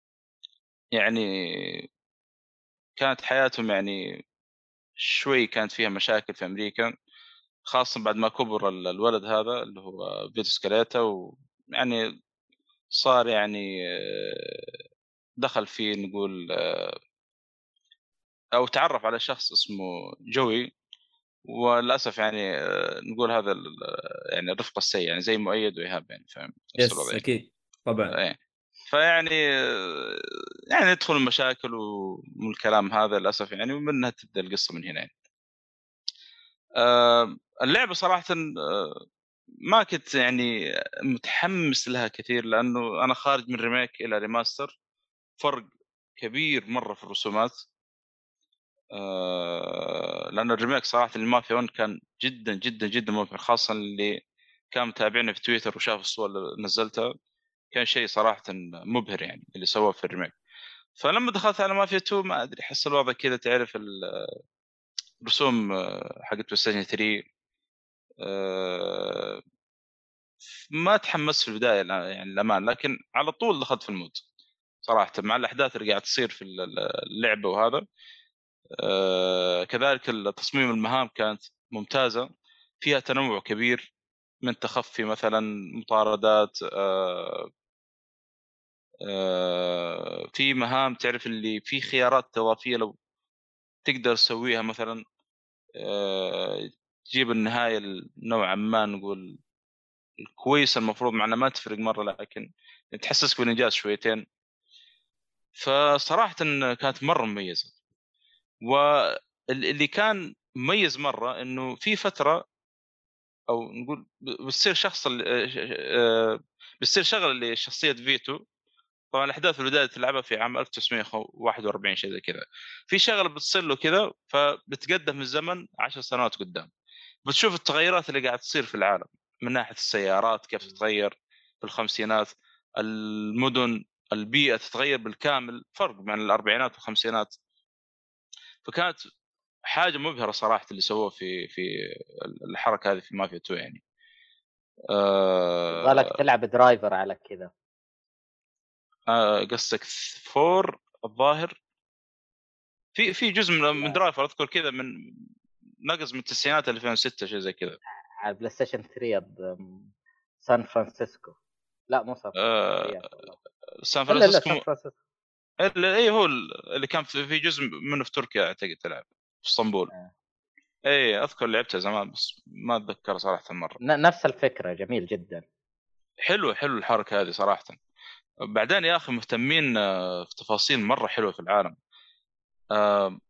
[SPEAKER 5] يعني كانت حياتهم يعني شوي كانت فيها مشاكل في امريكا، خاصه بعد ما كبر ال- الولد هذا اللي هو فيتو سكاليتا ويعني صار يعني آه، دخل في نقول آه، او تعرف على شخص اسمه جوي. وللاسف يعني آه، نقول هذا ال- يعني الرفقه السيئه يعني زي مؤيد وايهاب يعني فاهم نفس
[SPEAKER 2] يس
[SPEAKER 5] الوضع يعني.
[SPEAKER 2] اكيد طبعا.
[SPEAKER 5] ايه فيعني آه، يعني يدخل المشاكل ومن الكلام هذا للاسف يعني ومنها تبدا القصه من هنا يعني. آه، اللعبه صراحه آه، ما كنت يعني متحمس لها كثير لانه انا خارج من ريميك الى ريماستر، فرق كبير مره في الرسومات. آه، لأن الريميك صراحة المافيا واحد كان جدا جدا جدا ممتع، خاصة اللي كان متابعني في تويتر وشاف الصور اللي نزلتها كان شيء صراحة مبهر يعني اللي سواه في الريميك. فلما دخلت على مافيا تو ما أدري حس الوضع كذا تعرف الرسوم آه، حقت بلاي ستيشن ثري آه، ما تحمست في البداية لا- يعني الأمان، لكن على طول دخلت في المود صراحة مع الأحداث اللي قاعد تصير في اللعبة وهذا. آه، كذلك تصميم المهام كانت ممتازة، فيها تنوع كبير. من تخفي مثلا مطاردات، آه آه في مهام تعرف اللي في خيارات توافيه لو تقدر تسويها مثلا آه تجيب النهايه نوعا ما نقول الكويس المفروض، معنا ما تفرق مره لكن تحسسك بالانجاز شويتين. فصراحه كانت مره مميزه. واللي كان مميز مره انه في فتره او نقول بتصير شخص بتصير شغله لشخصيه فيتو. طبعا الاحداث البدايه تلعبها في عام ألف وتسعمية وواحد وأربعين شيء زي كذا. في شغله بتصير له كذا فبتقدم الزمن عشر سنوات قدام، بتشوف التغيرات اللي قاعد تصير في العالم من ناحيه السيارات كيف تتغير في الخمسينات، المدن البيئه تتغير بالكامل، فرق بين الاربعينات والخمسينات. فكانت حاجه مبهره صراحه اللي سووه في في الحركه هذه في مافيا اثنين يعني.
[SPEAKER 4] يبغى لك تلعب درايفر على كذا.
[SPEAKER 5] آه قصدك فور الظاهر في في جزء من, من درايفر اذكر كذا من نقص من التسعينات ألفين وستة شيء زي كذا
[SPEAKER 4] على بلاي ستيشن ثلاثة سان فرانسيسكو. لا مو سان فرانسيسكو
[SPEAKER 5] آه سان
[SPEAKER 4] لا لا
[SPEAKER 5] فرانسيسكو
[SPEAKER 4] سان فرانسيسكو
[SPEAKER 5] اي هو اللي كان في جزء منه في تركيا اعتقد تلعب في اسطنبول.
[SPEAKER 4] آه.
[SPEAKER 5] اي اذكر لعبتها زمان بس ما اتذكر صراحه مره.
[SPEAKER 4] نفس الفكره، جميل جدا.
[SPEAKER 5] حلو حلو الحركه هذه صراحه. بعدين يا اخي مهتمين في تفاصيل مره حلوه في العالم. آه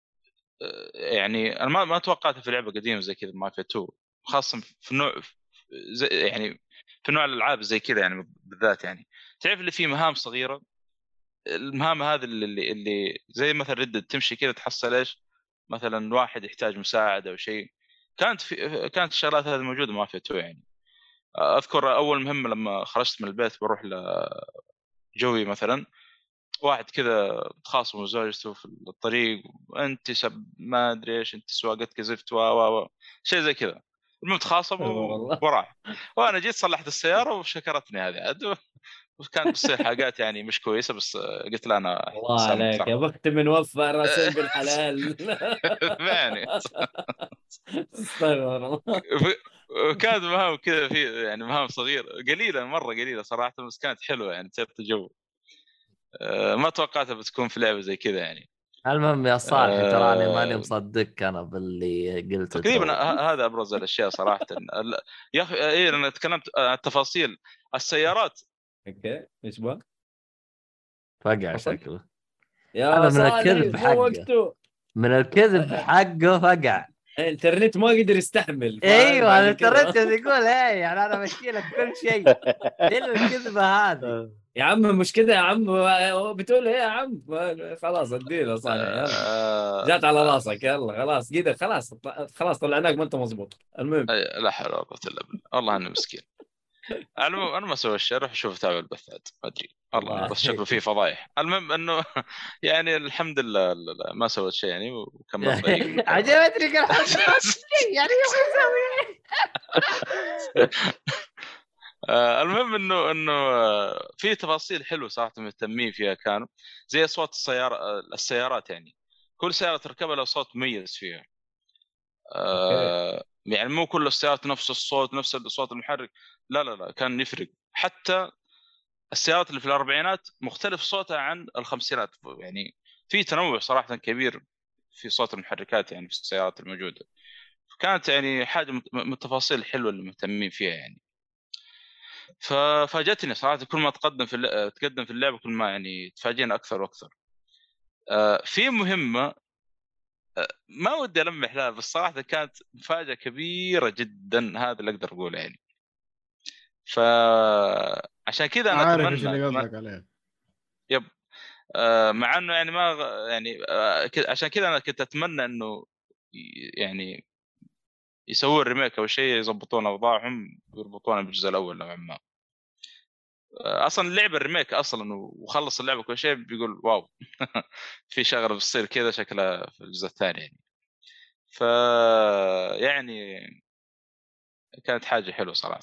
[SPEAKER 5] يعني انا ما ما توقعتها في لعبه قديمه زي كذا مافيا اثنين، خاصه في نوع زي يعني في نوع الالعاب زي كذا يعني بالذات. يعني تعرف اللي فيه مهام صغيره، المهام هذه اللي اللي زي مثلا ردة تمشي كذا تحصل ايش مثلا واحد يحتاج مساعده او شيء. كانت في كانت الشغلات هذه موجوده مافيا اثنين يعني. اذكر اول مهمه لما خرجت من البيت بروح لجوي مثلا، واحد كذا تخاصم وزوجته في الطريق، انت سب ما ادري ايش، انت سواقتك زفت و و شيء زي كذا. المهم تخاصم وراح، وانا جيت صلحت السياره وشكرتني هذه عاد. وكانت بتصير حاجات يعني مش كويسه بس قلت له انا
[SPEAKER 2] الله عليك يا بخت من وفى راسين بالحلال.
[SPEAKER 5] يعني
[SPEAKER 2] استغفر الله.
[SPEAKER 5] كانت مهام كذا في يعني مهام صغيره قليله مره قليله صراحه بس كانت حلوه يعني تثبت الجو. ما توقعتها بتكون في لعبه زي كذا يعني.
[SPEAKER 1] المهم يا صالح أه... تراني ماني
[SPEAKER 5] أه...
[SPEAKER 1] مصدقك انا باللي قلته.
[SPEAKER 5] تقريبا هذا ابرز الاشياء صراحه. يا اخي ايه انا تكلمت عن التفاصيل السيارات.
[SPEAKER 2] اوكي ايش بقى
[SPEAKER 1] فقع شكله
[SPEAKER 2] يا
[SPEAKER 1] هذا من الكذب حقه، من الكذب حقه فقع.
[SPEAKER 2] الانترنت ما قدر يستحمل.
[SPEAKER 1] ايوه الانترنت يقول ايه يعني انا مشي لك كل شيء الا الكذبه هذه.
[SPEAKER 2] يا عم مش كده يا عم، بتقول ايه يا عم؟ خلاص اديله صالح يلا جات على راسك يلا خلاص كده خلاص خلاص طلعناك ما انت مضبوط. المهم
[SPEAKER 5] لا حول ولا قوه الا بالله والله انا مسكين. المهم انا ما اسوي شيء، اروح اشوف تابع البثات ما ادري والله بس شكله فيه فضايح. المهم انه يعني الحمد لله ما سويت شيء يعني وكملت طريقي.
[SPEAKER 1] عجبتني يعني
[SPEAKER 5] المهم انه انه في تفاصيل حلوه صراحه مهتمين فيها كانوا زي اصوات السياره السيارات يعني كل سياره تركبها له صوت مميز فيها. آه يعني مو كل السيارات نفس الصوت نفس الصوت المحرك، لا لا لا كان يفرق. حتى السيارات اللي في الاربعينات مختلف صوتها عن الخمسينات يعني في تنوع صراحه كبير في صوت المحركات يعني في السيارات الموجوده. كانت يعني حاجه من التفاصيل الحلوه اللي مهتمين فيها يعني. ففاجأتني صراحه كل ما تقدم في تقدم في اللعبه كل ما يعني تفاجئنا اكثر واكثر. آه في مهمه آه ما ودي المح لها بس صراحه كانت مفاجاه كبيره جدا، هذا اللي اقدر اقوله يعني. فعشان كذا انا
[SPEAKER 3] عارف
[SPEAKER 5] اتمنى
[SPEAKER 3] ايش اللي قصدك عليه.
[SPEAKER 5] يب آه مع انه يعني ما يعني آه عشان كذا انا كنت اتمنى انه يعني يسوون ريميك او شيء يضبطون اوضاعهم ويربطونها بالجزء الاول نوعا ما. اصلا اللعبه الريميك اصلا وخلص اللعبه كل شيء بيقول واو في شغله بتصير كذا شكلها في الجزء الثاني يعني. ف يعني كانت حاجه حلوه صراحه.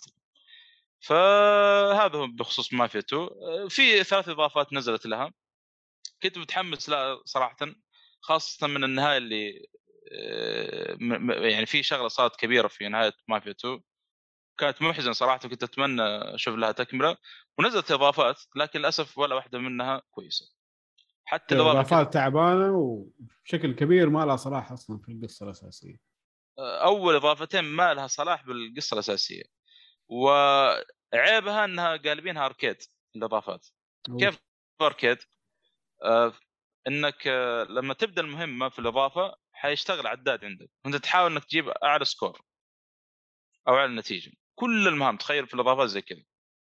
[SPEAKER 5] فهذا هو بخصوص مافيا اثنين. في ثلاث اضافات نزلت لها كنت متحمس لها صراحه، خاصه من النهايه اللي يعني في شغله صارت كبيره في نهايه مافيا اثنين كانت محزن صراحه، كنت اتمنى اشوف لها تكمله، ونزلت اضافات لكن للاسف ولا واحده منها كويسه. حتى الاضافه
[SPEAKER 3] اضافات تعبانه وبشكل كبير ما لها صلاح اصلا في القصه الاساسيه.
[SPEAKER 5] اول اضافتين ما لها صلاح بالقصه الاساسيه، وعيبها انها قالبينها اركيد الاضافات.
[SPEAKER 3] أوه.
[SPEAKER 5] كيف اركيد؟ آه انك آه لما تبدا المهمه في الاضافه حيشتغل عداد عندك وانت تحاول انك تجيب اعلى سكور او اعلى نتيجه. كل المهام تخيل في الاضافات زي كذا،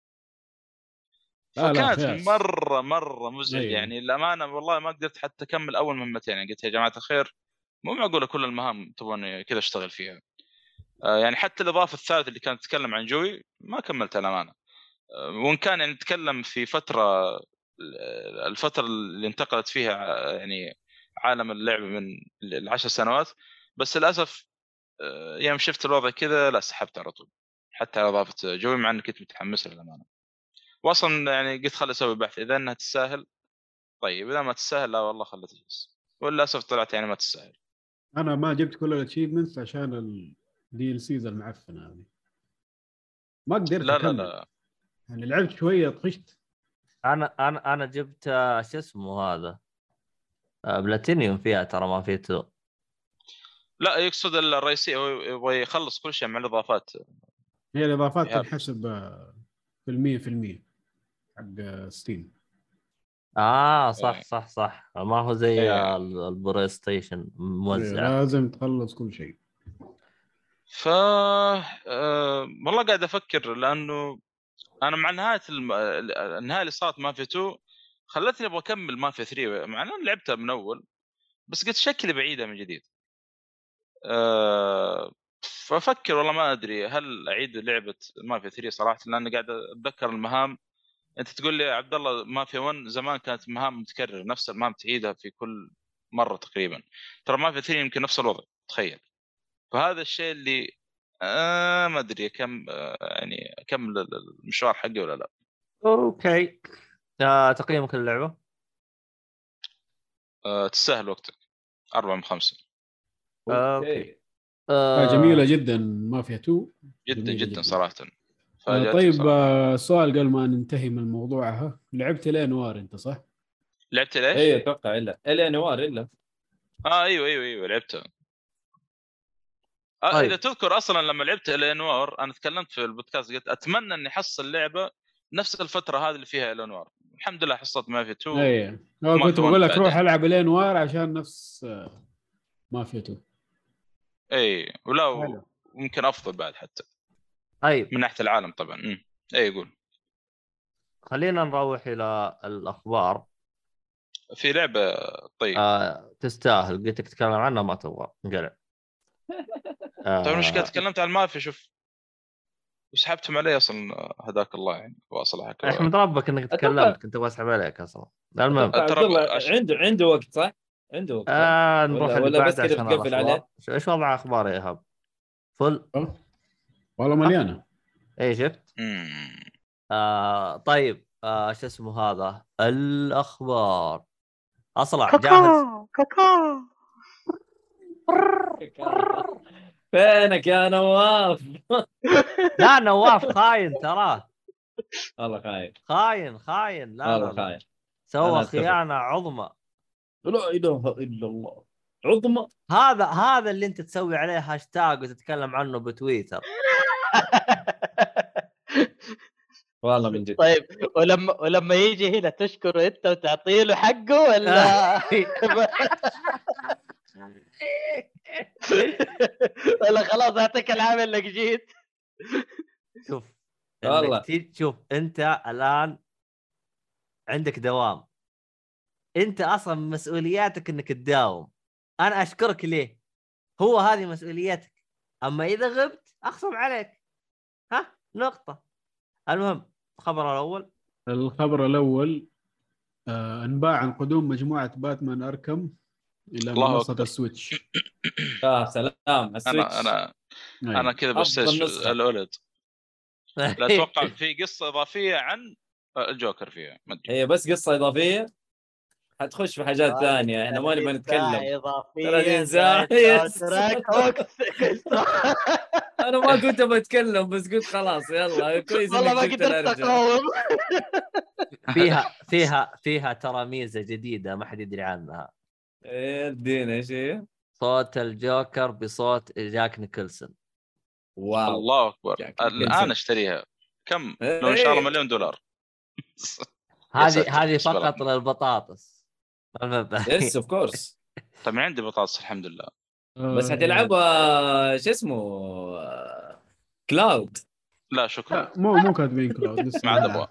[SPEAKER 3] لا لا
[SPEAKER 5] فكانت
[SPEAKER 3] خياس.
[SPEAKER 5] مره مره مزعج.
[SPEAKER 3] أيوه.
[SPEAKER 5] يعني الامانه والله ما قدرت حتى اكمل اول مهمتين. يعني قلت يا جماعه الخير مو معقوله كل المهام تبغون كذا اشتغل فيها. آه يعني حتى الاضافه الثالثه اللي كانت تتكلم عن جوي ما كملتها الامانه. آه وان كان يعني نتكلم في فتره، الفتره اللي انتقلت فيها يعني عالم اللعبه من العشر سنوات، بس للاسف آه يوم شفت الوضع كذا لا سحبت على طول حتى على اضافه جوي، مع اني كنت متحمس للامانه. واصلا يعني قلت خلي اسوي بحث اذا انها تستاهل طيب، اذا ما تستاهل لا والله خلت تجلس، وللاسف طلعت يعني ما تستاهل.
[SPEAKER 3] انا ما جبت كل الاتشيفمنتس عشان الدي ال سيز المعفنه هذه، ما قدرت
[SPEAKER 5] لا لا
[SPEAKER 3] اكمل.
[SPEAKER 5] لا
[SPEAKER 3] يعني لعبت شويه طفشت.
[SPEAKER 1] انا انا انا جبت آه، شو اسمه هذا آه، بلاتينيوم فيها ترى ما في تو.
[SPEAKER 5] لا يقصد الرئيسي هو يبغى يخلص كل شيء مع الاضافات.
[SPEAKER 3] هي الاضافات
[SPEAKER 5] يا-
[SPEAKER 3] تنحسب آه، في المية في المية حق آه، ستيم.
[SPEAKER 1] اه صح
[SPEAKER 5] إيه.
[SPEAKER 1] صح صح، ما هو زي
[SPEAKER 5] إيه.
[SPEAKER 1] ال- البلاي ستيشن موزع.
[SPEAKER 3] لازم تخلص كل شيء.
[SPEAKER 5] ف آه... والله قاعد افكر لانه انا مع نهايه الم... النهايه اللي صارت مافيا تو خلتني ابغى اكمل مافيا ثري، مع اني لعبتها من اول بس قلت شكلي بعيده من جديد. أه... فافكر والله ما ادري هل اعيد لعبه مافيا ثري صراحه، لاني قاعد اتذكر المهام. انت تقول لي يا عبد الله مافيا ون زمان كانت مهام متكرره، نفس المهام تعيدها في كل مره تقريبا. ترى مافيا ثري يمكن نفس الوضع تخيل. فهذا الشيء اللي آه ما ادري كم آه يعني اكمل المشوار حقي ولا لا.
[SPEAKER 1] اوكي آه، تقييمك للعبه؟
[SPEAKER 5] آه تستاهل وقتك، أربعة من خمسة.
[SPEAKER 1] آه، اوكي
[SPEAKER 3] آه،
[SPEAKER 1] آه،
[SPEAKER 3] جميله جدا ما فيها تو.
[SPEAKER 5] جدا
[SPEAKER 3] جميلة
[SPEAKER 5] جدا,
[SPEAKER 3] جداً.
[SPEAKER 5] صراحه
[SPEAKER 3] آه
[SPEAKER 5] فاجأتني
[SPEAKER 3] طيب
[SPEAKER 5] صراحه.
[SPEAKER 3] آه سؤال قبل ما ننتهي من موضوعها، لعبت لين وار انت صح؟
[SPEAKER 5] لعبت ليش؟
[SPEAKER 2] اي اتوقع الا الا نوار الا
[SPEAKER 5] اه ايوه ايوه ايوه لعبتها. آه
[SPEAKER 1] طيب.
[SPEAKER 5] اذا تذكر اصلا لما لعبت الانوار انا تكلمت في البودكاست قلت اتمنى اني احصل لعبه نفس الفتره هذه اللي فيها الانوار. الحمد لله حصلت مافيا تو
[SPEAKER 3] اي هو كنت
[SPEAKER 5] ومافيا
[SPEAKER 3] بقول
[SPEAKER 5] ون
[SPEAKER 3] لك روح
[SPEAKER 5] بعدين.
[SPEAKER 3] العب لين وار عشان نفس آه ما فيها تو.
[SPEAKER 5] اي ولا
[SPEAKER 3] حلو.
[SPEAKER 5] ممكن افضل بعد حتى
[SPEAKER 1] طيب
[SPEAKER 5] من ناحيه العالم طبعا. امم اي يقول
[SPEAKER 1] خلينا نروح الى الاخبار.
[SPEAKER 5] في لعبه طيب.
[SPEAKER 1] آه، تستاهل قلت لك تتكلم عنها ما تبغى انقلع.
[SPEAKER 5] طيب مش قاعد
[SPEAKER 1] آه،
[SPEAKER 5] تكلمت عن المافيا شوف وسحبتهم علي اصلا هداك الله يعني واصلحك.
[SPEAKER 1] احمد ربك انك
[SPEAKER 2] اتوقع
[SPEAKER 1] تكلمت كنت اسحب عليك اصلا. المهم
[SPEAKER 2] اتوقع عبد
[SPEAKER 5] ترى
[SPEAKER 2] الله
[SPEAKER 5] أش...
[SPEAKER 2] عنده عنده وقت صح؟ عنده وقت صح؟
[SPEAKER 1] آه، نروح
[SPEAKER 2] ولا
[SPEAKER 1] اللي
[SPEAKER 2] ولا بس
[SPEAKER 1] بعده
[SPEAKER 2] كذا
[SPEAKER 1] عشان
[SPEAKER 2] بتقفل
[SPEAKER 1] الاخبار.
[SPEAKER 2] عليه؟
[SPEAKER 1] شو- ايش وضع اخبار يا ايهاب؟ فل
[SPEAKER 3] أه؟ والله مليانه.
[SPEAKER 1] اي شفت.
[SPEAKER 5] مم.
[SPEAKER 1] آه طيب آه شو اسمه هذا الاخبار اصلع جاهز.
[SPEAKER 2] فينك يا نواف؟
[SPEAKER 1] لا نواف خاين تراه،
[SPEAKER 2] والله خايف
[SPEAKER 1] خاين خاين لا
[SPEAKER 2] والله
[SPEAKER 1] لا لا
[SPEAKER 2] خايف.
[SPEAKER 1] سوى
[SPEAKER 2] أنا أتفق.
[SPEAKER 1] خيانة عظمى.
[SPEAKER 2] لا اله الا الله عظمى.
[SPEAKER 1] هذا هذا اللي انت تسوي عليه هاشتاج وتتكلم عنه بتويتر.
[SPEAKER 2] والله من جد.
[SPEAKER 4] طيب ولما ولما يجي هنا تشكره انت وتعطيه له حقه ولا ولا خلاص اعطيك العامل لك جيت؟
[SPEAKER 1] شوف
[SPEAKER 2] والله.
[SPEAKER 1] انك تي- شوف انت الان عندك دوام، انت اصلا مسؤولياتك انك تداوم. انا اشكرك ليه، هو هذه مسؤوليتك. اما اذا غبت اخصم عليك، ها نقطة. المهم الخبر الاول.
[SPEAKER 3] الخبر الاول آه انباع عن قدوم مجموعه باتمان اركم الى
[SPEAKER 5] الله
[SPEAKER 3] منصه
[SPEAKER 5] أكبر.
[SPEAKER 3] السويتش.
[SPEAKER 2] يا سلام السويتش.
[SPEAKER 5] انا انا
[SPEAKER 3] أيوة.
[SPEAKER 5] انا كذا
[SPEAKER 2] أفضل
[SPEAKER 5] بستيش
[SPEAKER 2] نسخة.
[SPEAKER 5] الاولد. لا اتوقع في قصه اضافيه عن الجوكر فيها ما ادري.
[SPEAKER 2] هي بس قصة إضافية. حتخش في حاجات ثانيه احنا ما نبغى نتكلم.
[SPEAKER 4] اضافيه
[SPEAKER 2] ثلاثين ساعه يس. انا ما كنت بتكلم بس قلت خلاص يلا كويس
[SPEAKER 4] والله ما
[SPEAKER 2] انك قلت
[SPEAKER 4] قدرت
[SPEAKER 2] ارجع.
[SPEAKER 4] اقاوم.
[SPEAKER 1] فيها فيها فيها ترى ميزه جديده ما حد يدري عنها.
[SPEAKER 2] ايه ادينا شيء.
[SPEAKER 1] صوت الجوكر بصوت جاك نيكلسون.
[SPEAKER 2] واو
[SPEAKER 5] الله اكبر
[SPEAKER 2] جاك
[SPEAKER 5] الان
[SPEAKER 2] نيكلسون.
[SPEAKER 5] اشتريها كم
[SPEAKER 2] إيه.
[SPEAKER 5] لو ان شاء الله مليون دولار. يا
[SPEAKER 1] هذه
[SPEAKER 5] ساتر،
[SPEAKER 1] هذه
[SPEAKER 5] بسم الله.
[SPEAKER 1] فقط للبطاطس.
[SPEAKER 2] يس اوف كورس.
[SPEAKER 5] طيب من عندي بطاطس الحمد لله.
[SPEAKER 2] بس حتلعبها شو اسمه كلاود.
[SPEAKER 5] لا شكرا
[SPEAKER 3] لا مو مو كاتبين كلاود لسه
[SPEAKER 5] ما عاد ابغى.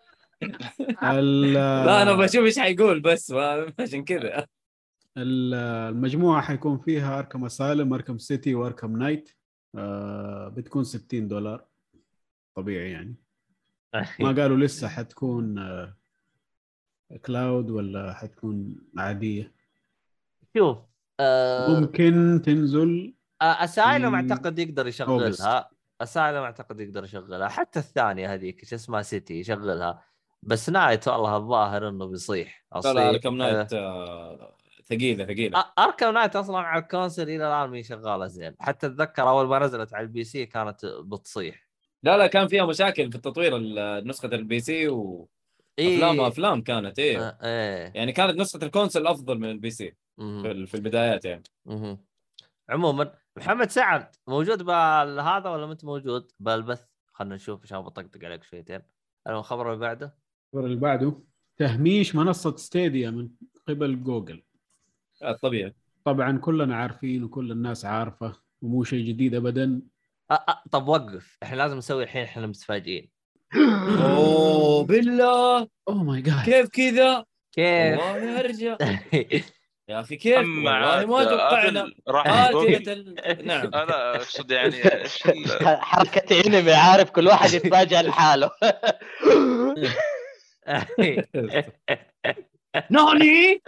[SPEAKER 2] لا انا بشوف ايش حيقول بس عشان كذا.
[SPEAKER 3] المجموعة حيكون فيها أركم أسالم، أركم سيتي، وأركم نايت. آه بتكون ستين دولار طبيعي يعني. ما قالوا لسه حتكون آه كلاود ولا حتكون عادية.
[SPEAKER 1] شوف آه
[SPEAKER 3] ممكن تنزل.
[SPEAKER 1] اسايلم
[SPEAKER 3] في
[SPEAKER 1] اعتقد يقدر
[SPEAKER 3] أوغست.
[SPEAKER 1] يشغلها. اسايلم اعتقد يقدر يشغلها، حتى الثانيه هذيك ايش اسمها سيتي يشغلها. بس نايت والله الظاهر انه بيصيح
[SPEAKER 2] لا لا
[SPEAKER 1] اصلي.
[SPEAKER 2] اركم نايت آه، ثقيله ثقيله.
[SPEAKER 1] اركم نايت اصلا على الكونسل الى الان مي شغاله زين، حتى اتذكر اول ما نزلت على البي سي كانت بتصيح.
[SPEAKER 2] لا لا كان فيها مشاكل في التطوير ال- نسخه البي سي وافلام
[SPEAKER 1] إيه.
[SPEAKER 2] افلام كانت ايه
[SPEAKER 1] آه ايه
[SPEAKER 2] يعني كانت نسخه الكونسل افضل من البي سي في ال- في البدايات يعني.
[SPEAKER 1] مه. عموما محمد سعد موجود بهذا ولا انت موجود بالبث؟ خلنا نشوف عشان بطقطق عليك شويتين. الخبر اللي بعده
[SPEAKER 3] الخبر اللي بعده تهميش منصة ستيديا من قبل جوجل.
[SPEAKER 2] طبيعي
[SPEAKER 3] طبعا كلنا عارفين وكل الناس عارفة ومو شيء جديد أبدا.
[SPEAKER 1] أه أه طب وقف، احنا لازم نسوي الحين احنا متفاجئين.
[SPEAKER 2] اوه بالله
[SPEAKER 3] اوه ماي جاد
[SPEAKER 2] كيف كذا
[SPEAKER 1] كيف؟
[SPEAKER 2] والله ارجع يا اخي كيف
[SPEAKER 5] اما
[SPEAKER 2] والله
[SPEAKER 5] عاد
[SPEAKER 2] ما توقعنا
[SPEAKER 5] ابل راح
[SPEAKER 2] آتية
[SPEAKER 5] جوجل.
[SPEAKER 2] ال... نعم
[SPEAKER 5] انا اقصد يعني ايش ال-
[SPEAKER 4] حركة انمي عارف كل واحد يتفاجأ لحاله.
[SPEAKER 2] ناني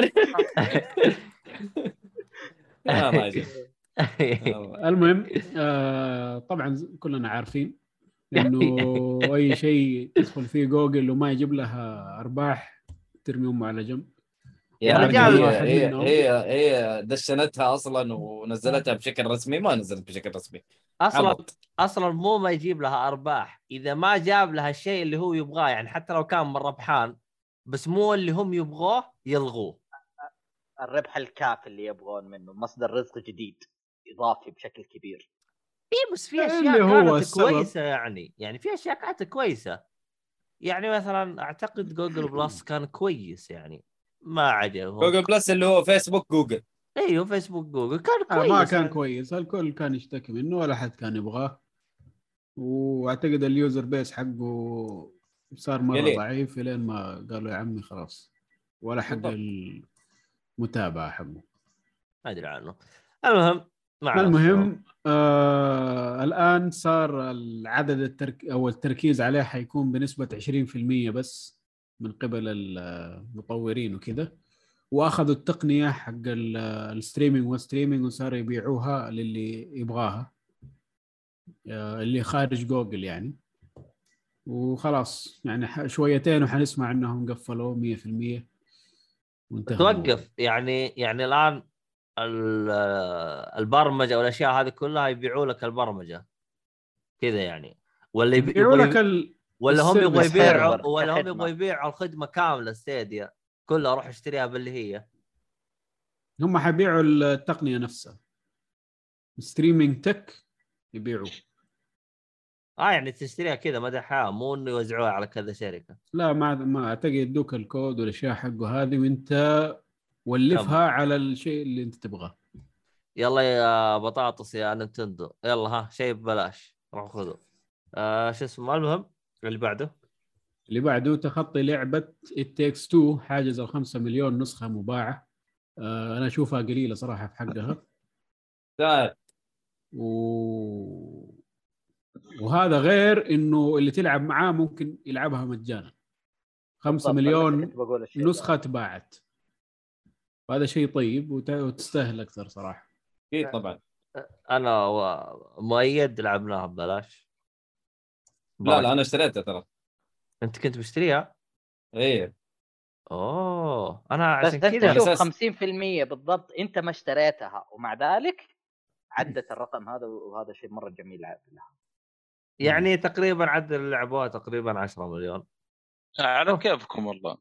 [SPEAKER 2] لا ما جاء.
[SPEAKER 3] المهم آه طبعا كلنا عارفين انه اي شيء تدخل فيه جوجل وما يجيب لها ارباح ترمي امه على جنب.
[SPEAKER 2] يا
[SPEAKER 1] رجال،
[SPEAKER 2] هي
[SPEAKER 3] واحد
[SPEAKER 2] هي
[SPEAKER 3] منهم.
[SPEAKER 2] هي هي دشنتها اصلا ونزلتها بشكل رسمي ما نزلت بشكل رسمي
[SPEAKER 1] اصلا
[SPEAKER 2] عبط.
[SPEAKER 1] اصلا مو ما يجيب لها ارباح اذا ما جاب لها الشيء اللي هو يبغاه، يعني حتى لو كان من ربحان بس مو اللي هم يبغوه يلغوه.
[SPEAKER 4] الربح الكافي اللي يبغون منه مصدر رزق جديد اضافي بشكل كبير.
[SPEAKER 1] اي بس في
[SPEAKER 3] اللي
[SPEAKER 1] اشياء
[SPEAKER 3] هو
[SPEAKER 1] كانت
[SPEAKER 3] السبب.
[SPEAKER 1] كويسه يعني يعني في اشياء كانت كويسه. يعني مثلا اعتقد جوجل بلس كان كويس يعني ما عجبهم.
[SPEAKER 2] جوجل بلس اللي هو فيسبوك جوجل.
[SPEAKER 1] ايوه فيسبوك جوجل كان
[SPEAKER 3] آه
[SPEAKER 1] كويس
[SPEAKER 3] ما كان
[SPEAKER 1] يعني.
[SPEAKER 3] كويس. الكل كان يشتكي منه ولا حد كان يبغاه. واعتقد اليوزر بيس حقه صار مره
[SPEAKER 2] قليل.
[SPEAKER 3] ضعيف لين ما قالوا يا عمي خلاص ولا حق المتابعه حقه
[SPEAKER 1] ما ادري عنه. المهم مع
[SPEAKER 3] المهم آه الان صار العدد الترك او التركيز عليه حيكون بنسبه عشرين بالمية بس من قبل المطورين وكذا. واخذوا التقنيه حق الستريمينج والستريمينج وصاروا يبيعوها للي يبغاها اللي خارج جوجل يعني. وخلاص يعني شويتين وحنسمع انهم قفلوا مية بالمية وانتهى.
[SPEAKER 1] توقف يعني يعني الان البرمجه والاشياء هذه كلها يبيعوا لك البرمجه كذا يعني، ولا
[SPEAKER 3] يبيعوا لك ال...
[SPEAKER 1] ولا هم يبغوا
[SPEAKER 3] السيرفيس
[SPEAKER 1] يبيعوا
[SPEAKER 4] كخدمة.
[SPEAKER 1] ولا هم
[SPEAKER 4] كخدمة.
[SPEAKER 1] يبغوا يبيعوا الخدمه كامله ستيديا كلها اروح اشتريها باللي هي.
[SPEAKER 3] هم حيبيعوا التقنيه نفسها ستريمينج تك يبيعوا.
[SPEAKER 1] اه يعني تشتريها كذا مدى حياه مو انه يوزعوها على كذا شركه.
[SPEAKER 3] لا ما ما اعتقد يدوك الكود والاشياء حقه هذه وانت ولفها على الشيء اللي انت تبغاه.
[SPEAKER 1] يلا يا بطاطس يا نينتندو يلا ها شيء ببلاش روح خذوا. آه شو اسمه. المهم اللي بعده
[SPEAKER 3] اللي بعده تخطي لعبة It Takes Two حاجز الخمسة مليون نسخة مباعة. آه أنا أشوفها قليلة صراحة في حقها. و... وهذا غير إنه اللي تلعب معاه ممكن يلعبها مجانا. خمسة مليون نسخة تباعت. وهذا شيء طيب وت... وتستاهل أكثر صراحة.
[SPEAKER 2] اكيد طبعا.
[SPEAKER 1] انا مؤيد لعبناها ببلاش.
[SPEAKER 2] لا لا انا اشتريتها ترى.
[SPEAKER 1] انت كنت مشتريها؟
[SPEAKER 2] ايه
[SPEAKER 1] اوه انا
[SPEAKER 4] بس
[SPEAKER 1] عشان
[SPEAKER 4] انت
[SPEAKER 1] كذا
[SPEAKER 4] شوف
[SPEAKER 2] أساس-
[SPEAKER 4] خمسين بالمية بالضبط انت ما اشتريتها ومع ذلك عدت الرقم هذا، وهذا شيء مره جميل لها.
[SPEAKER 1] يعني تقريبا عدد اللعبة تقريبا عشرة مليون.
[SPEAKER 5] على كيفكم والله.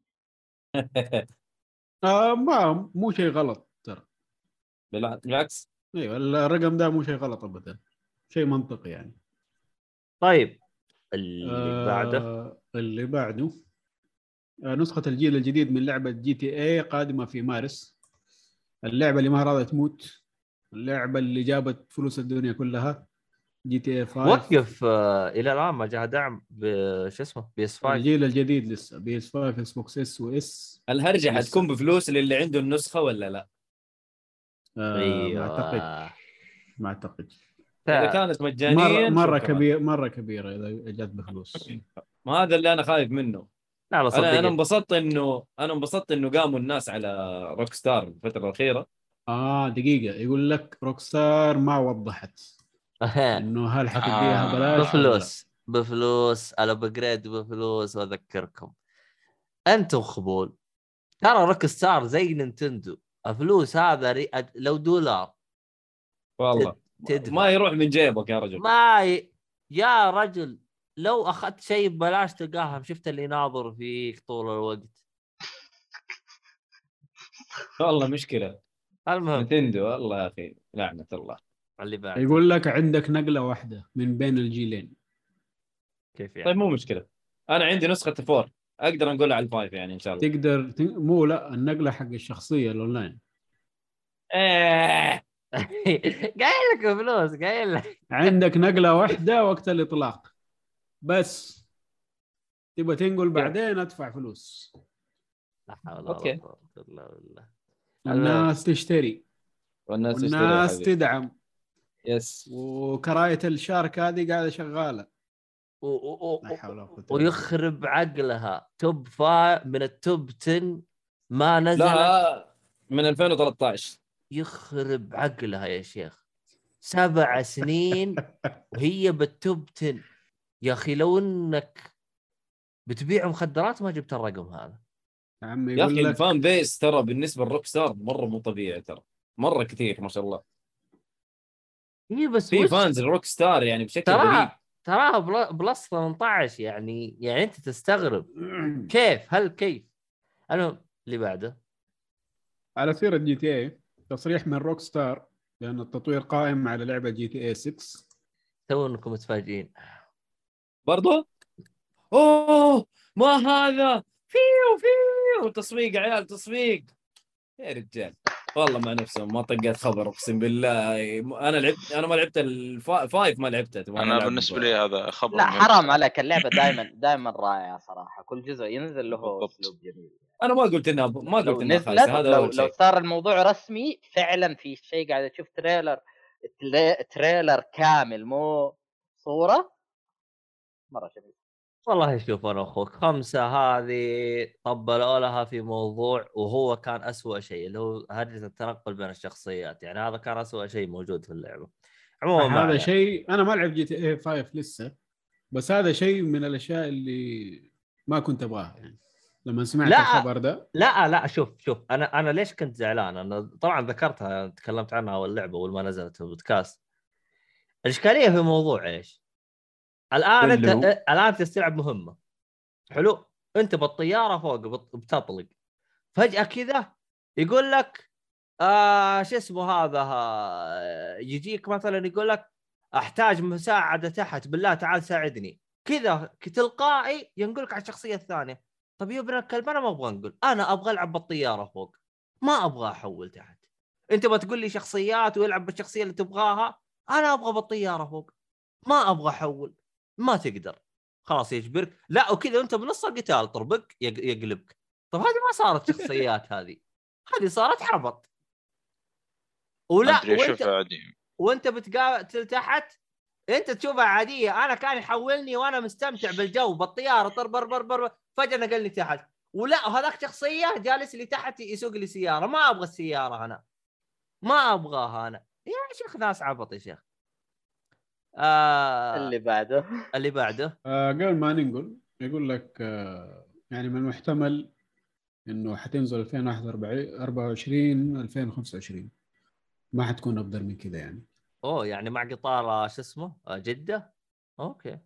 [SPEAKER 3] آه ما مو شيء غلط ترى.
[SPEAKER 2] بالعكس
[SPEAKER 3] ايوه الرقم ده مو شيء غلط ابدا، شيء منطقي يعني.
[SPEAKER 1] طيب اللي بعده
[SPEAKER 3] آه اللي بعده آه نسخة الجيل الجديد من لعبة جي تي اي قادمة في مارس. اللعبة اللي ما راضية تموت، اللعبة اللي جابت فلوس الدنيا كلها، جي تي اي خمسة.
[SPEAKER 1] وقف آه الى الان ما جاء دعم بش اسمه بي اس خمسة.
[SPEAKER 3] الجيل الجديد لسه بي اس خمسة، اكس بوكس اس واس.
[SPEAKER 2] الهرجه
[SPEAKER 3] لسه.
[SPEAKER 2] حتكون بفلوس للي عنده النسخه ولا لا؟
[SPEAKER 3] آه ما اعتقد ما اعتقد
[SPEAKER 2] اذا
[SPEAKER 1] ف...
[SPEAKER 2] كانت
[SPEAKER 3] مرة
[SPEAKER 2] مجانيا
[SPEAKER 3] مرة
[SPEAKER 2] شكراً.
[SPEAKER 3] كبير مرة كبيرة اذا جت بفلوس.
[SPEAKER 2] ما هذا اللي انا خايف منه.
[SPEAKER 1] لا لا
[SPEAKER 2] انا
[SPEAKER 1] صدقني.
[SPEAKER 2] انا انبسطت انه انا انبسطت انه قاموا الناس على روك ستار الفتره الاخيره.
[SPEAKER 3] اه دقيقة، يقول لك روكستار ما وضحت انه هل حتديها
[SPEAKER 5] آه.
[SPEAKER 3] بلاش ولا لا.
[SPEAKER 1] بفلوس بفلوس الابجريد بفلوس. واذكركم انتم خبول، ترى روك ستار زي نينتندو، الفلوس هذا ري... لو دولار
[SPEAKER 2] والله
[SPEAKER 1] تدفع.
[SPEAKER 2] ما يروح من جيبك يا رجل.
[SPEAKER 1] ما ي... يا رجل لو اخذت شيء ببلاش تلقاهم، شفت اللي يناظر فيك طول الوقت.
[SPEAKER 2] والله مشكله
[SPEAKER 1] المهم
[SPEAKER 2] نتندو والله يا اخي لعنه الله.
[SPEAKER 1] اللي بعده
[SPEAKER 3] يقول لك عندك نقلة واحدة من بين الجيلين.
[SPEAKER 1] كيف يعني؟
[SPEAKER 2] طيب مو مشكله، انا عندي نسخه الفور اقدر نقول على الفايف يعني ان شاء الله.
[SPEAKER 3] تقدر ت... مو لا النقلة حق الشخصية الاونلاين.
[SPEAKER 2] ايه
[SPEAKER 1] قايل لك فلوس، قايل لك.
[SPEAKER 3] عندك نقلة واحدة وقت الاطلاق بس، تبغى تنقل بعدين ادفع فلوس.
[SPEAKER 1] لا حول ولا
[SPEAKER 2] أوكي.
[SPEAKER 1] قوة الا بالله.
[SPEAKER 3] الناس تشتري
[SPEAKER 2] والناس تشتري يا
[SPEAKER 3] والناس
[SPEAKER 2] حبيبي.
[SPEAKER 3] تدعم،
[SPEAKER 2] يس
[SPEAKER 3] وكراية الشارك هذه قاعدة شغالة.
[SPEAKER 1] و... و...
[SPEAKER 3] لا حول ولا قوة
[SPEAKER 1] و...
[SPEAKER 3] إلا بالله.
[SPEAKER 1] ويخرب عقلها توب فا من التوب عشرة ما نزلت.
[SPEAKER 2] لا من ألفين وثلاثة عشر.
[SPEAKER 1] يخرب عقلها يا شيخ، سبع سنين وهي بالتوب عشرة. يا اخي لو انك بتبيع مخدرات ما جبت الرقم هذا.
[SPEAKER 3] يا عم
[SPEAKER 2] يا
[SPEAKER 3] يقول
[SPEAKER 2] اخي
[SPEAKER 3] لك
[SPEAKER 2] الفان بيس ترى بالنسبه للروك ستار مره مو طبيعي، ترى مره كثير ما شاء الله.
[SPEAKER 1] هي بس
[SPEAKER 2] في
[SPEAKER 1] وش
[SPEAKER 2] فانز الروك ستار يعني بشكل غريب.
[SPEAKER 1] تراها تراها بل- بلس ثمانية عشر يعني. يعني انت تستغرب كيف هل كيف. انا اللي بعده
[SPEAKER 3] على سيرة جي تي اي، تصريح من روك ستار لأن التطوير قائم على لعبة جي تي اي ستة.
[SPEAKER 1] تو انكم متفاجئين.
[SPEAKER 2] برضو اوه ما هذا فيو فيو تصفيق عيال تصفيق يا رجال. والله مع نفسهم ما طقت خبر اقسم بالله. انا لعبت انا ما لعبت الفايف ما لعبته.
[SPEAKER 5] انا بالنسبه لي هذا خبر
[SPEAKER 4] لا
[SPEAKER 5] مهم.
[SPEAKER 4] حرام عليك، اللعبه دائما دائما رائعه صراحه، كل جزء ينزل له
[SPEAKER 5] بالضبط.
[SPEAKER 4] اسلوب جميل.
[SPEAKER 2] انا ما قلت انها ما
[SPEAKER 4] لو
[SPEAKER 2] قلت انها
[SPEAKER 4] نزلت
[SPEAKER 2] خايسه، هذا
[SPEAKER 4] لو
[SPEAKER 2] اول
[SPEAKER 4] لو
[SPEAKER 2] شيء.
[SPEAKER 4] صار الموضوع رسمي فعلا في شيء، قاعد اشوف تريلر تري- تريلر كامل مو صوره، مره جميل.
[SPEAKER 1] والله شوف انا اخوك خمسة هذه طبلوا لها في موضوع وهو كان أسوأ شيء اللي هو هرجة التنقل بين الشخصيات. يعني هذا كان أسوأ شيء موجود في اللعبة. عموما ما
[SPEAKER 3] هذا
[SPEAKER 1] عليه.
[SPEAKER 3] شيء أنا ما لعب جي تي اي خمسة لسه، بس هذا شيء من الأشياء اللي ما كنت أبغاها يعني لما سمعت
[SPEAKER 1] لا
[SPEAKER 3] الخبر ده.
[SPEAKER 1] لا لا شوف شوف انا انا ليش كنت زعلان. انا طبعا ذكرتها تكلمت عنها اول لعبه اول ما نزلت في البودكاست. الاشكاليه في موضوع ايش الان انت
[SPEAKER 2] كله.
[SPEAKER 1] الان تستلعب مهمه حلو، انت بالطياره فوق بت- بتطلق فجاه كذا يقول لك آه شو اسمه هذا آه يجيك مثلا يقول لك احتاج مساعده تحت بالله تعال ساعدني كذا تلقائي ينقلك على الشخصيه الثانيه. طب يا ابن الكلب انا ما ابغى انقل، انا ابغى العب بالطياره فوق ما ابغى احول تحت. انت بتقول لي شخصيات ويلعب بالشخصيه اللي تبغاها، انا ابغى بالطياره فوق ما ابغى احول. ما تقدر خلاص يجبرك لا وكذا وانت بنص القتال طربق يق- يقلبك. طب هذه ما صارت شخصيات هذه هذه صارت حبط. ولا
[SPEAKER 5] ادري
[SPEAKER 1] وانت
[SPEAKER 5] اشوفها عادي.
[SPEAKER 1] وانت بتقاتل تحت انت تشوفها عاديه. انا كان يحولني وانا مستمتع بالجو بالطياره طر بر بر بر فجاه نقلني تحت. ولا هذاك شخصيه جالس لي تحت يسوق لي سياره ما ابغى السياره انا ما ابغاها انا يا شيخ. ناس عبط يا شيخ. آه
[SPEAKER 4] اللي بعده
[SPEAKER 1] اللي بعده
[SPEAKER 3] آه قبل ما ننقل يقول لك آه يعني من المحتمل انه حتنزل ألفين وأربعة وعشرين ألفين وخمسة وعشرين، ما حتكون افضل من كذا يعني.
[SPEAKER 1] اوه يعني مع قطار شو اسمه جدة. اوكي.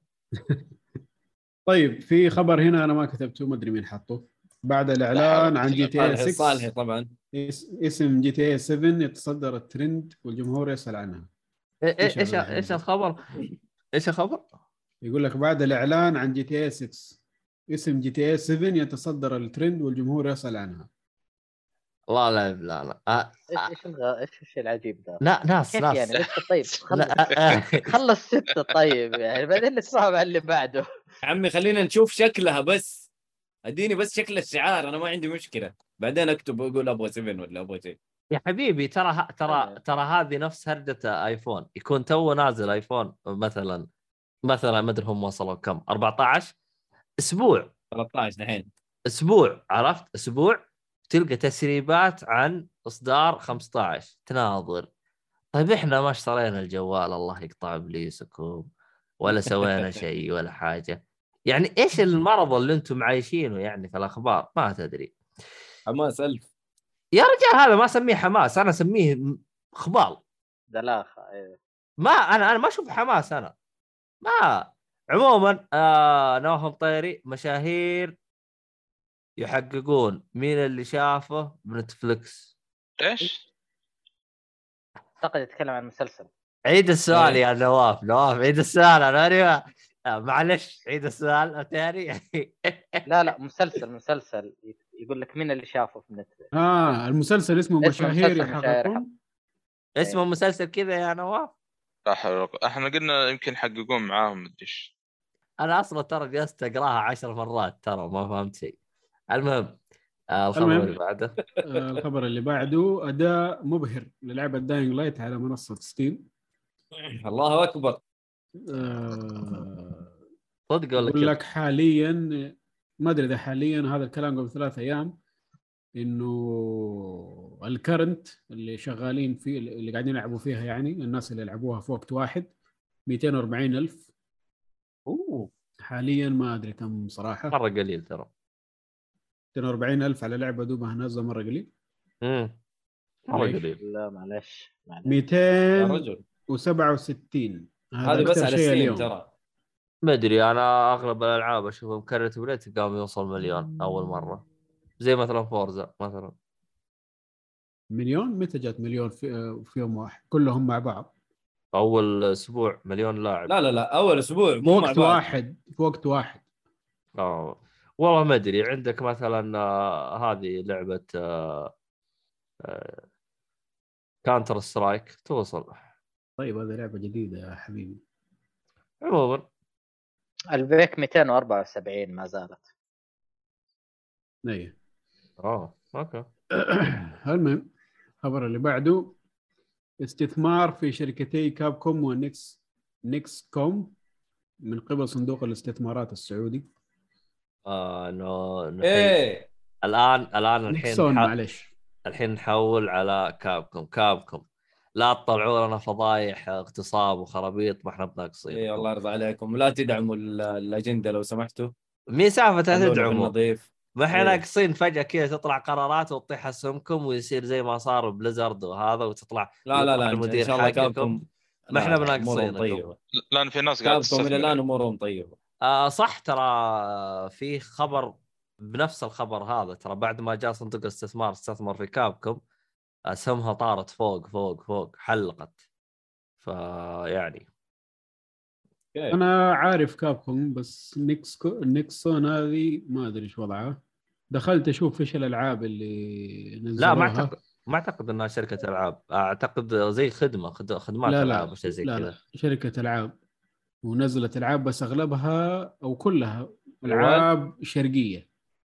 [SPEAKER 3] طيب في خبر هنا انا ما كتبته، ما ادري مين حطه. بعد الاعلان عن جي تي اي
[SPEAKER 2] صالح صالح
[SPEAKER 3] ستة،
[SPEAKER 2] طبعا.
[SPEAKER 3] اسم جي تي اي سبعة يتصدر الترند والجمهور يسأل عنها.
[SPEAKER 1] ايش ايش ايش الخبر؟ ايش الخبر؟
[SPEAKER 3] يقول لك بعد الاعلان عن جي تي اي ستة، اسم جي تي اي سبعة يتصدر الترند والجمهور يسأل عنها.
[SPEAKER 1] والله لا لا لا آه.
[SPEAKER 4] ايش ايش الغ... ايش الشيء العجيب ده؟
[SPEAKER 1] لا ناس
[SPEAKER 4] كيف
[SPEAKER 1] ناس
[SPEAKER 4] يعني لسه؟ طيب خلص
[SPEAKER 1] لا آه.
[SPEAKER 4] خلص ستة طيب يعني بعدين نتفاهم على اللي بعده.
[SPEAKER 2] عمي خلينا نشوف شكلها بس، اديني بس شكل الشعار، انا ما عندي مشكله، بعدين اكتب اقول ابغى سبعة ولا ابغى شيء.
[SPEAKER 1] يا حبيبي ترى ه- ترى ترى هذه نفس هرجة ايفون، يكون تو نازل ايفون مثلا مثلا ما ادري هم وصلوا كم أربعة عشر اسبوع
[SPEAKER 2] ثلاثة عشر الحين.
[SPEAKER 1] اسبوع عرفت اسبوع تلقى تسريبات عن اصدار خمسة عشر تناظر. طيب احنا ما اشترينا الجوال الله يقطع ابليسكم ولا سوينا شيء ولا حاجه. يعني ايش المرض اللي انتم عايشينه يعني في الاخبار ما تدري.
[SPEAKER 2] حماس ألف
[SPEAKER 1] يا رجال هذا ما اسميه حماس، انا اسميه خبال
[SPEAKER 4] دلاخه. ايوه
[SPEAKER 1] ما انا انا ما اشوف حماس انا ما. عموما آه نواف مطيري مشاهير يحققون مين اللي شافه بنتفليكس.
[SPEAKER 5] ايش؟
[SPEAKER 4] اعتقد يتكلم عن مسلسل.
[SPEAKER 1] عيد السؤال
[SPEAKER 2] إيه؟
[SPEAKER 1] يا نواف نواف عيد السؤال انا أريد... معلش عيد السؤال الثاني.
[SPEAKER 4] لا لا مسلسل مسلسل يقول لك مين اللي شافه في نتفلكس.
[SPEAKER 3] اه المسلسل اسمه
[SPEAKER 4] اسمه
[SPEAKER 3] مشاهير
[SPEAKER 4] مسلسل مشاهير
[SPEAKER 3] يحققون.
[SPEAKER 1] اسمه مسلسل كذا يا نواف.
[SPEAKER 5] احنا قلنا يمكن يحققون معاهم مدري ايش.
[SPEAKER 1] انا اصلا ترى جلست اقراها عشر مرات ترى ما فهمت شيء. المهم آه الخبر
[SPEAKER 3] المهم
[SPEAKER 1] اللي بعده.
[SPEAKER 3] آه الخبر اللي بعده اداء مبهر للعبه داينج لايت على منصه ستيم.
[SPEAKER 2] الله اكبر.
[SPEAKER 3] آه
[SPEAKER 1] صدق ولا
[SPEAKER 3] يقول
[SPEAKER 1] كذا؟
[SPEAKER 3] لك حاليا، ما ادري اذا حاليا هذا الكلام قبل ثلاث ايام، انه الكرنت اللي شغالين فيه اللي قاعدين يلعبوا فيها يعني الناس اللي يلعبوها في وقت واحد مئتين وأربعين ألف.
[SPEAKER 1] اوه
[SPEAKER 3] حاليا ما ادري كم صراحه.
[SPEAKER 1] مره قليل ترى.
[SPEAKER 3] مئتين وأربعين ألف على لعبه دوبها نازله مره قليل.
[SPEAKER 1] امم مره
[SPEAKER 3] معليش.
[SPEAKER 1] قليل.
[SPEAKER 4] لا معلش معلش.
[SPEAKER 2] يا
[SPEAKER 3] مئتين
[SPEAKER 2] رجل
[SPEAKER 3] وسبعة وستين هذا
[SPEAKER 2] هذه بس
[SPEAKER 3] أكثر
[SPEAKER 2] على
[SPEAKER 3] شيء
[SPEAKER 2] ستيم
[SPEAKER 3] اليوم.
[SPEAKER 2] ترى.
[SPEAKER 1] ما ادري انا اغلب الالعاب اشوفهم كرت بليت قام يوصل مليون اول مره زي مثلا فورزا مثلا.
[SPEAKER 3] مليون؟ متى جات مليون في, في يوم واحد كلهم مع بعض؟
[SPEAKER 1] اول اسبوع مليون لاعب.
[SPEAKER 2] لا لا لا اول اسبوع
[SPEAKER 3] في
[SPEAKER 2] مو مع
[SPEAKER 3] وقت
[SPEAKER 2] بعض.
[SPEAKER 3] واحد في وقت واحد.
[SPEAKER 1] اه والله ما ادري. عندك مثلا آه هذه لعبه آه آه كانتر سترايك توصل.
[SPEAKER 3] طيب هذه لعبه جديده يا حبيبي.
[SPEAKER 1] عموما
[SPEAKER 4] البيك مئتين وأربعة وسبعين ما زالت.
[SPEAKER 3] ايه
[SPEAKER 1] اه اوكي.
[SPEAKER 3] المهم الخبر اللي بعده، استثمار في شركتي كاب كوم ونكس نيكس كوم من قبل صندوق الاستثمارات السعودي.
[SPEAKER 1] آه نو نحي.
[SPEAKER 2] ايه
[SPEAKER 1] الان الان الحين
[SPEAKER 3] نيكسون
[SPEAKER 1] ح...
[SPEAKER 3] معلش.
[SPEAKER 1] الحين نحول على كابكم. كابكم لا تطلعوا لنا فضايح اغتصاب وخرابيط ما احنا بناقصين.
[SPEAKER 2] ايه الله يرضى عليكم لا تدعموا ال- الاجنده لو سمحتوا.
[SPEAKER 1] مين سالفه
[SPEAKER 2] خلونا في
[SPEAKER 1] تدعموا؟
[SPEAKER 2] النظيف.
[SPEAKER 1] ما احنا
[SPEAKER 2] إيه.
[SPEAKER 1] ناقصين فجاه كذا تطلع قرارات وتطيح اسهمكم ويصير زي ما صار بليزرد وهذا وتطلع
[SPEAKER 2] لا لا لا
[SPEAKER 1] يطلع
[SPEAKER 2] ان
[SPEAKER 1] المدير
[SPEAKER 2] شاء الله
[SPEAKER 1] حقكم.
[SPEAKER 2] كابكم.
[SPEAKER 1] ما احنا
[SPEAKER 2] لا لا امورهم
[SPEAKER 1] بناقصينكم.
[SPEAKER 2] طيبه.
[SPEAKER 5] لان في ناس قاعد
[SPEAKER 2] كابكم الى
[SPEAKER 5] تستثمر.
[SPEAKER 2] الان امورهم طيبه.
[SPEAKER 1] آه صح ترى في خبر بنفس الخبر هذا ترى بعد ما جاء صندوق الاستثمار استثمر في كابكم اسهمها طارت فوق فوق فوق حلقت. فيعني
[SPEAKER 2] كيف؟
[SPEAKER 3] انا عارف كابكوم بس نيكس نيكسون هذه ما ادري ايش وضعها. دخلت اشوف ايش الالعاب اللي نزلوها.
[SPEAKER 1] لا ما اعتقد ما اعتقد انها شركه العاب. اعتقد زي خدمه خد... خدمات
[SPEAKER 3] لا
[SPEAKER 1] العاب
[SPEAKER 3] لا
[SPEAKER 1] وشيء زي
[SPEAKER 3] لا,
[SPEAKER 1] كذا.
[SPEAKER 3] لا شركه العاب ونزلت العاب بس اغلبها او كلها
[SPEAKER 2] جوال؟
[SPEAKER 3] العاب شرقيه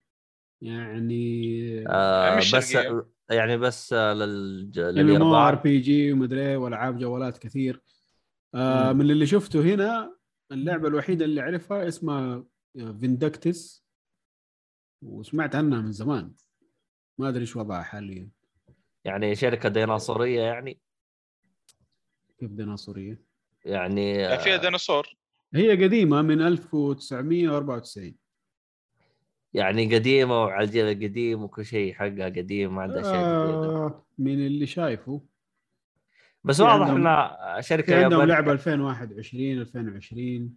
[SPEAKER 3] يعني.
[SPEAKER 1] آه
[SPEAKER 5] مش
[SPEAKER 1] بس
[SPEAKER 5] شرقية.
[SPEAKER 1] يعني بس آه لل...
[SPEAKER 3] ام ام ار
[SPEAKER 1] لليابان.
[SPEAKER 3] بي جي ومدري والعاب جوالات كثير. آه
[SPEAKER 2] مم.
[SPEAKER 3] من اللي شفته هنا اللعبه الوحيده اللي اعرفها اسمها فيندكتس وسمعت عنها من زمان ما ادري ايش وضعها حاليا.
[SPEAKER 1] يعني شركه ديناصوريه يعني
[SPEAKER 3] كيف ديناصوريه؟
[SPEAKER 1] يعني
[SPEAKER 5] يعني فيها
[SPEAKER 1] آه
[SPEAKER 5] ديناصور.
[SPEAKER 3] هي قديمه من ألف وتسعمية وأربعة وتسعين.
[SPEAKER 1] يعني قديمه وعلى الجيل القديم وكل شيء حقها قديم، ما عندها شيء جديد.
[SPEAKER 3] آه من اللي شايفه
[SPEAKER 1] بس
[SPEAKER 3] في
[SPEAKER 1] واضح
[SPEAKER 3] عندهم-
[SPEAKER 1] انها شركه
[SPEAKER 3] في عندهم
[SPEAKER 1] يابانيه.
[SPEAKER 3] لعبه ألفين وواحد وعشرين ألفين وعشرين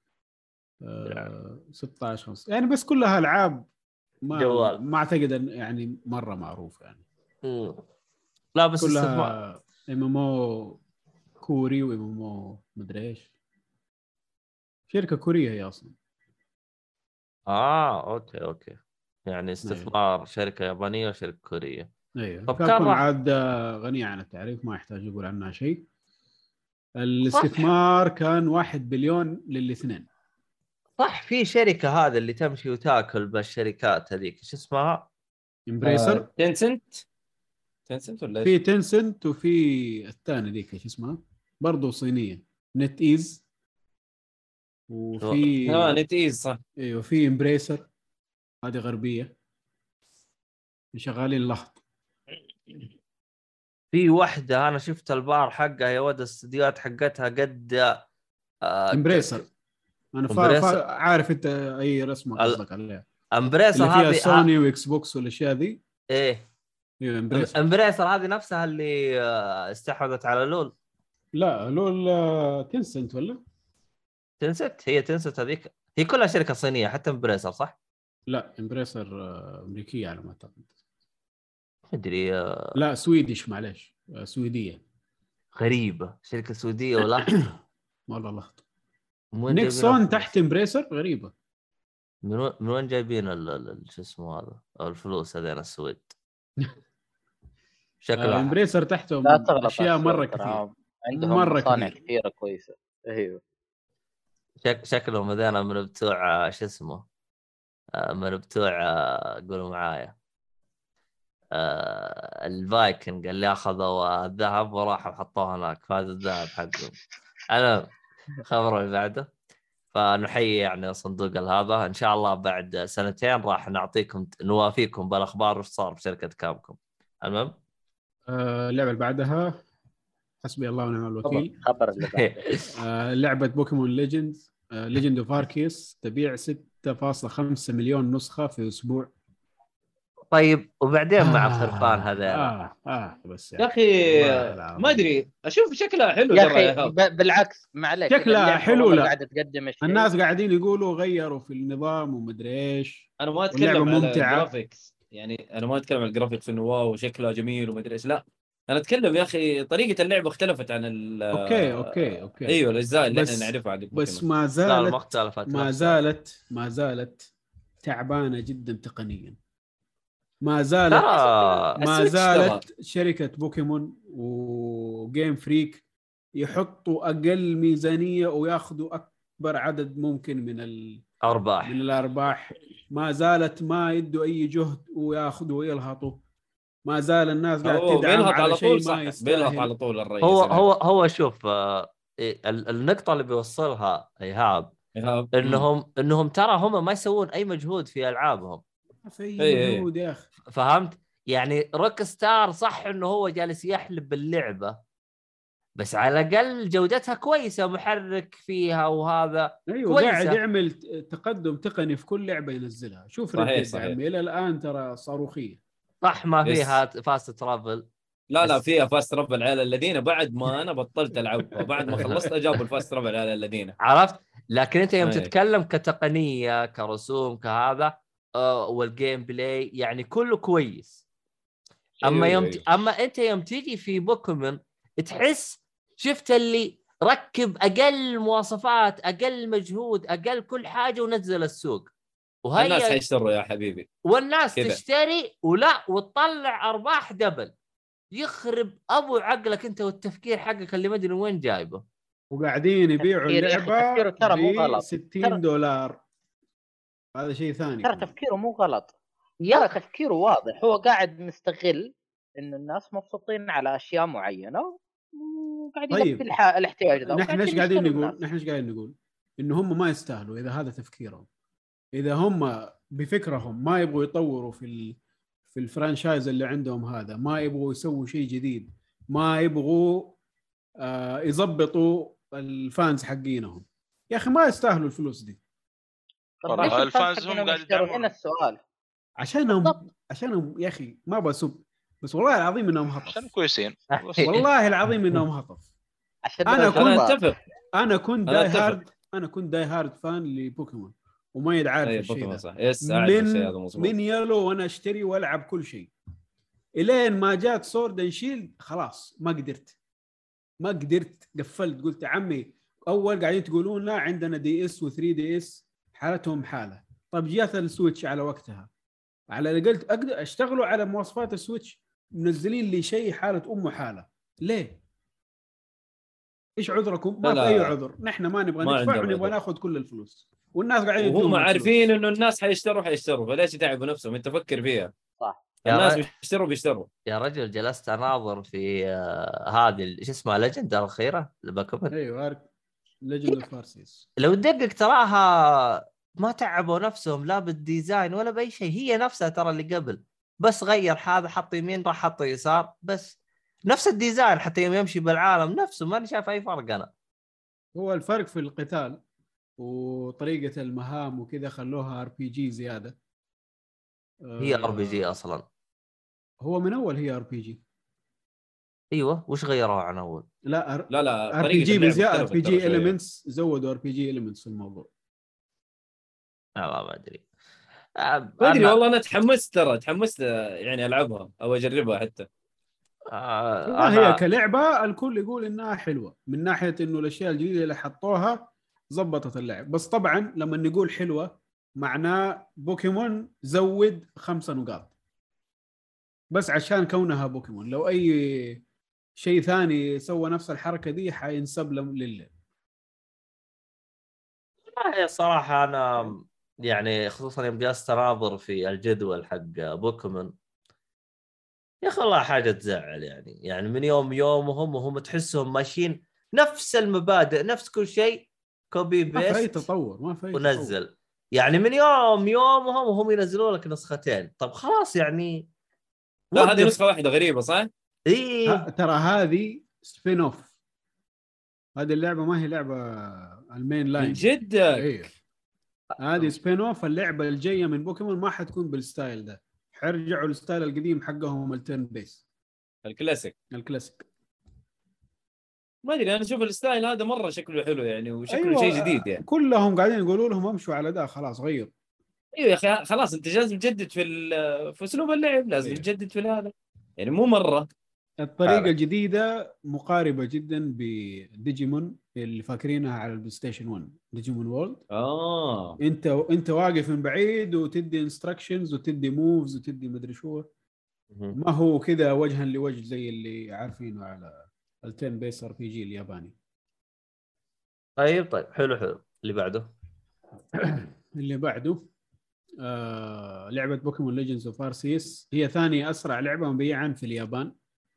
[SPEAKER 3] آه ستة عشر خمسة يعني، بس كلها العاب ما
[SPEAKER 1] جوال.
[SPEAKER 3] ما اعتقد ان يعني مره معروف يعني.
[SPEAKER 1] مم. لا بس استثمار.
[SPEAKER 3] كلها ام ام او كوري وام ام او مدري ايش، شركه كوريه هي اصلا.
[SPEAKER 1] اه اوكي اوكي، يعني استثمار شركه يابانيه وشركه كوريه.
[SPEAKER 3] ايوه
[SPEAKER 1] طب كم
[SPEAKER 3] كابكوم
[SPEAKER 1] راح؟
[SPEAKER 3] عاد غنية عن التعريف، ما يحتاج يقول عنها شيء. الاستثمار كان واحد بليون للاثنين.
[SPEAKER 1] صح، في شركه هذا اللي تمشي وتاكل بالشركات هذيك، ايش اسمها؟
[SPEAKER 3] امبريسر.
[SPEAKER 2] تنسنت تنسنت ولا
[SPEAKER 3] في
[SPEAKER 2] ايش؟
[SPEAKER 3] تنسنت وفي الثاني ذيك ايش اسمها برضو صينيه، نت ايز. وفي
[SPEAKER 2] اه نت ايز صح.
[SPEAKER 3] ايوه في امبريسر هذه غربيه شغالين لحظ.
[SPEAKER 1] في وحده انا شفت البار حقها يا ود، الاستديوهات حقتها قد آه
[SPEAKER 3] امبريسر انا فا... فا... عارف انت اي رسمه قصدك عليها،
[SPEAKER 1] امبريسر
[SPEAKER 3] اللي فيها
[SPEAKER 1] هذه
[SPEAKER 3] سوني واكس بوكس والاشياء ذي.
[SPEAKER 1] ايه
[SPEAKER 3] ايوه امبريسر.
[SPEAKER 1] امبريسر هذه نفسها اللي آه، استحوذت على لول.
[SPEAKER 3] لا لول تنسنت ولا
[SPEAKER 1] تنست، هي تنست هذيك، هي كلها شركه صينيه حتى امبريسر صح؟
[SPEAKER 3] لا امبريسر امريكيه على ما اعتقد.
[SPEAKER 1] ادري.
[SPEAKER 3] لا سويدش معلش، سويديه.
[SPEAKER 1] غريبه، شركه سعوديه ولا
[SPEAKER 3] والله لخط.
[SPEAKER 1] من وين
[SPEAKER 3] نيكسون
[SPEAKER 1] جايبين
[SPEAKER 3] تحت امبريسر غريبه.
[SPEAKER 1] من وين من وين جايبين ال- ال- شو اسمه هذا أو الفلوس هذين السويد؟ شكلها
[SPEAKER 3] امبريسر تحتهم
[SPEAKER 4] لا تغلط
[SPEAKER 3] اشياء مره كثير،
[SPEAKER 4] عندهم
[SPEAKER 3] مرة
[SPEAKER 4] مصانع
[SPEAKER 3] كثير.
[SPEAKER 4] كثيره كويسه. ايوه
[SPEAKER 1] شك شكلهم هذين من بتوع شو اسمه آه، من بتوع آه، قولوا معايا آه، الفايكنج اللي اخذوا الذهب وراحوا حطوه هناك، فهذا الذهب حقهم. انا خبر اللي بعده. فنحيي يعني صندوق هذا، ان شاء الله بعد سنتين راح نعطيكم نوافيكم بالاخبار وش صار في شركه كابكوم. المهم
[SPEAKER 3] آه اللعبه اللي بعدها حسبي الله ونعم الوكيل.
[SPEAKER 4] خبر اللي بعده
[SPEAKER 3] آه لعبه بوكيمون ليجندز ليجند اوف اركيس تبيع ستة فاصلة خمسة مليون نسخه في اسبوع.
[SPEAKER 1] طيب وبعدين مع
[SPEAKER 3] آه
[SPEAKER 1] الخرفان هذا
[SPEAKER 3] آه آه بس
[SPEAKER 2] يا اخي ما ادري اشوف شكلها حلو
[SPEAKER 4] يا
[SPEAKER 2] ترى
[SPEAKER 4] اخي
[SPEAKER 2] يا هاب.
[SPEAKER 4] ب- بالعكس معلش
[SPEAKER 3] شكلها حلو. لا
[SPEAKER 4] قاعده تقدم الشيء.
[SPEAKER 3] الناس قاعدين يقولوا غيروا في النظام ومدري ايش.
[SPEAKER 2] انا ما
[SPEAKER 3] واللعبة
[SPEAKER 2] اتكلم على
[SPEAKER 3] ممتعة.
[SPEAKER 2] الجرافيكس، يعني انا ما اتكلم على الجرافيكس انه واو شكلها جميل وما ادري ايش، لا انا اتكلم يا اخي طريقه اللعبه اختلفت عن ال
[SPEAKER 3] اوكي اوكي اوكي
[SPEAKER 2] ايوه الاجزاء اللي
[SPEAKER 3] بس
[SPEAKER 2] احنا نعرفها عن
[SPEAKER 3] بس
[SPEAKER 2] بوكيمون.
[SPEAKER 3] ما
[SPEAKER 1] لا
[SPEAKER 3] زالت
[SPEAKER 1] المختلفة
[SPEAKER 3] ما زالت ما زالت تعبانه جدا تقنيا. ما زالت
[SPEAKER 1] ترى
[SPEAKER 3] ما
[SPEAKER 2] السويتش
[SPEAKER 3] زالت شركه بوكيمون وجيم فريك يحطوا اقل ميزانيه وياخذوا اكبر عدد ممكن من ال...
[SPEAKER 1] ارباح.
[SPEAKER 3] من الارباح. ما زالت ما يدوا اي جهد وياخذوا ويلهطوا. ما زال الناس قاعد
[SPEAKER 2] هو
[SPEAKER 3] تدعم
[SPEAKER 2] بيلهط
[SPEAKER 3] على
[SPEAKER 2] على
[SPEAKER 3] شيء
[SPEAKER 2] طول
[SPEAKER 3] ما
[SPEAKER 2] صح، بيلهط
[SPEAKER 3] يستاهل.
[SPEAKER 2] على طول الرئيس.
[SPEAKER 1] هو
[SPEAKER 2] هنا.
[SPEAKER 1] هو هو شوف آه، إيه، ال- النقطة اللي بيوصلها ايهاب
[SPEAKER 2] إيهاب.
[SPEAKER 1] انهم انهم ترى هم ما يسوون اي مجهود في العابهم.
[SPEAKER 3] في
[SPEAKER 2] إيه إيه.
[SPEAKER 3] مجهود يا اخي.
[SPEAKER 1] فهمت؟ يعني روك ستار صح انه هو جالس يحلب باللعبة، بس على الاقل جودتها كويسة، محرك فيها وهذا
[SPEAKER 3] ايوه
[SPEAKER 1] كويسة.
[SPEAKER 3] قاعد يعمل تقدم تقني في كل لعبه ينزلها. شوف
[SPEAKER 2] صحيح،
[SPEAKER 3] ردد
[SPEAKER 2] صحيح.
[SPEAKER 3] عمي الى الان ترى صاروخيه.
[SPEAKER 1] صح ما
[SPEAKER 2] يس.
[SPEAKER 1] فيها فاست ترافل.
[SPEAKER 2] لا لا
[SPEAKER 1] بس-
[SPEAKER 2] فيها فاست ترافل على الذين بعد ما انا بطلت العبها، بعد ما خلصت اجابوا الفاست ترافل على الذين
[SPEAKER 1] عرفت؟ لكن انت يوم
[SPEAKER 2] أي.
[SPEAKER 1] تتكلم كتقنية كرسوم كهذا آه، والجيم بلاي يعني كله كويس. اما
[SPEAKER 2] أيوة
[SPEAKER 1] يوم
[SPEAKER 2] أيوة.
[SPEAKER 1] ت... اما انت يوم تيجي في بوكيمون تحس شفت اللي ركب اقل مواصفات اقل مجهود اقل كل حاجه ونزل السوق وهي
[SPEAKER 2] الناس حيشتروا يا حبيبي
[SPEAKER 1] والناس
[SPEAKER 2] كده.
[SPEAKER 1] تشتري ولا وتطلع ارباح دبل. يخرب ابو عقلك انت والتفكير حقك اللي ما ادري وين جايبه.
[SPEAKER 3] وقاعدين يبيعوا
[SPEAKER 4] تفكير يا أخي،
[SPEAKER 3] اللعبه
[SPEAKER 4] تفكيره ترى مو
[SPEAKER 3] ب
[SPEAKER 4] غلط.
[SPEAKER 3] ستين دولار. هذا شيء ثاني
[SPEAKER 4] ترى
[SPEAKER 3] كمان.
[SPEAKER 4] تفكيره مو غلط. يا تفكيره واضح، هو قاعد مستغل ان الناس مبسوطين على اشياء معينه وقاعد يلبي
[SPEAKER 3] طيب.
[SPEAKER 4] الح... الاحتياج ذا.
[SPEAKER 3] نحن ايش قاعدين
[SPEAKER 4] يشتروا
[SPEAKER 3] نقول؟
[SPEAKER 4] الناس.
[SPEAKER 3] نحن ايش قاعدين نقول؟ انه هم ما يستاهلوا. اذا هذا تفكيرهم، اذا هم بفكرهم ما يبغوا يطوروا في ال... في الفرانشايز اللي عندهم هذا، ما يبغوا يسووا شيء جديد، ما يبغوا آه يضبطوا الفانز حقينهم، يا اخي ما يستاهلوا الفلوس دي.
[SPEAKER 4] طب
[SPEAKER 5] والله
[SPEAKER 4] ليش
[SPEAKER 5] الفانز
[SPEAKER 4] الفانز
[SPEAKER 5] هم
[SPEAKER 4] حقهم
[SPEAKER 5] قاعد
[SPEAKER 4] يشتروا؟
[SPEAKER 5] يدعمون.
[SPEAKER 4] هنا السؤال.
[SPEAKER 3] عشانهم
[SPEAKER 4] بالضبط.
[SPEAKER 3] عشانهم يا اخي ما بسب، بس والله العظيم انهم
[SPEAKER 5] عشان
[SPEAKER 3] هطف،
[SPEAKER 5] كويسين بس.
[SPEAKER 3] والله العظيم انهم هطف.
[SPEAKER 4] عشان
[SPEAKER 3] انا
[SPEAKER 4] نفس
[SPEAKER 3] كنت
[SPEAKER 2] انا
[SPEAKER 4] البعض.
[SPEAKER 2] اتفق.
[SPEAKER 3] انا كنت
[SPEAKER 2] أنا
[SPEAKER 3] داي
[SPEAKER 2] أتفق.
[SPEAKER 3] هارد انا كنت داي هارد فان لبوكيمون وما يدعارف
[SPEAKER 2] اي
[SPEAKER 3] الشيء
[SPEAKER 2] بوكيمون
[SPEAKER 3] ده
[SPEAKER 2] صح، يس اعرف الشيء
[SPEAKER 3] من
[SPEAKER 2] هذا مظبوط.
[SPEAKER 3] من يلو، وانا اشتري والعب كل شيء الين ما جات سورد اند شيلد. خلاص ما قدرت ما قدرت قفلت. قلت يا عمي اول قاعدين تقولون لا عندنا دي اس و3 دي اس حالتهم حاله، طب جات السويتش على وقتها، على اللي قلت اقدر اشتغلوا على مواصفات السويتش، منزلين لي شيء حاله امه حاله. ليه؟ ايش عذركم؟ ما
[SPEAKER 2] لا
[SPEAKER 3] في اي
[SPEAKER 2] لا،
[SPEAKER 3] عذر، نحن ما نبغى
[SPEAKER 2] ما
[SPEAKER 3] ندفع
[SPEAKER 2] عندهم
[SPEAKER 3] ونبغى
[SPEAKER 2] عذر.
[SPEAKER 3] ناخذ كل الفلوس، والناس قاعدين
[SPEAKER 2] وهم
[SPEAKER 3] يدوهم
[SPEAKER 2] عارفين
[SPEAKER 3] الفلوس.
[SPEAKER 2] انه الناس حيشتروا حيشتروا، فليش يتعبوا نفسهم؟ انت فكر فيها.
[SPEAKER 4] صح.
[SPEAKER 1] يا
[SPEAKER 2] الناس
[SPEAKER 1] ر-
[SPEAKER 2] بيشتروا بيشتروا.
[SPEAKER 1] يا رجل جلست اناظر في آه، هذه ايش اسمها ليجند الاخيره لباكومن.
[SPEAKER 3] ايوه ارك ليجند اوف ارسيس.
[SPEAKER 1] لو تدقق تراها ما تعبوا نفسهم لا بالديزاين ولا باي شيء، هي نفسها ترى اللي قبل، بس غير هذا حط يمين راح حط يسار، بس نفس الديزاين حتى يوم يمشي بالعالم نفسه، ما شايف اي فرق انا.
[SPEAKER 3] هو الفرق في القتال وطريقه المهام وكذا، خلوها ار بي جي زياده.
[SPEAKER 1] هي ار بي جي
[SPEAKER 3] آه،
[SPEAKER 1] اصلا.
[SPEAKER 3] هو من اول هي ار بي جي.
[SPEAKER 1] ايوه وش غيروها عن اول؟
[SPEAKER 3] لا ار
[SPEAKER 2] لا لا،
[SPEAKER 3] بي
[SPEAKER 2] طريقه
[SPEAKER 3] جي
[SPEAKER 2] اللعب
[SPEAKER 3] بزياده، ار
[SPEAKER 2] اختلفت
[SPEAKER 3] بي
[SPEAKER 2] ترى
[SPEAKER 3] جي
[SPEAKER 2] شويه.
[SPEAKER 3] اليمنتس، زودوا ار بي جي اليمنتس في الموضوع.
[SPEAKER 1] لا ما ادري. آه،
[SPEAKER 2] ما ادري
[SPEAKER 1] أنا-
[SPEAKER 2] والله، انا تحمست ترى، تحمست يعني العبها او اجربها حتى.
[SPEAKER 1] آه،
[SPEAKER 3] لا هي
[SPEAKER 1] انا
[SPEAKER 3] كلعبه الكل يقول انها حلوه من ناحيه انه الاشياء الجديده اللي حطوها زبطت اللعب، بس طبعا لما نقول حلوه معناه بوكيمون زود خمسة نقاط بس عشان كونها بوكيمون. لو اي شيء ثاني سوى نفس الحركه دي حينسب له لله.
[SPEAKER 1] هي صراحه انا يعني خصوصا يوم جالس اناظر في الجدول حق بوكيمون، يا اخي والله حاجه تزعل. يعني يعني من يوم يومهم وهم تحسهم ماشيين نفس المبادئ نفس كل شيء، كوبي
[SPEAKER 3] ما في اي
[SPEAKER 1] بيست
[SPEAKER 3] تطور، ما في اي تطور.
[SPEAKER 1] ونزل. يعني من يوم يومهم وهم ينزلوا لك نسختين، طب خلاص يعني
[SPEAKER 2] لا هذه
[SPEAKER 1] وقف.
[SPEAKER 2] نسخه واحده غريبه صح؟
[SPEAKER 1] ايه
[SPEAKER 3] ترى هذه سبين اوف، هذه اللعبه ما هي لعبه المين لاين.
[SPEAKER 2] من جد؟
[SPEAKER 3] ايوه هذه سبين اوف. اللعبه الجايه من بوكيمون ما حتكون بالستايل ده، حيرجعوا للستايل القديم حقهم التيرن بيس
[SPEAKER 2] الكلاسيك.
[SPEAKER 3] الكلاسيك.
[SPEAKER 2] ما ادري، انا اشوف الستايل هذا مره شكله حلو يعني، وشكله
[SPEAKER 3] أيوة
[SPEAKER 2] شيء جديد يعني.
[SPEAKER 3] كلهم قاعدين يقولوا لهم امشوا على ده، خلاص غير.
[SPEAKER 2] ايوه يا اخي خلاص، انت لازم تجدد في في اسلوب اللعب، لازم
[SPEAKER 3] أيوة.
[SPEAKER 2] تجدد في هذا يعني، مو مره.
[SPEAKER 3] الطريقه
[SPEAKER 1] فعلا.
[SPEAKER 3] الجديده مقاربه جدا بديجيمون اللي فاكرينها على البلاي ستيشن واحد، ديجيمون وورلد.
[SPEAKER 2] اه
[SPEAKER 3] انت انت واقف من بعيد وتدي انستراكشنز وتدي موفز وتدي مدري شو، ما هو كذا وجها لوجه زي اللي عارفينه على التين بيس ار بي جي الياباني.
[SPEAKER 1] طيب طيب حلو حلو. اللي بعده
[SPEAKER 3] اللي بعده آه لعبه بوكيمون ليجندز اوف ارسيس، هي ثاني اسرع لعبه مبيعا في اليابان.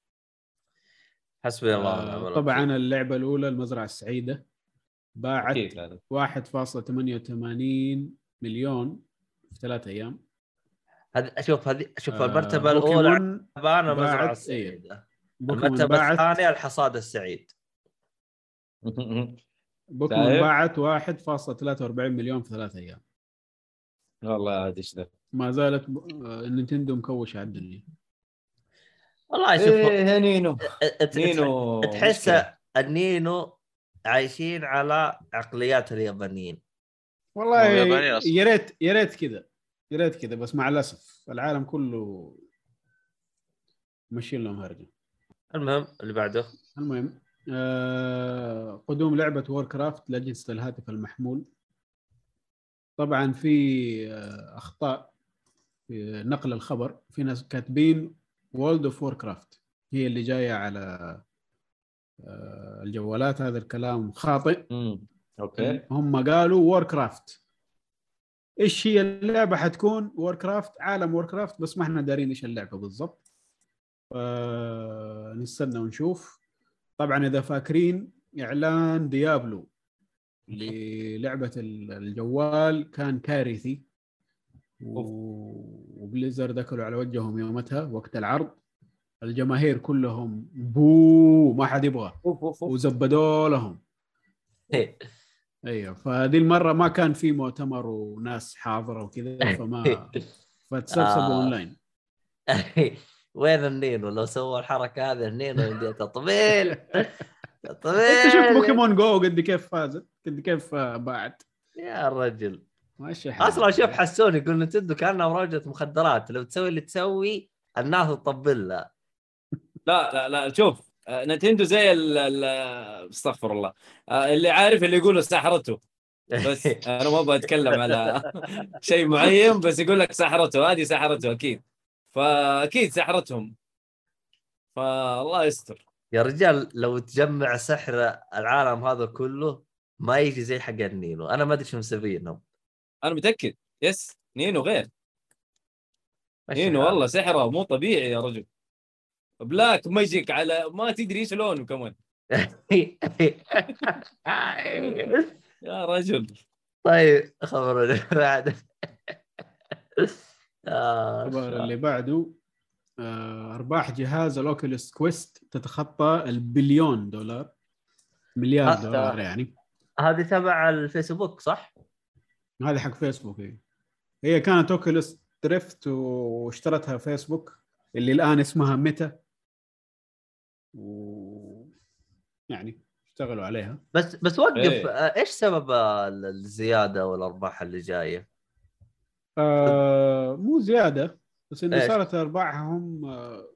[SPEAKER 1] حسبي الله ونعم
[SPEAKER 3] آه
[SPEAKER 1] الوكيل.
[SPEAKER 3] طبعا اللعبه الاولى المزرعه السعيده باعت
[SPEAKER 2] اكيد هذا
[SPEAKER 3] واحد فاصلة ثمانية وثمانين مليون في ثلاثة ايام.
[SPEAKER 1] هذه شوف هذه شوف
[SPEAKER 3] آه
[SPEAKER 1] المرتبه الاولى
[SPEAKER 3] بوكيمون
[SPEAKER 1] اليابان المزرعه
[SPEAKER 3] باعت
[SPEAKER 1] السعيده،
[SPEAKER 3] ايه بوكيمون
[SPEAKER 1] المرتبه
[SPEAKER 3] باعت
[SPEAKER 1] الثانيه الحصاد السعيد.
[SPEAKER 3] بوكيمون
[SPEAKER 2] شايف؟
[SPEAKER 3] باعت واحد فاصلة ثلاثة وأربعين مليون في ثلاثة ايام.
[SPEAKER 2] والله هذا ايش ذا.
[SPEAKER 3] ما زالت ب... آه، نينتندو مكوش على الدنيا.
[SPEAKER 1] والله شوف
[SPEAKER 2] ايه يا نينو.
[SPEAKER 1] ت-
[SPEAKER 2] نينو
[SPEAKER 1] ت- تحس
[SPEAKER 2] مشكلة.
[SPEAKER 1] النينو عايشين على عقليات اليابانيين.
[SPEAKER 3] والله
[SPEAKER 5] هو ياباني أصلاً.
[SPEAKER 3] يا ريت يا ريت كذا يا ريت كذا، بس مع الاسف العالم كله ماشيين لهم هرجه.
[SPEAKER 1] المهم اللي بعده
[SPEAKER 3] المهم آه قدوم لعبه وور كرافت لاجهزه الهاتف المحمول. طبعا في آه اخطاء في نقل الخبر، في ناس كاتبين وورلد اوف وور كرافت هي اللي جايه على آه الجوالات. هذا الكلام خاطئ.
[SPEAKER 2] امم اوكي.
[SPEAKER 3] هم قالوا وور كرافت. ايش هي اللعبه؟ حتكون وور كرافت، عالم وور كرافت، بس ما احنا دارين ايش اللعبه بالضبط. آه نستنى ونشوف. طبعا اذا فاكرين اعلان ديابلو للعبه الجوال كان كارثي، وبليزر دخلوا على وجههم يومتها وقت العرض. الجماهير كلهم بو ما حد يبغى، وزبدوا لهم. ايوه فهذه المره ما كان في مؤتمر وناس حاضره وكذا فما فتسرسبوا
[SPEAKER 1] آه.
[SPEAKER 3] اونلاين.
[SPEAKER 1] وين النينو؟ لو سووا الحركه هذه النينو يمدي تطبيل طبيل.
[SPEAKER 3] انت شفت بوكيمون جو قد كيف فازت قد كيف باعت
[SPEAKER 1] يا الرجل
[SPEAKER 3] ماشي حالك.
[SPEAKER 1] اصلا شوف حسوني يقول نتندو كانها مراجعه مخدرات، لو تسوي اللي تسوي الناس تطبل لها.
[SPEAKER 2] لا لا لا شوف آه، نتندو زي ال ال- استغفر الله آه، اللي عارف اللي يقولوا سحرته، بس انا ما بتكلم على شيء معين، بس يقول لك سحرته، هذه سحرته اكيد، فاكيد سحرتهم، فالله يستر.
[SPEAKER 1] يا رجال لو تجمع سحر العالم هذا كله ما يجي زي حق النينو. انا ما ادري شو مسوينهم.
[SPEAKER 2] انا متاكد يس نينو غير
[SPEAKER 1] ماشي
[SPEAKER 2] نينو
[SPEAKER 1] حالك.
[SPEAKER 2] والله سحره مو طبيعي يا رجل، بلاك ماجيك على ما تدري ايش لونه كمان يا رجل.
[SPEAKER 1] طيب خبروني بعد. آه
[SPEAKER 3] الخبر
[SPEAKER 1] شا-
[SPEAKER 3] اللي بعده آه، ارباح جهاز الاوكيوليس كويست تتخطى البليون دولار، مليار
[SPEAKER 1] حتى-
[SPEAKER 3] دولار يعني.
[SPEAKER 1] هذه تبع الفيسبوك صح؟
[SPEAKER 3] هذه حق فيسبوك. هي هي كانت اوكيوليس دريفت واشترتها فيسبوك اللي الان اسمها ميتا، و يعني اشتغلوا عليها.
[SPEAKER 1] بس بس وقف
[SPEAKER 2] إيه.
[SPEAKER 1] آه، ايش سبب آه، الزياده والارباح اللي جايه؟
[SPEAKER 3] آه مو زياده، بس انه
[SPEAKER 1] إيش؟
[SPEAKER 3] صارت ارباحهم آه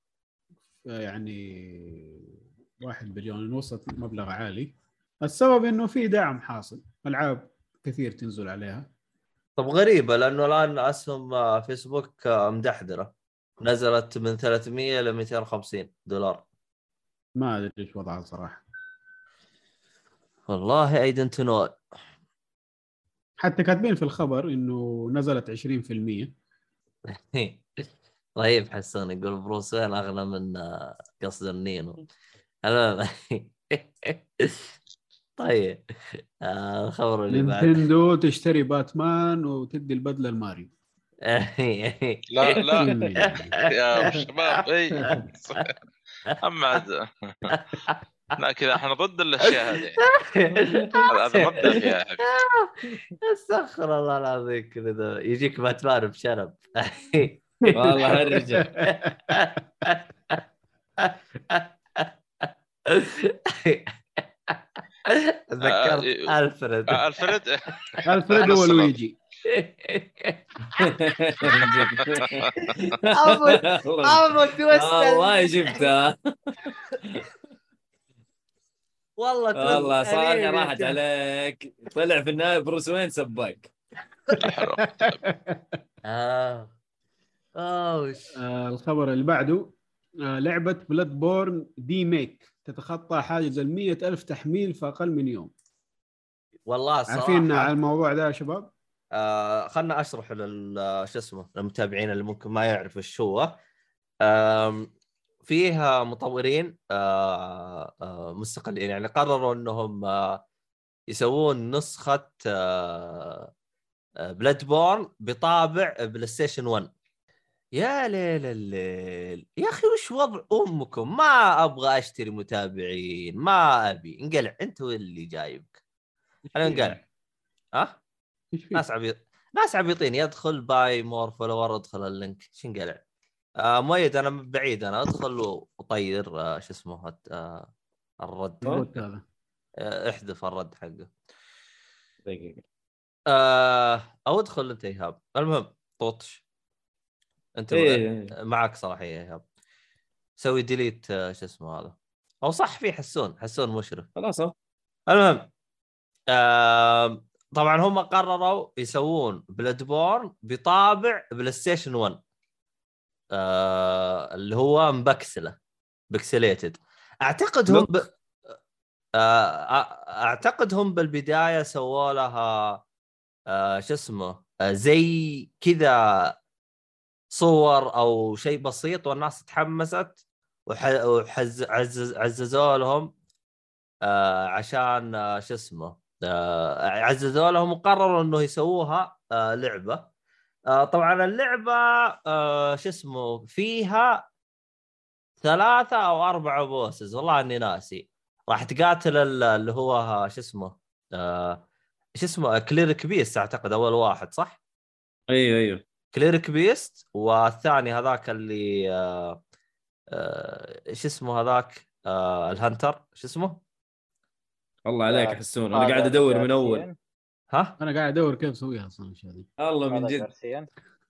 [SPEAKER 3] يعني واحد بليون، وصلت مبلغ عالي. السبب انه في دعم حاصل، العاب كثير تنزل عليها.
[SPEAKER 1] طب غريبه لانه الان اسهم آه، فيسبوك آه، مدحدره، نزلت من ثلاثمية ل مئتين وخمسين دولار.
[SPEAKER 3] ما ادري ايش وضعها صراحه.
[SPEAKER 1] والله اي دونت نو.
[SPEAKER 3] حتى كاتبين في الخبر انه نزلت عشرين بالمية.
[SPEAKER 1] طيب حسون يقول بروس وين اغلى من آه، قصد النينو. المهم طيب آه، الخبر اللي بعد.
[SPEAKER 3] نينتندو تشتري باتمان وتدي البدله لماريو.
[SPEAKER 5] لا لا يا شباب اي اما عاد لا كذا احنا ضد الاشياء هذه، هذا مبدا فيها حبيبي.
[SPEAKER 1] استغفر الله العظيم كذا يجيك باتمان بشنب.
[SPEAKER 2] والله هالرجال
[SPEAKER 1] تذكرت الفريد.
[SPEAKER 5] الفريد
[SPEAKER 3] الفريد ولويجي.
[SPEAKER 1] ابو توستل
[SPEAKER 2] والله جبتها
[SPEAKER 1] والله توستل
[SPEAKER 2] والله صراحة راحت عليك. طلع في النهاية بروس وين سباك.
[SPEAKER 1] اه اوش
[SPEAKER 3] آه الخبر اللي بعده آه لعبه بلاد بورن دي ميك تتخطى حاجز المية ألف تحميل في اقل من يوم.
[SPEAKER 1] والله الصراحه
[SPEAKER 3] عارفين على الموضوع ده يا شباب؟
[SPEAKER 1] آه خلنا اشرح لل شو اسمه للمتابعين اللي ممكن ما يعرفوا ايش هو. آه فيها مطورين آه آه مستقلين يعني قرروا انهم آه يسوون نسخه آه بلاد بورن بطابع بلاي ستيشن واحد. يا ليل الليل يا اخي وش وضع امكم؟ ما ابغى اشتري متابعين، ما ابي انقلع. انت اللي جايبك انا انقلع. ها ناس عبيط ناس عبيطين. يدخل باي مور فولور ادخل اللينك ايش انقلع. آه مؤيد انا بعيد انا ادخل وطير آه شو اسمه آه الرد
[SPEAKER 3] هذا
[SPEAKER 1] آه احذف الرد حقه
[SPEAKER 2] دقيقة
[SPEAKER 1] آه او ادخل انت ايهاب. المهم طوطش انت
[SPEAKER 2] إيه.
[SPEAKER 1] معك صلاحيه يا ايهاب. سوي ديليت آه شو اسمه هذا او صح في حسون حسون مشرف
[SPEAKER 2] خلاص.
[SPEAKER 1] المهم آه طبعا هم قرروا يسوون بلاد بورن بطابع بلاي ستيشن واحد آه اللي هو مبكسله بكسليتد. اعتقد هم ب... آه اعتقد هم بالبدايه سووا لها آه شو اسمه آه زي كذا صور او شيء بسيط والناس تحمست وح... وحز عزز... عززوا لهم آه عشان آه شو اسمه آه عززوا لهم وقرروا انه يسووها آه لعبه. آه طبعا اللعبه آه شو اسمه فيها ثلاثة او اربعة بوسز والله اني ناسي. راح تقاتل اللي هو شو اسمه آه، ايش اسمه كليريك بيست اعتقد اول واحد صح؟
[SPEAKER 2] ايوه ايوه
[SPEAKER 1] كليريك بيست، والثاني هذاك اللي آه، آه، ايش اسمه هذاك آه، الهنتر ايش اسمه؟
[SPEAKER 2] الله عليك
[SPEAKER 4] آه،
[SPEAKER 2] حسون، انا قاعد ادور من اول.
[SPEAKER 1] ها؟
[SPEAKER 3] انا قاعد ادور كيف اسويها اصلا ايش هذه.
[SPEAKER 2] الله من
[SPEAKER 4] هذا
[SPEAKER 2] جد.
[SPEAKER 4] جارسيان.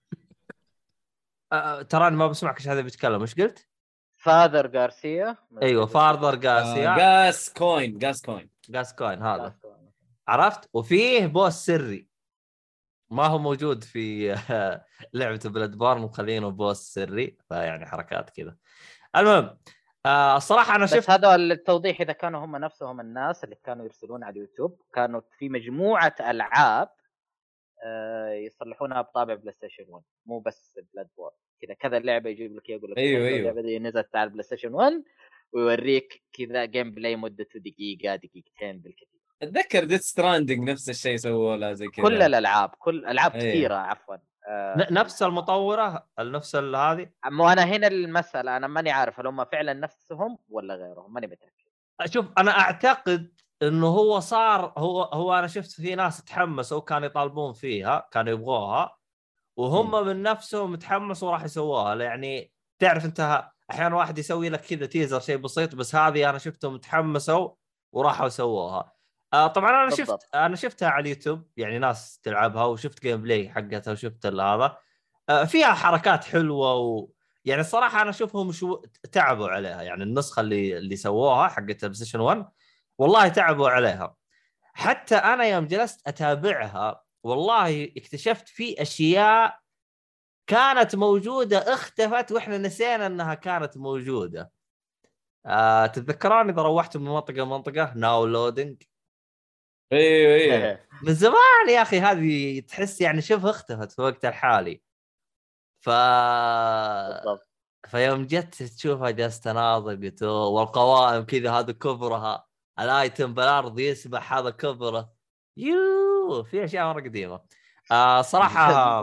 [SPEAKER 1] آه، ترى انا ما بسمعك ايش هذا بيتكلم، ايش قلت؟
[SPEAKER 4] فاذر غارسيا.
[SPEAKER 1] ايوه فاردر جاسيا.
[SPEAKER 2] آه جاس كوين جاس كوين
[SPEAKER 1] جاس كوين هذا
[SPEAKER 4] غارسيا.
[SPEAKER 1] عرفت. وفيه بوس سري ما هو موجود في لعبة بلاد بورن، مخلينه بوس سري، فيعني حركات كذا. المهم آه الصراحة أنا
[SPEAKER 4] بس
[SPEAKER 1] شفت
[SPEAKER 4] هذا التوضيح، اذا كانوا هم نفسهم الناس اللي كانوا يرسلون على اليوتيوب كانوا في مجموعه العاب آه، يصلحونها بطابع بلاي ستيشن واحد، مو بس بلاد بورن كذا كذا لعبه يجيب لك يقول لك
[SPEAKER 2] أيوه،
[SPEAKER 4] حلوة
[SPEAKER 2] أيوه.
[SPEAKER 4] اللعبه دي نزلت على البلاي ستيشن واحد، ويوريك كذا جيم بلاي مدته دقيقه دقيقتين بالكثير.
[SPEAKER 2] اتذكر ديث ستراندنج نفس الشيء سووا لا زي كذا.
[SPEAKER 4] كل الالعاب كل العاب
[SPEAKER 2] أيه.
[SPEAKER 4] كثيره عفوا آه،
[SPEAKER 1] ن- نفس المطورة نفس ال- هذه.
[SPEAKER 4] مو انا هنا المساله، انا ماني عارف هل هم فعلا نفسهم ولا غيرهم، ماني متاكد.
[SPEAKER 1] شوف أنا أعتقد إنه هو صار هو هو أنا شفت في ناس تحمسوا كانوا يطالبون فيها، كانوا يبغوها، وهم
[SPEAKER 2] م.
[SPEAKER 1] من نفسهم تحمسوا وراح يسووها. يعني تعرف أنت أحيانا واحد يسوي لك كذا تيزر شيء بسيط، بس هذه أنا شفتهم تحمسوا وراحوا سووها. آه طبعا انا
[SPEAKER 4] بالضبط.
[SPEAKER 1] شفت انا شفتها على اليوتيوب، يعني ناس تلعبها، وشفت جيم بلاي حقتها، وشفت هذا آه فيها حركات حلوه، و يعني الصراحه انا اشوفهم شو تعبوا عليها. يعني النسخه اللي اللي سووها حقت البلاي ستيشن واحد والله تعبوا عليها. حتى انا يوم جلست اتابعها والله اكتشفت في اشياء كانت موجوده اختفت واحنا نسينا انها كانت موجوده. آه تتذكرون اذا روحت من منطقه لمنطقه ناو لودنج؟
[SPEAKER 2] ايوه ايوه
[SPEAKER 1] من زمان يا اخي، هذه تحس يعني شبه اختفت في وقت الحالي. ف
[SPEAKER 4] بالضبط.
[SPEAKER 1] فيوم جت تشوفها جالس تناظر قلت أوه، والقوائم كذا هذا كبرها، الايتم بالارض يسبح هذا كبره. يو في اشياء مره قديمه. آه صراحه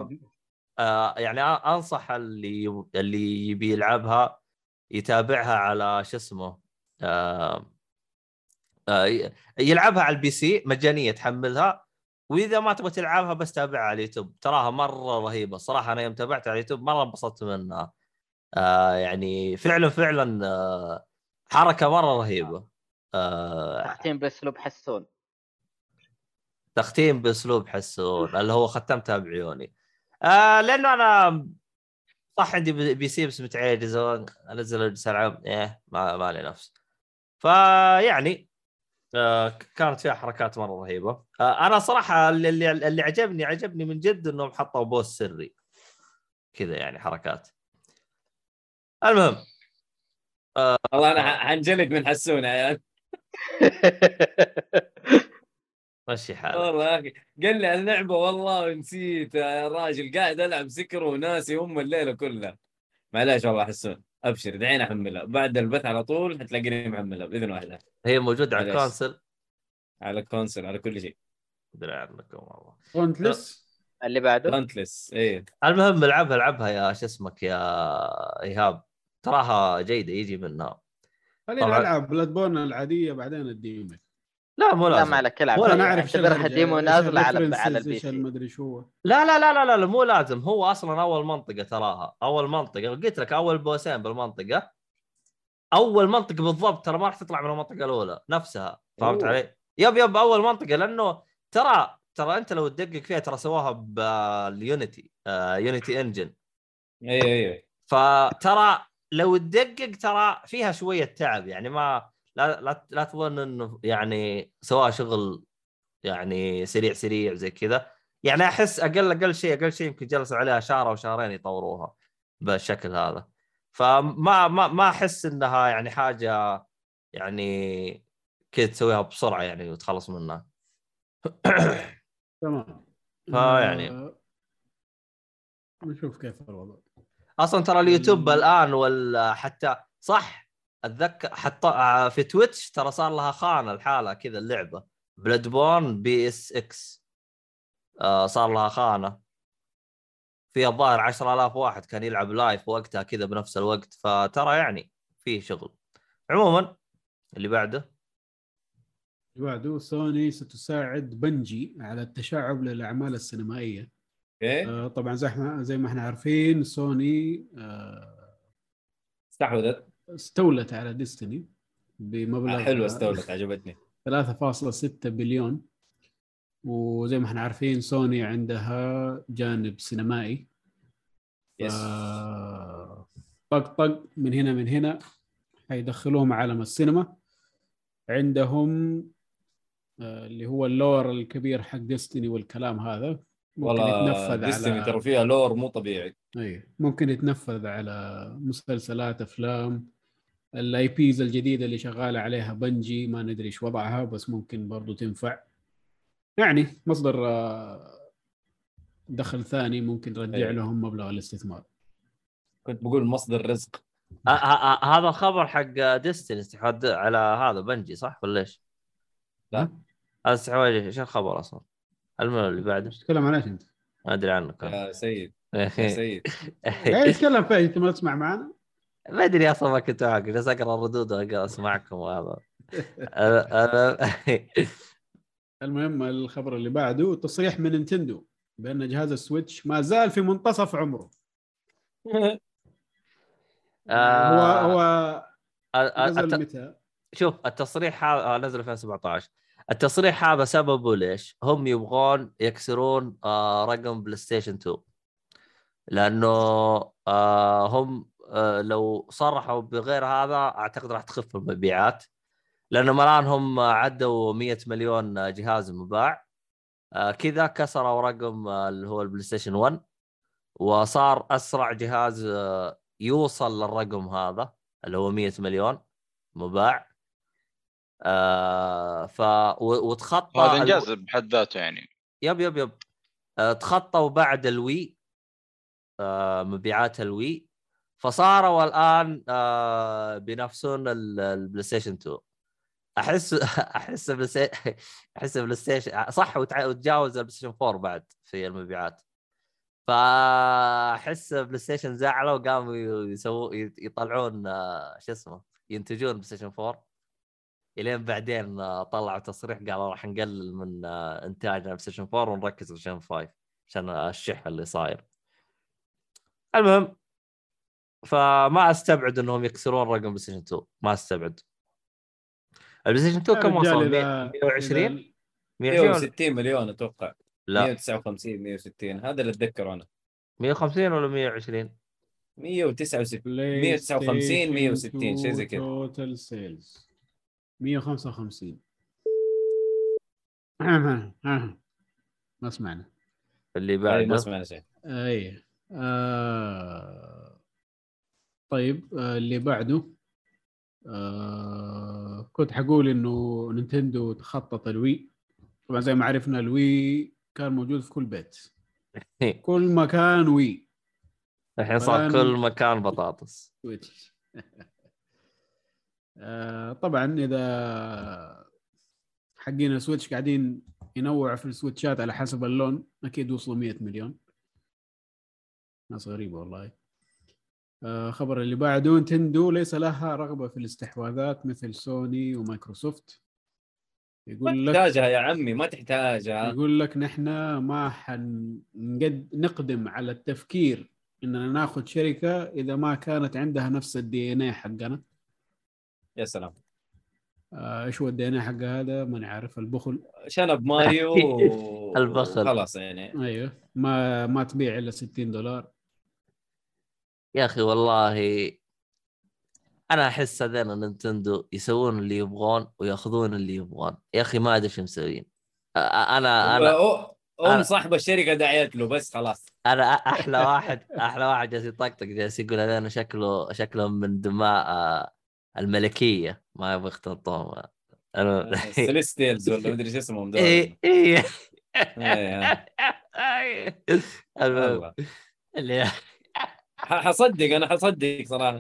[SPEAKER 1] آه يعني انصح اللي اللي يبي يلعبها يتابعها على شو اسمه آه آه يلعبها على البي سي مجانيه تحملها، واذا ما تبغى تلعبها بس تابعها على اليوتيوب، تراها مره رهيبه صراحه. انا يوم تابعتها على اليوتيوب مره انبسطت منها. آه يعني فعلا فعلا آه حركه مره رهيبه. آه
[SPEAKER 4] تختيم باسلوب حسون.
[SPEAKER 1] تختيم باسلوب حسون اللي هو ختمتها بعيوني. آه لانه انا صح عندي بي سي بس متعجز انزل اجلس العب ايه ما ما لي نفس. فيعني آه كانت فيها حركات مره رهيبه. آه انا صراحه اللي اللي عجبني عجبني من جد انهم حطوا بوس سري كذا، يعني حركات. المهم آه
[SPEAKER 2] والله انا حنجلد من حسون يا عيال.
[SPEAKER 1] مشي حالك.
[SPEAKER 2] والله يا اخي قال لي اللعبه والله نسيت يا راجل، قاعد العب سكر وناسي ام الليله كلها. معليش والله حسون، ابشر دعينا احملها بعد البث على طول، حتلاقيني محملها باذن الله.
[SPEAKER 1] هي موجوده على
[SPEAKER 2] معليش.
[SPEAKER 1] الكونسل،
[SPEAKER 2] على الكونسل على كل شيء.
[SPEAKER 1] ادري عنكم والله.
[SPEAKER 3] فونتلس.
[SPEAKER 4] اللي بعده
[SPEAKER 2] لانتلس ايه.
[SPEAKER 1] المهم العبها العبها يا شو اسمك يا ايهاب، تراها جيده يجي منها.
[SPEAKER 3] خلينا
[SPEAKER 1] طبعا
[SPEAKER 3] العب بلاد بورن العاديه بعدين الديمك.
[SPEAKER 1] لا مو
[SPEAKER 4] لا
[SPEAKER 1] لازم.
[SPEAKER 4] ما عليك العب،
[SPEAKER 1] ولا
[SPEAKER 3] انا اعرف ايش
[SPEAKER 4] اعتبرها
[SPEAKER 3] الهرجة،
[SPEAKER 4] ديمو
[SPEAKER 3] ايش
[SPEAKER 4] نازله على على
[SPEAKER 3] الريفرنسز،
[SPEAKER 4] البي
[SPEAKER 3] ايش
[SPEAKER 4] سي.
[SPEAKER 3] المدري شو هو.
[SPEAKER 1] لا لا لا لا لا مو لازم. هو اصلا اول منطقه تراها اول منطقه قلت لك، اول بوسين بالمنطقه، اول منطقه بالضبط، ترى ما راح تطلع من المنطقه الاولى نفسها، فهمت
[SPEAKER 2] أوه.
[SPEAKER 1] علي؟ يب يب اول منطقه، لانه ترى ترى انت لو تدقق فيها ترى سواها باليونيتي آه يونيتي انجن.
[SPEAKER 2] ايوه ايوه
[SPEAKER 1] فترى لو تدقق ترى فيها شويه تعب، يعني ما لا لا, لا تظن انه يعني سواء شغل يعني سريع سريع زي كذا. يعني احس اقل اقل شيء اقل شيء يمكن جلسوا عليها شهر او شهرين يطوروها بالشكل هذا. فما ما ما احس انها يعني حاجه يعني كذا تسويها بسرعه يعني وتخلص منها.
[SPEAKER 3] تمام.
[SPEAKER 1] فيعني
[SPEAKER 3] آه، نشوف كيف الوضع.
[SPEAKER 1] اصلا ترى اليوتيوب الان ولا حتى صح اتذكر حتى في تويتش ترى صار لها خانه الحاله كذا اللعبه بلاد بورن بي اس اكس آه صار لها خانه فيها الظاهر عشرة آلاف واحد كان يلعب لايف وقتها كذا بنفس الوقت. فترى يعني فيه شغل. عموما اللي بعده
[SPEAKER 3] بعده سوني ستساعد بنجي على التشعب للأعمال السينمائية.
[SPEAKER 2] اوكي
[SPEAKER 3] آه طبعا زي ما زي ما احنا عارفين سوني آه
[SPEAKER 2] استحوذت.
[SPEAKER 3] استولت على ديستني بمبلغ
[SPEAKER 2] حلوه استولت، عجبتني.
[SPEAKER 3] ثلاثة فاصلة ستة بليون. وزي ما احنا عارفين سوني عندها جانب سينمائي.
[SPEAKER 2] يس.
[SPEAKER 3] طق طق من هنا من هنا حيدخلوهم عالم السينما. عندهم آه اللي هو اللور الكبير حق ديستني والكلام هذا ممكن يتنفذ
[SPEAKER 2] ديستني
[SPEAKER 3] على
[SPEAKER 2] ترى فيها لور مو طبيعي.
[SPEAKER 3] اي ممكن يتنفذ على مسلسلات افلام. الاي بيز الجديده اللي شغاله عليها بنجي ما ندري ايش وضعها بس ممكن برضو تنفع. يعني مصدر آه، دخل ثاني ممكن يرجع
[SPEAKER 2] أي.
[SPEAKER 3] لهم مبلغ الاستثمار.
[SPEAKER 2] كنت بقول مصدر رزق.
[SPEAKER 1] آه آه آه هذا الخبر حق ديستني استحواذ على هذا بنجي صح ولا ايش؟
[SPEAKER 2] لا
[SPEAKER 1] هذا استحواذ ايش الخبر اصلا؟ المهم اللي بعده
[SPEAKER 3] تتكلم عن ايش انت؟
[SPEAKER 1] ما ادري عنك
[SPEAKER 2] يا سيد يا سيد.
[SPEAKER 3] قاعد يتكلم فيه انت ما تسمع معنا؟
[SPEAKER 1] ما ادري اصلا ما كنت معك جالس اقرا الردود واقرا اسمعكم وهذا. أنا- أنا-
[SPEAKER 3] المهم الخبر اللي بعده تصريح من نينتندو بان جهاز السويتش ما زال في منتصف عمره. هو هو نزل متى؟
[SPEAKER 1] شوف التصريح هذا نزل في ألفين وسبعة عشر. التصريح هذا سببه ليش؟ هم يبغون يكسرون آه رقم بلاي ستيشن اثنين لانه آه هم آه لو صرحوا بغير هذا اعتقد راح تخف المبيعات لانه الان هم عدوا مية مليون جهاز مباع. آه كذا كسروا رقم آه اللي هو البلاي ستيشن واحد وصار اسرع جهاز آه يوصل للرقم هذا اللي هو مية مليون مباع. آه ف وتخطى
[SPEAKER 5] هذا انجاز بحد ذاته يعني.
[SPEAKER 1] يب يب يب آه تخطوا بعد الوي آه مبيعات الوي فصاروا الان آه بنفسون البلاي ستيشن اثنين. احس احس بلاي احس بلاي ستيشن صح وتجاوز البلاي ستيشن أربعة بعد في المبيعات. فاحس بلاي ستيشن زعلوا وقاموا يسووا يطلعون آه شو اسمه ينتجون بلاي ستيشن أربعة. الين بعدين طلعوا تصريح قالوا راح نقلل من انتاجنا بلاي ستيشن أربعة ونركز على بلاي ستيشن خمسة عشان الشح اللي صاير. المهم فما استبعد انهم يكسرون رقم بلاي ستيشن اثنين ما استبعد. البلاي ستيشن اثنين كم وصل؟ مية وعشرين
[SPEAKER 2] مية وستين مليون اتوقع.
[SPEAKER 1] لا
[SPEAKER 2] مية وتسعة وخمسين مية وستين هذا اللي اتذكره انا.
[SPEAKER 1] مية وخمسين ولا مية وعشرين؟
[SPEAKER 2] مية وتسعة وخمسين مية وستين شيء زي كذا.
[SPEAKER 3] توتال سيلز مية وخمسة وخمسين. ما سمعنا
[SPEAKER 1] اللي بعده
[SPEAKER 2] ما سمعنا شيء.
[SPEAKER 3] اي آه... طيب آه اللي بعده آه... كنت حقول انه نينتندو تخطط الوي. طبعا زي ما عرفنا الوي كان موجود في كل بيت كل مكان وي.
[SPEAKER 1] الحين صار كل مكان بطاطس.
[SPEAKER 3] آه طبعا اذا حقين السويتش قاعدين ينوعوا في السويتشات على حسب اللون اكيد وصلوا مية مليون. ناس غريبه والله. آه خبر اللي بعده نينتندو ليس لها رغبه في الاستحواذات مثل سوني ومايكروسوفت. يقول لك
[SPEAKER 2] تحتاجها يا عمي ما تحتاجها.
[SPEAKER 3] يقول لك نحن ما حنقد نقدم على التفكير اننا ناخذ شركه اذا ما كانت عندها نفس الدي ان اي حقنا.
[SPEAKER 2] يا سلام.
[SPEAKER 3] ايش هو الدي ان اي حق هذا؟ ما نعرف. البخل.
[SPEAKER 2] شنب ماريو و...
[SPEAKER 1] البخل
[SPEAKER 2] خلاص يعني.
[SPEAKER 3] ايوه ما ما تبيع الا ستين دولار.
[SPEAKER 1] يا اخي والله انا احس هذين نينتندو يسوون اللي يبغون وياخذون اللي يبغون. يا اخي ما ادري ايش مسوين. انا انا
[SPEAKER 2] ام صاحب الشركه دعيت له بس خلاص.
[SPEAKER 1] انا احلى واحد احلى واحد جالس يطقطق جالس يقول هذين شكله شكلهم من دماء الملكيه ما يبغى يختلطون. انا
[SPEAKER 2] سيليستيلز ولا مدري ايش اسمهم دول.
[SPEAKER 1] اي اي
[SPEAKER 2] والله اللي حصدق انا حصدق صراحه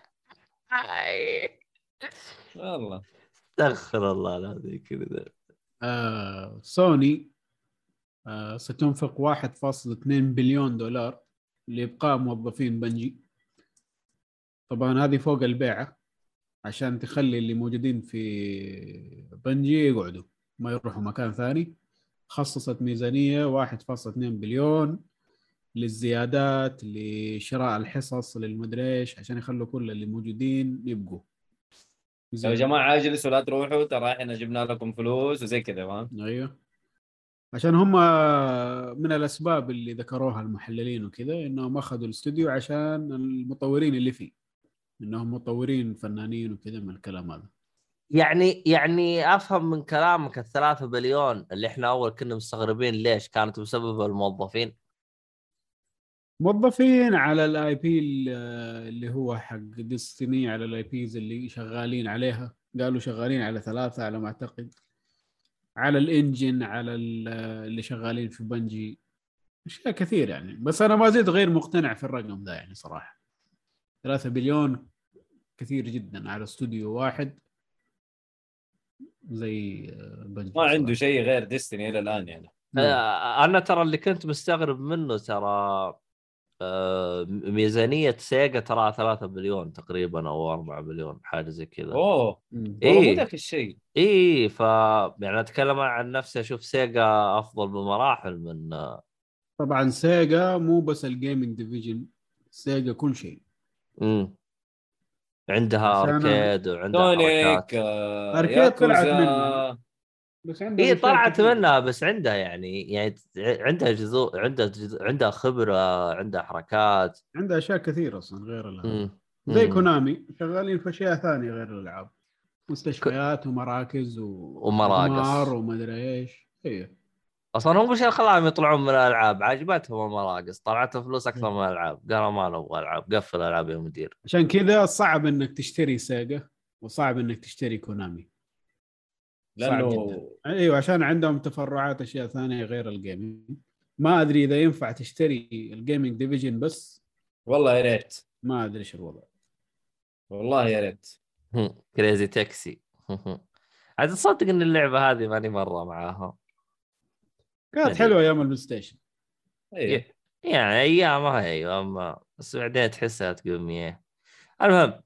[SPEAKER 2] والله.
[SPEAKER 1] استغفر الله العظيم كذا.
[SPEAKER 3] آه سوني آه ستنفق واحد فاصلة اثنين بليون دولار لإبقاء موظفين بنجي. طبعا هذه فوق البيعة عشان تخلي اللي موجودين في بنجي يقعدوا ما يروحوا مكان ثاني. خصصت ميزانية واحد فاصلة اثنين بليون للزيادات، لشراء الحصص، للمدري ايش، عشان يخلوا كل اللي موجودين يبقوا.
[SPEAKER 2] يا جماعه اجلسوا لا تروحوا، ترى احنا جبنا لكم فلوس وزي كذا. فاهم؟
[SPEAKER 3] ايوه، عشان هم من الاسباب اللي ذكروها المحللين وكذا انهم اخذوا الاستوديو عشان المطورين اللي فيه، انهم مطورين فنانين وكذا من الكلام هذا.
[SPEAKER 1] يعني يعني افهم من كلامك الثلاثة بليون اللي احنا اول كنا مستغربين ليش كانت بسبب الموظفين.
[SPEAKER 3] موظفين على الاي بي اللي هو حق ديستني، على الاي بيز اللي شغالين عليها. قالوا شغالين على ثلاثة على ما اعتقد، على الانجن، على اللي شغالين في بنجي، اشياء كثير يعني. بس انا ما زلت غير مقتنع في الرقم ده يعني صراحة. ثلاثة بليون كثير جدا على استوديو واحد زي بنجي.
[SPEAKER 2] ما عنده شيء غير ديستني الى الان يعني.
[SPEAKER 1] آه انا ترى اللي كنت مستغرب منه ترى آه ميزانية سيجا ترى ثلاثة بليون تقريبا او أربعة بليون حاجة زي كذا.
[SPEAKER 2] اوه
[SPEAKER 3] مم.
[SPEAKER 2] والله مو
[SPEAKER 1] ايه
[SPEAKER 2] ذاك الشيء.
[SPEAKER 1] ايه ف يعني اتكلم عن نفسي اشوف سيجا افضل بمراحل من
[SPEAKER 3] طبعا سيجا مو بس الجيمنج ديفيجن، سيجا كل شيء.
[SPEAKER 1] امم عندها
[SPEAKER 3] عشان
[SPEAKER 1] اركيد وعندها حركات.
[SPEAKER 2] سونيك آه،
[SPEAKER 3] اركيد طلعت
[SPEAKER 2] ياكوزا.
[SPEAKER 3] منها، بس عندها
[SPEAKER 1] هي
[SPEAKER 3] اشياء
[SPEAKER 1] طلعت
[SPEAKER 3] كثير.
[SPEAKER 1] منها بس عندها يعني يعني عندها جذور، عندها جذور، عندها خبرة، عندها حركات.
[SPEAKER 3] عندها اشياء كثير اصلا غير الهذا.
[SPEAKER 1] امم
[SPEAKER 3] زي
[SPEAKER 1] امم
[SPEAKER 3] كونامي شغالين في اشياء ثانيه غير الالعاب، مستشفيات ومراكز
[SPEAKER 1] ومراقص.
[SPEAKER 3] واقمار ومدري ايش. ايوه
[SPEAKER 1] اصلا هم وش اللي خلاهم يطلعون من الالعاب؟ عجبتهم المراقص، طلعتهم فلوس اكثر من الالعاب، قالوا ما نبغى العاب، قفل الالعاب يا مدير.
[SPEAKER 3] عشان كذا صعب انك تشتري سيجا وصعب انك تشتري كونامي، صعب
[SPEAKER 2] لانه
[SPEAKER 3] جدا. ايوه عشان عندهم تفرعات اشياء ثانيه غير الجيمنج. ما ادري اذا ينفع تشتري الجيمنج ديفيجن بس،
[SPEAKER 2] والله يا ريت،
[SPEAKER 3] ما ادري ايش الوضع.
[SPEAKER 2] والله يا ريت.
[SPEAKER 1] كريزي تاكسي. عاد تصدق ان اللعبه هذه ماني مره معاها.
[SPEAKER 3] كانت حلوه ايام البلاي ستيشن.
[SPEAKER 2] ايوه
[SPEAKER 1] يعني ايامها ايوه، اما بس بعدين تحسها تقول مياه. المهم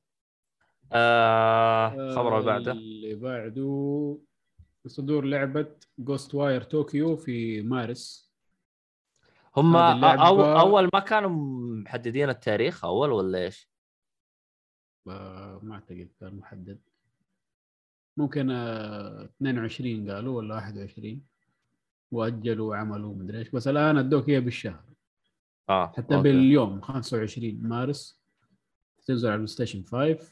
[SPEAKER 1] آه خبر اللي بعده
[SPEAKER 3] اللي بعده صدور لعبه جوست واير طوكيو في مارس.
[SPEAKER 1] هم
[SPEAKER 3] هذه
[SPEAKER 1] أو
[SPEAKER 3] اللعبة
[SPEAKER 1] اول ما كانوا محددين التاريخ اول ولا ايش؟
[SPEAKER 3] آه، ما اعتقد كان محدد. ممكن آه، اثنين وعشرين قالوا ولا واحد وعشرين، واجلوا وعملوا مدري ايش. بس الان ادوك هي بالشهر،
[SPEAKER 1] اه
[SPEAKER 3] حتى
[SPEAKER 1] أوكي.
[SPEAKER 3] باليوم خمسة وعشرين مارس تنزل على البلاي ستيشن خمسة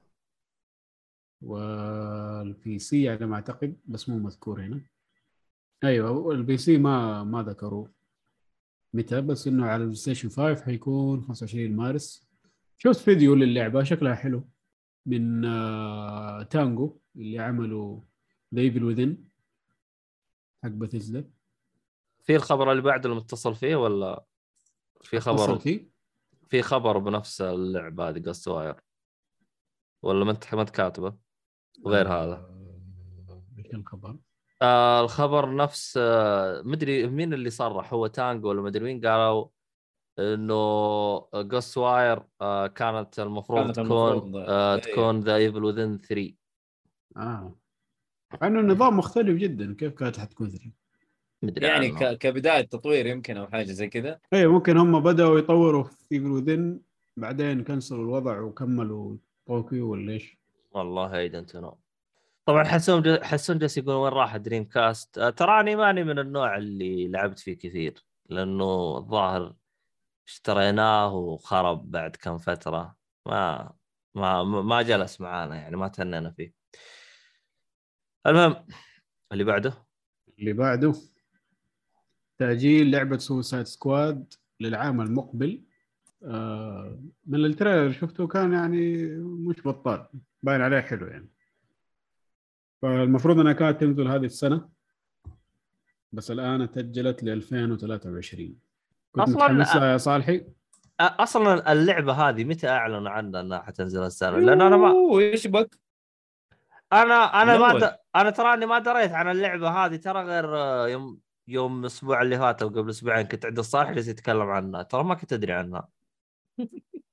[SPEAKER 3] والبي سي على ما اعتقد، بس مو مذكور هنا. ايوه البي سي ما ما ذكروا متى، بس انه على البلاي ستيشن خمسة حيكون خمسة وعشرين مارس. شفت فيديو للعبه شكلها حلو من آه تانجو اللي عملوا ذا ايفل وذن حق بثيسدا.
[SPEAKER 1] في الخبر اللي بعده المتصل فيه ولا في خبر
[SPEAKER 3] اتصل فيه؟
[SPEAKER 1] في خبر بنفس اللعبه هذه جوست واير ولا ما انت ما انت كاتبه وغير
[SPEAKER 3] آه
[SPEAKER 1] هذا؟
[SPEAKER 3] ايش الخبر؟
[SPEAKER 1] آه الخبر نفس آه مدري مين اللي صرح، هو تانجو ولا مدري مين، قالوا انه جوست واير آه كانت المفروض
[SPEAKER 2] كانت
[SPEAKER 1] تكون
[SPEAKER 2] المفروض
[SPEAKER 1] آه
[SPEAKER 2] إيه.
[SPEAKER 1] تكون ذا ايفل وذن ثلاثة.
[SPEAKER 3] اه انه النظام مختلف جدا، كيف كانت حتكون ثري؟
[SPEAKER 1] مدري
[SPEAKER 2] يعني
[SPEAKER 1] عنه.
[SPEAKER 2] ك... كبدايه تطوير يمكن او حاجه زي كذا.
[SPEAKER 3] ايه ممكن هم بدأوا يطوروا في ايفل وذن بعدين كنسلوا الوضع وكملوا طوكيو ولا ايش؟
[SPEAKER 1] والله اي دنت نو. طبعا حسون ج... حسون جالس يقول وين راح دريم كاست. آه تراني ماني من النوع اللي لعبت فيه كثير، لانه الظاهر اشتريناه وخرب بعد كم فترة، ما ما ما جلس معانا يعني، ما تهنينا فيه. المهم اللي بعده
[SPEAKER 3] اللي بعده تأجيل لعبة سوسايد سكواد للعام المقبل. آه من التريلر شفته كان يعني مش بطال، باين عليه حلو يعني. فالمفروض انها كانت تنزل هذه السنة، بس الآن تأجلت ل ألفين وثلاثة وعشرين. كنت
[SPEAKER 1] أصلاً
[SPEAKER 3] متحمس لها يا صالحي؟
[SPEAKER 1] اصلا اللعبه هذه متى اعلنوا عنها انها حتنزل السنه؟ لان انا ما
[SPEAKER 2] اوه ايش بك؟
[SPEAKER 1] انا انا ما
[SPEAKER 2] الأول.
[SPEAKER 1] د... انا تراني ما دريت عن اللعبه هذه ترى غير آه، يوم يوم الاسبوع اللي فات او قبل اسبوعين كنت عند الصالح اللي يتكلم عنها، ترى ما كنت ادري عنها.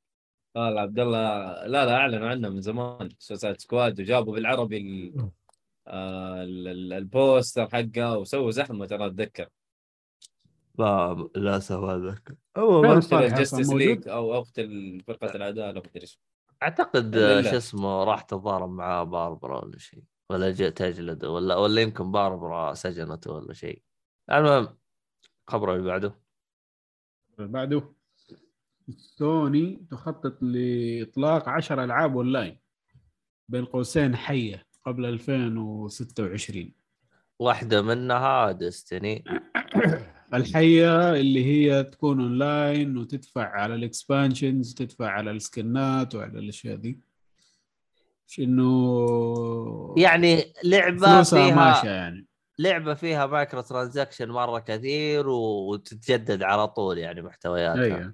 [SPEAKER 2] والله عبد الله، لا لا اعلنوا عنه من زمان سوسايد سكواد، وجابوا بالعربي ال... آه ال- ال- البوستر حقه وسووا زحمه ترى اتذكر.
[SPEAKER 1] لا لا سوى ذاك
[SPEAKER 3] فين
[SPEAKER 1] عموما.
[SPEAKER 3] الصالح اصلا
[SPEAKER 2] الجستس ليج
[SPEAKER 3] موجود؟
[SPEAKER 2] او اخت فرقه العداله ما ادري ايش.
[SPEAKER 1] اعتقد
[SPEAKER 2] الا
[SPEAKER 1] آه، شو
[SPEAKER 2] لا
[SPEAKER 1] اسمه راح تتضارب مع باربرا ولا شيء، ولا جاء تجلد، ولا ولا يمكن باربرا سجنته ولا شيء. المهم خبر اللي بعده.
[SPEAKER 3] بعده سوني تخطط لاطلاق عشر العاب اونلاين بين قوسين حيه قبل ألفين وستة وعشرين.
[SPEAKER 1] واحده منها ديستني.
[SPEAKER 3] الحيه اللي هي تكون اونلاين وتدفع على الاكسبانشنز، تدفع على السكنات وعلى الاشياء دي، مش انه
[SPEAKER 1] يعني لعبه
[SPEAKER 3] فلوسها ماشيه
[SPEAKER 1] فيها
[SPEAKER 3] يعني.
[SPEAKER 1] لعبه فيها مايكرو ترانزاكشن مره كثير وتتجدد على طول يعني محتوياتها.
[SPEAKER 3] ايوه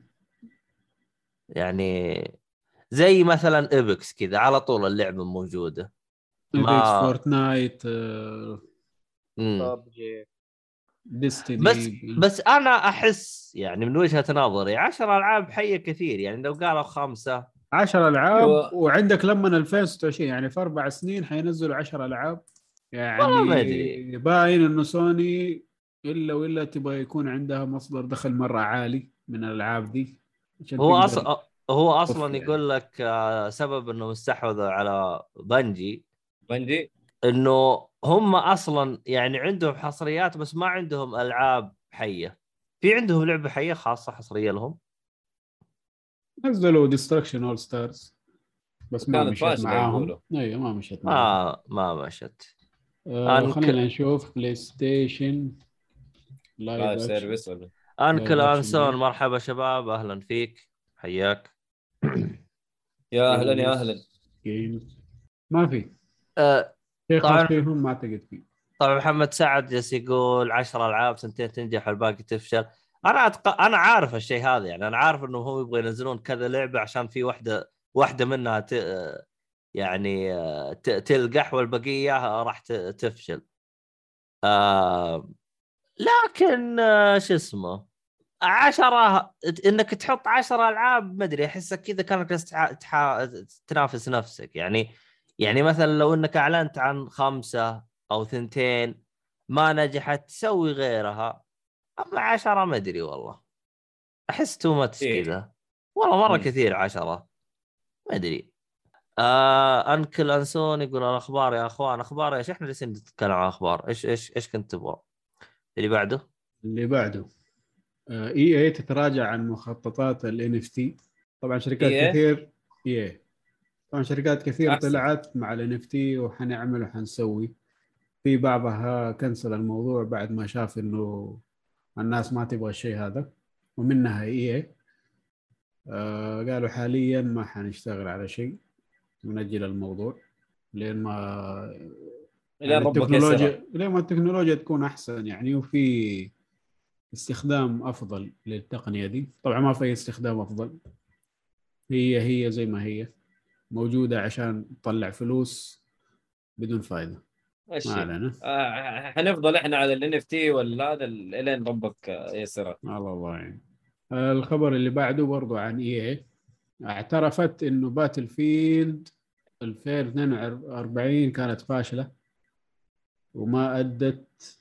[SPEAKER 1] يعني زي مثلا ايبكس كذا على طول اللعبه موجوده.
[SPEAKER 3] ايبكس،
[SPEAKER 1] ما
[SPEAKER 3] فورتنايت،
[SPEAKER 1] مم.
[SPEAKER 4] ببجي.
[SPEAKER 1] بس
[SPEAKER 3] ديستني.
[SPEAKER 1] بس انا احس يعني من وجهة نظري عشر العاب حية كثير، يعني لو قالوا خمسة.
[SPEAKER 3] عشر العاب
[SPEAKER 2] ايوه
[SPEAKER 3] وعندك لما ألفين وستة وعشرين يعني في اربع سنين حينزلوا عشر العاب.
[SPEAKER 1] والله
[SPEAKER 3] يعني
[SPEAKER 1] ما ادري.
[SPEAKER 3] باين انه سوني الا ولا تبغى يكون عندها مصدر دخل مره عالي من الالعاب دي عشان
[SPEAKER 1] هو
[SPEAKER 3] تقدر
[SPEAKER 1] اصلا هو
[SPEAKER 3] توفي
[SPEAKER 1] اصلا
[SPEAKER 3] يعني.
[SPEAKER 1] يقول لك آه، سبب انهم استحوذوا على بنجي
[SPEAKER 2] بنجي.
[SPEAKER 1] انه هم اصلا يعني عندهم حصريات بس ما عندهم العاب حية. في عندهم لعبة حية خاصة حصرية لهم.
[SPEAKER 3] نزلوا ديستركشن اول ستارز بس ما
[SPEAKER 2] كانت
[SPEAKER 3] مشيت
[SPEAKER 2] فاشله
[SPEAKER 3] معاهم.
[SPEAKER 2] يقولوا.
[SPEAKER 3] ايوه ما مشيت معاهم.
[SPEAKER 1] ما ما مشت.
[SPEAKER 3] آه خلينا
[SPEAKER 1] انك
[SPEAKER 3] نشوف بلاي ستيشن لايف
[SPEAKER 2] لايف
[SPEAKER 3] اكشن.
[SPEAKER 2] سيرفيس ولا
[SPEAKER 1] انكل
[SPEAKER 3] لايف اكشن
[SPEAKER 1] انسون
[SPEAKER 3] جيم
[SPEAKER 1] مرحبا شباب، اهلا فيك، حياك.
[SPEAKER 2] يا اهلا يا اهلا.
[SPEAKER 3] جيمز ما في
[SPEAKER 1] أه
[SPEAKER 3] شيء خاص
[SPEAKER 1] طبعا.
[SPEAKER 3] فيهم، ما اعتقد فيه.
[SPEAKER 1] طبعا محمد سعد جالس يقول عشر العاب سنتين تنجح والباقي تفشل. انا أتق... انا عارف الشيء هذا، يعني انا عارف انهم هم يبغوا ينزلون كذا لعبه عشان في واحده واحده منها ت... يعني آه، ت... تلقح والبقيه راح ت... تفشل. آه... لكن آه، شو اسمه عشرة، انك تحط عشرة العاب ما ادري احسك كذا كانك تح... تح... تنافس نفسك يعني. يعني مثلا لو انك اعلنت عن خمسة او ثنتين ما نجحت تسوي غيرها، اما عشرة ما ادري والله احس تو ماتش
[SPEAKER 2] ايه.
[SPEAKER 1] كذا. والله مره
[SPEAKER 2] مم.
[SPEAKER 1] كثير عشرة ما ادري. آه انكل انسون يقول الاخبار يا اخوان. اخبار ايش؟ احنا جالسين نتكلم عن اخبار ايش ايش ايش كنت تبغى اللي بعده؟
[SPEAKER 3] اللي بعده اي اي تتراجع عن مخططات ال إن إف تي. طبعا شركات
[SPEAKER 2] ايه
[SPEAKER 3] كثير اي اي طبعا شركات كثير
[SPEAKER 2] احسن.
[SPEAKER 3] طلعت مع ال إن إف تي وحنعمل وحنسوي. في بعضها كنسل الموضوع بعد ما شاف انه الناس ما تبغى الشيء هذا، ومنها اي اي. آه قالوا حاليا ما حنشتغل على شيء، ونجل الموضوع لين ما
[SPEAKER 2] الين
[SPEAKER 3] يعني
[SPEAKER 2] ربك يسرها.
[SPEAKER 3] التكنولوجيا لين ما التكنولوجيا تكون احسن يعني، وفي استخدام افضل للتقنيه دي. طبعا ما في استخدام افضل، هي هي زي ما هي موجوده عشان تطلع فلوس بدون فائده. ما
[SPEAKER 2] ماشي.
[SPEAKER 3] علينا.
[SPEAKER 2] آه حنفضل احنا على الان اف تي ولا هذا الين ربك آه، يسرها.
[SPEAKER 3] الله الله يعني. الخبر اللي بعده برضو عن اي اي. اعترفت انه باتل فيلد ألفين واثنين وأربعين كانت فاشله وما ادت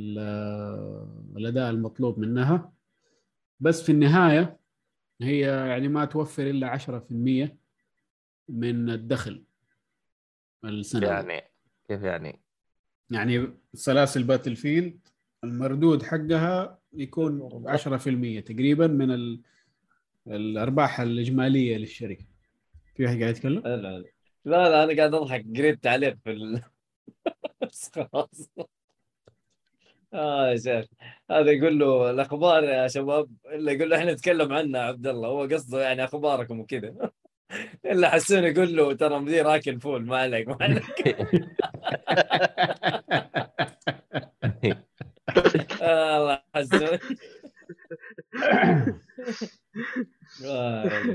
[SPEAKER 3] الاداء المطلوب منها، بس في النهايه هي يعني ما توفر الا عشرة في المية من الدخل السنوي.
[SPEAKER 1] يعني كيف يعني؟
[SPEAKER 3] يعني سلاسل باتل فيلد المردود حقها يكون عشرة في المية تقريبا من ال... الارباح الاجماليه للشركه. في واحد قاعد يتكلم؟
[SPEAKER 2] لا لا لا لا انا قاعد اضحك قريت تعليق في ال... بس خلاص. اه يا شيخ، هذا يقول له الاخبار يا شباب، الا يقول له احنا نتكلم عنها عبد الله، هو قصده يعني اخباركم وكذا. الا حسون يقول له ترى مدير اكل فول ما عليك ما عليك. آه الله حسون. آه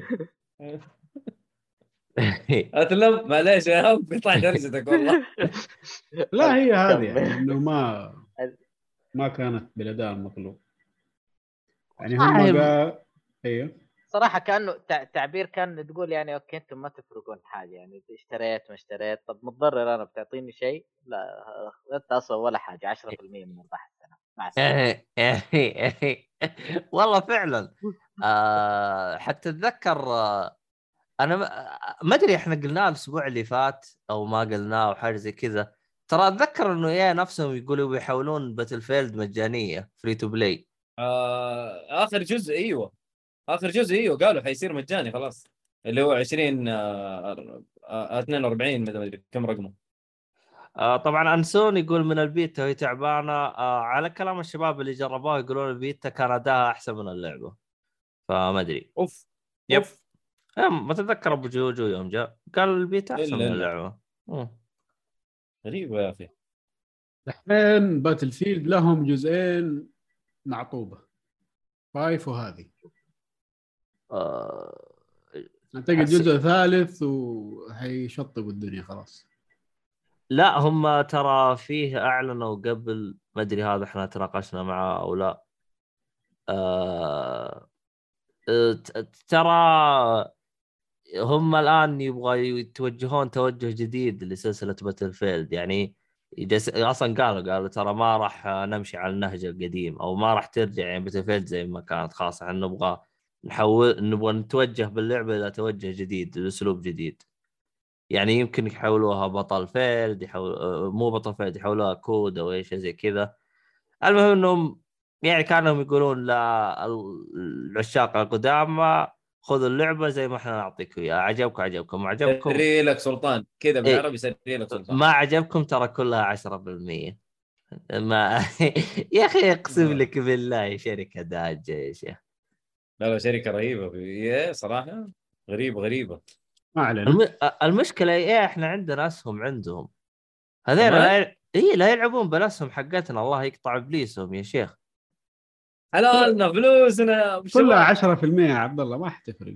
[SPEAKER 2] اتلم معليش يا هم قطعت رجلتك والله.
[SPEAKER 3] لا هي هذه
[SPEAKER 4] كمل.
[SPEAKER 3] يعني انه ما ما كانت بالاداء المطلوب. يعني هم
[SPEAKER 1] فاهم.
[SPEAKER 3] قال ايوه
[SPEAKER 4] صراحه كانه تع- تعبير كان تقول يعني اوكي انتم ما تفرقون حاجه، يعني اشتريت ما اشتريت، طب متضرر انا بتعطيني شيء؟ لا انت اصلا ولا حاجه، عشرة بالمية من ارباح السنه مع السلامه.
[SPEAKER 1] والله فعلا. آه حتى اتذكر، آه انا ما ما ادري احنا قلناه الاسبوع اللي فات او ما قلناه او حاجه زي كذا. ترى اتذكر انه يا نفسهم يقولوا بيحولون باتل فيلد مجانيه فري تو بلاي.
[SPEAKER 2] آه اخر جزء ايوه، اخر جزء ايوه قالوا حيصير مجاني خلاص، اللي هو عشرين آه آه اثنين وأربعين ما ادري كم رقمه.
[SPEAKER 1] آه طبعا انسون يقول من البيتا وهي تعبانه. آه على كلام الشباب اللي جربوها يقولون البيتا كان اداها احسن من اللعبه، فما ادري.
[SPEAKER 2] اوف
[SPEAKER 1] يب.
[SPEAKER 2] اوف.
[SPEAKER 1] آه، ما تتذكر ابو جوجو يوم جاء قال البيتا احسن
[SPEAKER 2] الا
[SPEAKER 1] من
[SPEAKER 2] الا
[SPEAKER 1] اللعبه. مم.
[SPEAKER 2] غريبه يا اخي.
[SPEAKER 3] الحين باتل فيلد لهم جزئين معطوبه، فايف وهذه
[SPEAKER 1] آه
[SPEAKER 3] اعتقد
[SPEAKER 1] حسي...
[SPEAKER 3] جزء ثالث وهيشطبوا الدنيا خلاص.
[SPEAKER 1] لا هم ترى فيه اعلنوا قبل، ما ادري هذا احنا تناقشنا معه او لا. آه... ت- ترى هم الان يبغى يتوجهون توجه جديد لسلسله باتل فيلد، يعني يجس... اصلا قالوا قالوا ترى ما راح نمشي على النهج القديم او ما راح ترجع يعني باتل فيلد زي ما كانت، خاصه احنا نبغى نحول نبغى نتوجه باللعبه الى توجه جديد لاسلوب جديد. يعني يمكن يحولوها بطل فيلد، يحول آه، مو بطل فيلد، يحولوها كود او اي شيء زي كذا. المهم انهم يعني كانوا يقولون للعشاق القدامى خذوا اللعبه زي ما احنا نعطيكم اياها، عجبكم عجبكم ما عجبكم
[SPEAKER 2] سري لك سلطان كذا
[SPEAKER 1] إيه
[SPEAKER 2] بالعربي، سري لك سلطان.
[SPEAKER 1] ما عجبكم ترى كلها عشرة بالمية. ما يا اخي اقسم
[SPEAKER 2] آه.
[SPEAKER 1] لك بالله شركه داجه يا شيخ.
[SPEAKER 2] لا لا شركه رهيبه في صراحه، غريبه غريبه.
[SPEAKER 3] ما علينا.
[SPEAKER 1] الم... المشكله ايه احنا عندنا اسهم عندهم، هذين
[SPEAKER 2] كمان
[SPEAKER 1] لا ي... إيه لا يلعبون بالاسهم حقتنا، الله يقطع ابليسهم يا شيخ.
[SPEAKER 2] حلالنا فلوسنا
[SPEAKER 3] كلها
[SPEAKER 2] شباب.
[SPEAKER 3] عشرة بالمية يا عبد الله، ما حتفرق.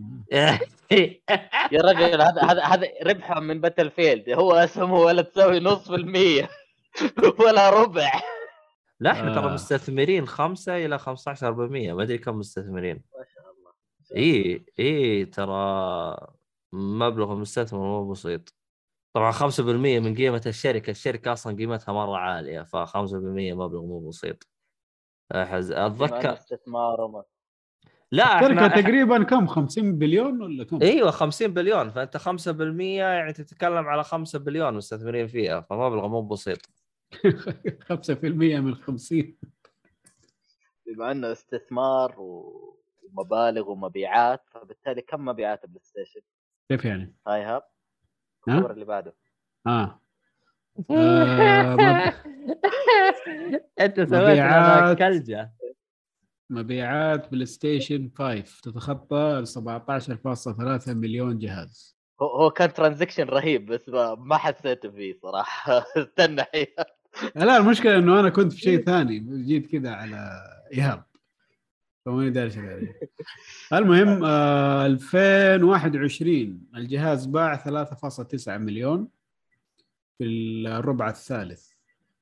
[SPEAKER 4] يا رجل هذا هذا هذا ربحهم من باتل فيلد، هو اسهمه ولا تسوي نص في المية ولا ربع.
[SPEAKER 1] لا احنا ترى
[SPEAKER 3] آه.
[SPEAKER 1] مستثمرين خمسة الى خمسة عشر بالمية، ما ادري كم مستثمرين.
[SPEAKER 4] ما شاء الله.
[SPEAKER 1] اي اي ترى مبلغ المستثمر مو بسيط. طبعا خمسة بالمية من قيمة الشركة، الشركة اصلا قيمتها مرة عالية، ف5% مبلغ مو بسيط. أحز...
[SPEAKER 4] بما انه
[SPEAKER 1] اتذكر
[SPEAKER 4] استثمار وما
[SPEAKER 1] لا
[SPEAKER 3] الشركة
[SPEAKER 1] احنا إح...
[SPEAKER 3] تقريبا كم، خمسين بليون ولا كم؟
[SPEAKER 1] ايوه خمسين بليون، فانت خمسة بالمية يعني تتكلم على خمسة بليون مستثمرين فيها، فمبلغ مو بسيط.
[SPEAKER 3] خمسة بالمية من خمسين.
[SPEAKER 4] بما انه استثمار ومبالغ ومبيعات، فبالتالي كم مبيعات بلاي ستيشن؟
[SPEAKER 3] كيف يعني؟
[SPEAKER 4] هاي هاب
[SPEAKER 3] ها؟
[SPEAKER 4] الخبر اللي بعده.
[SPEAKER 3] اه, آه مب...
[SPEAKER 1] انت سويت لنا
[SPEAKER 3] مبيعات
[SPEAKER 1] كلجة.
[SPEAKER 3] مبيعات بلاي ستيشن خمسة تتخطى سبعة عشر فاصلة ثلاثة مليون جهاز.
[SPEAKER 4] هو هو كان ترانزكشن رهيب بس ما, ما حسيت فيه صراحه. استنى حيا.
[SPEAKER 3] لا المشكلة انه انا كنت في شيء ثاني، جيت كذا على ايهاب فماني داري شو داري. المهم آه ألفين وواحد وعشرين الجهاز باع ثلاثة فاصلة تسعة مليون في الربع الثالث.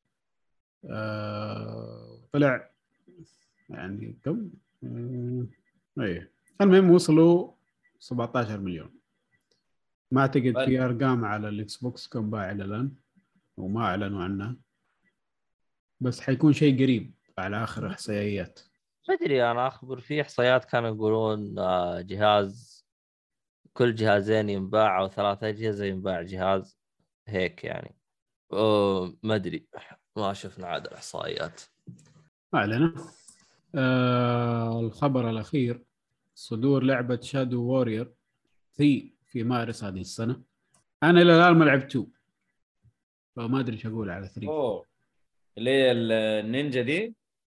[SPEAKER 3] آه طلع يعني كم؟ آه ايه المهم وصلوا سبعة عشر مليون. ما اعتقد في ارقام على الاكس بوكس كم باع الى الان وما اعلنوا عنها، بس حيكون شيء قريب على اخر احصائيات.
[SPEAKER 1] ما ادري انا اخبر في احصائيات كانوا يقولون آه، جهاز كل جهازين ينباع او ثلاثة اجهزة ينباع جهاز هيك يعني. أوه ما ادري ما شفنا عاد الاحصائيات.
[SPEAKER 3] ما علينا. آه الخبر الاخير صدور لعبه شادو وورير ثلاثة في مارس هذه السنه. انا الى الان ما لعبت اثنين فما ادري ايش اقول على ثلاثة.
[SPEAKER 2] اوه اللي هي النينجا دي.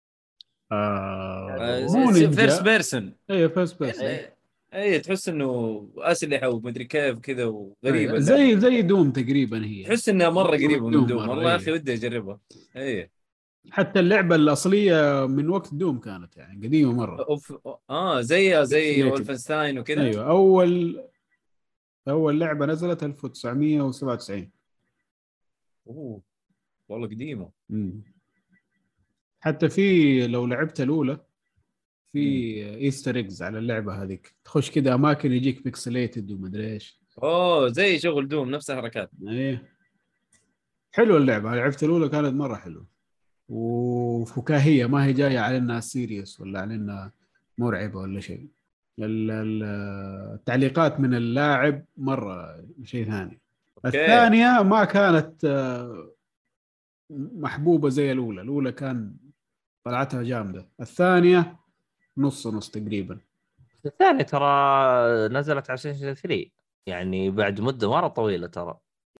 [SPEAKER 3] آه مو
[SPEAKER 2] فيرست
[SPEAKER 3] نينجا.
[SPEAKER 2] بيرسون.
[SPEAKER 3] اي فيرست بيرسون.
[SPEAKER 2] اي اي تحس انه اسلحه ومدري كيف كذا وغريبه.
[SPEAKER 3] زي زي دوم تقريبا هي.
[SPEAKER 2] تحس انها مره قريبه من دوم. والله يا
[SPEAKER 3] أيه.
[SPEAKER 2] اخي ودي اجربها. اي
[SPEAKER 3] حتى اللعبه الاصليه من وقت دوم كانت يعني قديمه مره.
[SPEAKER 2] أوف. اه زي زي وولفنستاين وكذا.
[SPEAKER 3] ايوه اول اول لعبه نزلت ألف وتسعمية وسبعة وتسعين.
[SPEAKER 2] اوه والله قديمه.
[SPEAKER 3] مم. حتى في لو لعبت الاولى في ايستر ايجز على اللعبه هذيك، تخش كده اماكن يجيك بيكسليتد ومدري ايش.
[SPEAKER 2] اوه زي شغل دوم نفس الحركات.
[SPEAKER 3] ايه حلوه اللعبه، لعبت الاولى كانت مره حلوه وفكاهيه، ما هي جايه على انها سيريس ولا على انها مرعبه ولا شيء. ال- ال- التعليقات من اللاعب مره شيء ثاني.
[SPEAKER 2] أوكي.
[SPEAKER 3] الثانيه ما كانت آه، محبوبه زي الاولى. الاولى كان طلعتها جامده، الثانيه نص نص تقريبا.
[SPEAKER 1] الثاني ترى نزلت على ثلاثة يعني بعد مده مره طويله ترى.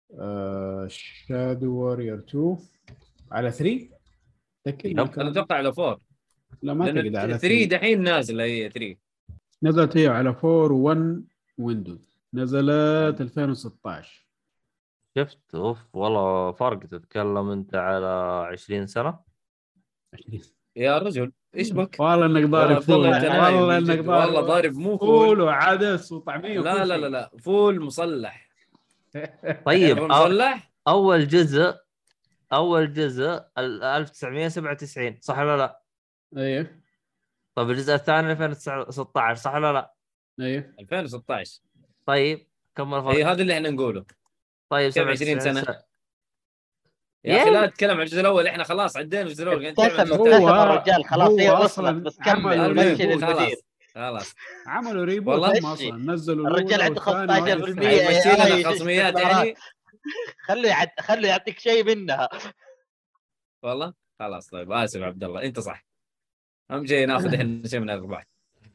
[SPEAKER 3] شادو واريور تو على ثلاثة تأكد
[SPEAKER 1] يب.
[SPEAKER 3] ما
[SPEAKER 2] انا
[SPEAKER 3] كان.
[SPEAKER 2] اتوقع على فور،
[SPEAKER 3] لا ما
[SPEAKER 2] لان
[SPEAKER 3] تقدر على
[SPEAKER 2] ثلاثة
[SPEAKER 3] ثلاثة.
[SPEAKER 2] دحين نازله. هي ثلاثة
[SPEAKER 3] نزلت هي على أربعة و1 ويندوز، نزلت ألفين وستة عشر.
[SPEAKER 1] شفت اوف والله فرق، تتكلم انت على عشرين سنه.
[SPEAKER 2] يا رجل ايش بك؟
[SPEAKER 3] والله انك
[SPEAKER 2] يا
[SPEAKER 3] ضارب
[SPEAKER 2] عبد الله
[SPEAKER 3] فول
[SPEAKER 2] انت
[SPEAKER 3] يعني.
[SPEAKER 2] نايم
[SPEAKER 3] والله
[SPEAKER 2] من
[SPEAKER 3] انك
[SPEAKER 2] جد. والله
[SPEAKER 3] ضارب
[SPEAKER 2] ضارب مو
[SPEAKER 3] فول
[SPEAKER 2] فول.
[SPEAKER 3] وعدس وطعميه
[SPEAKER 2] لا
[SPEAKER 3] وكل
[SPEAKER 2] لا
[SPEAKER 3] شيء.
[SPEAKER 2] لا لا فول مصلح.
[SPEAKER 1] طيب
[SPEAKER 2] فول
[SPEAKER 1] أو
[SPEAKER 2] مصلح.
[SPEAKER 1] اول جزء اول جزء ال- ألف وتسعمية وسبعة وتسعين صح ولا لا؟
[SPEAKER 3] ايه
[SPEAKER 1] طيب الجزء الثاني ألفين وستة عشر صح ولا لا؟
[SPEAKER 3] ايه
[SPEAKER 2] ألفين وستة عشر.
[SPEAKER 1] طيب كم الفرق؟
[SPEAKER 2] اي هذا اللي احنا نقوله.
[SPEAKER 1] طيب
[SPEAKER 2] كيف عشرين
[SPEAKER 1] سبعة وتسعين
[SPEAKER 2] سنة؟
[SPEAKER 1] سنة.
[SPEAKER 2] يا اخي لا تتكلم عن الجزء الاول، احنا خلاص عدينا الجزء الاول. قاعد نتكلم عن
[SPEAKER 4] ابتسم
[SPEAKER 2] الجزء
[SPEAKER 3] هو
[SPEAKER 4] ابتسم
[SPEAKER 2] الثاني.
[SPEAKER 4] الرجال خلاص،
[SPEAKER 3] هو
[SPEAKER 4] هي وصلت
[SPEAKER 3] أصلاً
[SPEAKER 4] بس كمل
[SPEAKER 3] عملوا
[SPEAKER 2] المهم
[SPEAKER 4] بشر
[SPEAKER 3] ريبوت.
[SPEAKER 4] المدير.
[SPEAKER 2] خلاص خلاص
[SPEAKER 3] عملوا ريبوت
[SPEAKER 4] والله
[SPEAKER 3] هم
[SPEAKER 4] مشي.
[SPEAKER 3] اصلا نزلوا
[SPEAKER 4] الرجال
[SPEAKER 3] الاولى
[SPEAKER 4] عنده
[SPEAKER 3] والثانيه
[SPEAKER 4] خمسة عشر
[SPEAKER 3] وهذه
[SPEAKER 4] بالمية
[SPEAKER 3] الثالثه.
[SPEAKER 2] حيمشي لنا
[SPEAKER 4] أي
[SPEAKER 2] خصميات
[SPEAKER 4] استثمارات.
[SPEAKER 2] يعني.
[SPEAKER 4] خلوا يعد... خلوا يعطيك شيء منها.
[SPEAKER 2] والله خلاص. طيب اسف عبد الله انت صح. اهم شيء ناخذ احنا شيء من الارباح.